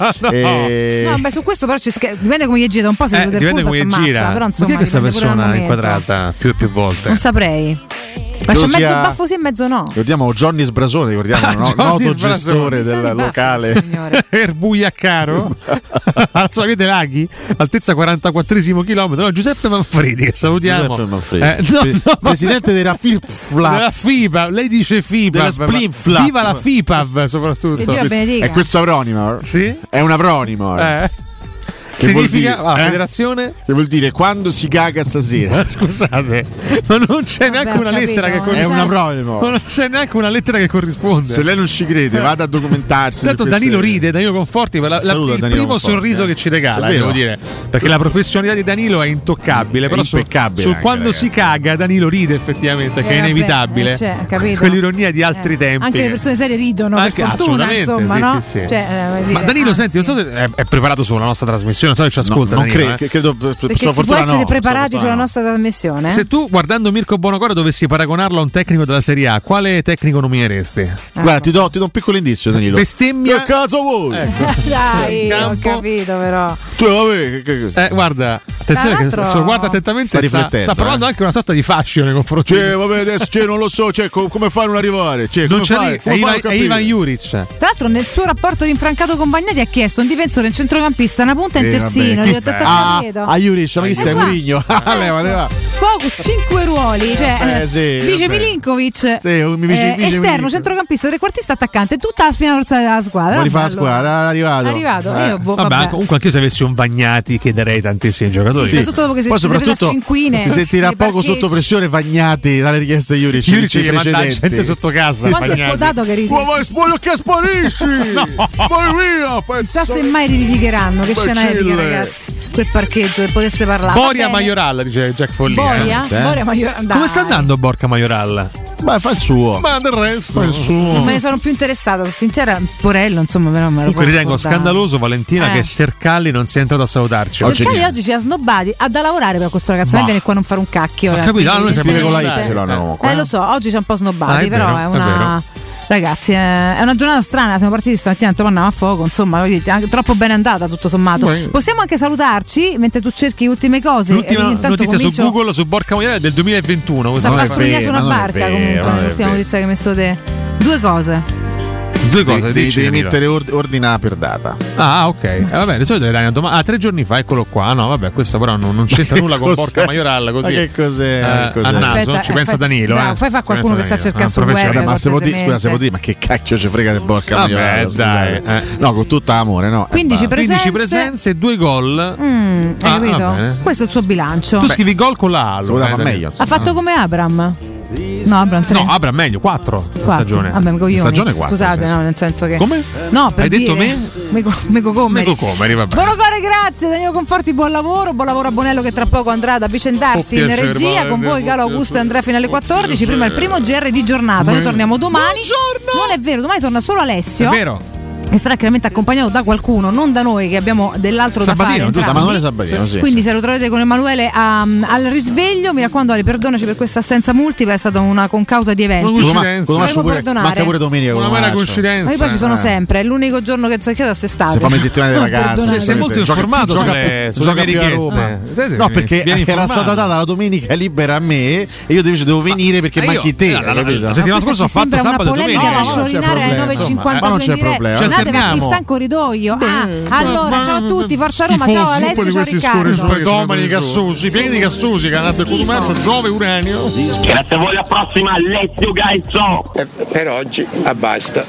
[SPEAKER 8] beh, su questo però dipende come gli gira un po', se
[SPEAKER 4] dipende come gli gira.
[SPEAKER 8] Però insomma,
[SPEAKER 4] perché questa persona è inquadrata più e più volte?
[SPEAKER 8] Non saprei. Ma c'è mezzo baffo sì e mezzo no.
[SPEAKER 14] Ricordiamo Johnny Sbrasone, ricordiamo, noto gestore del locale
[SPEAKER 4] Erbugliaccaro alla sua via dei Laghi, altezza 44esimo chilometro. No, Giuseppe Manfredi, che salutiamo.
[SPEAKER 14] Giuseppe Manfredi, presidente della FIPA.
[SPEAKER 4] Lei dice FIPA. Viva la FIPA soprattutto.
[SPEAKER 14] È questo acronimo?
[SPEAKER 4] Sì?
[SPEAKER 14] È un acronimo.
[SPEAKER 4] Che significa federazione?
[SPEAKER 14] Che vuol dire quando si caga stasera.
[SPEAKER 4] Scusate, ma non c'è neanche una lettera che corrisponde.
[SPEAKER 14] È un acronimo.
[SPEAKER 4] Ma non c'è neanche una lettera che corrisponde.
[SPEAKER 14] Se lei non ci crede, vada a documentarsi.
[SPEAKER 4] Tanto Danilo ride, Danilo Conforti, per il primo sorriso che ci regala, devo dire. Perché la professionalità di Danilo è intoccabile. Però su quando si caga, Danilo ride effettivamente, che è inevitabile. Quell'ironia di altri tempi.
[SPEAKER 8] Anche le persone serie ridono. Anche assolutamente. Insomma, no?
[SPEAKER 4] Sì. Ma Danilo, senti, non so se è preparato sulla nostra trasmissione. Non so se ci ascolta.
[SPEAKER 14] Non credo
[SPEAKER 8] perché si può essere preparati sulla nostra trasmissione.
[SPEAKER 4] Se tu, guardando Mirko Bonocore, dovessi paragonarlo a un tecnico della Serie A, quale tecnico nomineresti?
[SPEAKER 14] Guarda, ti do un piccolo indizio, Danilo.
[SPEAKER 4] Bestemmia.
[SPEAKER 14] Che cazzo vuoi?
[SPEAKER 8] Dai, ho capito però.
[SPEAKER 4] Guarda, attenzione che guarda attentamente, sta provando anche una sorta di fascio nei confronti.
[SPEAKER 14] Vabbè, adesso non lo so, come fai a non arrivare?
[SPEAKER 4] Non c'è è Ivan Juric.
[SPEAKER 8] Tra l'altro nel suo rapporto di infrancato con Bagnati ha chiesto un difensore, un centrocampista, una punta e un terzino. Gli ho detto
[SPEAKER 14] a Juric, ma chi sei? Mourinho?
[SPEAKER 8] Focus, 5 ruoli, cioè vice Milinkovic, esterno, centrocampista, trequartista, attaccante, tutta la spina dorsale della squadra.
[SPEAKER 14] Ma rifà la squadra, è arrivato.
[SPEAKER 8] Vabbè,
[SPEAKER 4] comunque anche io se avessi un Bagnati chiederei tantissimi giocatori.
[SPEAKER 8] Sì. Soprattutto dopo che si
[SPEAKER 14] si sentirà poco sotto pressione Bagnati dalle richieste di Juric.
[SPEAKER 4] Juric gli manda gente sotto casa.
[SPEAKER 8] Quasi è quotato che
[SPEAKER 14] ma voglio che sparisci. Vai via.
[SPEAKER 8] Chissà se mai litigheranno. Che scena epica, ragazzi. Quel parcheggio che potesse parlare.
[SPEAKER 4] Boria Majoral, dice Jack Follini.
[SPEAKER 8] Boria Majoral.
[SPEAKER 4] Come sta andando Borca Majoral?
[SPEAKER 14] Beh, fa il suo.
[SPEAKER 4] Ma del resto
[SPEAKER 14] fa il suo.
[SPEAKER 8] Non me ne sono più interessata, sincera. Porello, insomma, però me lo
[SPEAKER 4] comunque ritengo scandaloso, Valentina, che Sercalli non sia entrato a salutarci.
[SPEAKER 8] Sercalli oggi ci ha snobbati. Ha da lavorare per questo ragazzo. Non viene qua a non fare un cacchio.
[SPEAKER 4] Ho capito,
[SPEAKER 14] noi siamo con la Y.
[SPEAKER 8] Lo so, oggi ci ha un po' snobbati, però è una. Ragazzi, è una giornata strana, siamo partiti stamattina, torniamo a fuoco, insomma, troppo ben andata tutto sommato. Possiamo anche salutarci mentre tu cerchi ultime cose.
[SPEAKER 4] L'ultima notizia su Google su Borca Majoral del 2021.
[SPEAKER 8] Sta pastrugna su una barca comunque, l'ultima notizia che hai messo te. Due cose.
[SPEAKER 14] Devi mettere ordina per data.
[SPEAKER 4] Ok. Va bene, di solito le dai una domanda. 3 giorni fa, eccolo qua. No, vabbè, questo però non c'entra nulla con Borca Majoral. Così.
[SPEAKER 14] Ma che cos'è?
[SPEAKER 4] A naso, ci pensa Danilo.
[SPEAKER 8] Fai fa qualcuno che sta cercando sul web.
[SPEAKER 14] Ma se vuol dire, ma che cacchio ci frega del Borca Majoral?
[SPEAKER 4] Dai.
[SPEAKER 14] No, con tutto amore, no.
[SPEAKER 8] 15
[SPEAKER 4] presenze, 2 gol.
[SPEAKER 8] Hai capito? Questo è il suo bilancio.
[SPEAKER 4] Tu scrivi gol con la A.
[SPEAKER 14] Ha
[SPEAKER 8] fatto come Abram. No, Abram 3.
[SPEAKER 4] No, Abram meglio, 4 stagione.
[SPEAKER 8] Vabbè, coglioni.
[SPEAKER 14] Stagione 4.
[SPEAKER 8] Scusate, no, nel senso che.
[SPEAKER 4] Come?
[SPEAKER 8] No, per
[SPEAKER 4] hai
[SPEAKER 8] dire...
[SPEAKER 4] detto me?
[SPEAKER 8] Meco Comeri,
[SPEAKER 4] vabbè.
[SPEAKER 8] Buon cuore, grazie Danilo Conforti, buon lavoro a Bonello che tra poco andrà ad avvicendarsi in regia con voi Carlo Augusto e Andrea fino alle 14. Prima il primo GR di giornata. Noi torniamo domani.
[SPEAKER 4] Buongiorno.
[SPEAKER 8] Non è vero, domani torna solo Alessio.
[SPEAKER 4] È vero.
[SPEAKER 8] Che sarà chiaramente accompagnato da qualcuno, non da noi che abbiamo dell'altro
[SPEAKER 4] Sabatino,
[SPEAKER 8] da fare.
[SPEAKER 14] Da Emanuele Sabatino, sì.
[SPEAKER 8] Quindi se lo trovate con Emanuele al risveglio, mi raccomando Ale, perdonaci per questa assenza multipla, è stata una concausa di eventi.
[SPEAKER 14] Manca pure domenica.
[SPEAKER 4] Una mera coincidenza.
[SPEAKER 8] Ma io poi ci sono sempre, è l'unico giorno che so che quest'estate.
[SPEAKER 14] Se fa settimane di vacanza.
[SPEAKER 4] Sei molto informato sulle richieste.
[SPEAKER 14] No, perché era stata data la domenica libera a me e io invece devo venire perché manchi te.
[SPEAKER 4] La settimana scorsa ho fatto sabato e domenica.
[SPEAKER 8] Sembra una polemica da sciorinare alle 9.52 in diretta. Andate per chi sta in corridoio. Allora, ciao a tutti, Forza Roma, ciao Alessio, ciao Riccardo.
[SPEAKER 4] Predomani Cassusi, pieni di Cassusi, canate con Marcio, Giove, Uranio.
[SPEAKER 6] Grazie a voi, alla prossima, Alessio Gaizzo.
[SPEAKER 7] Per oggi, basta.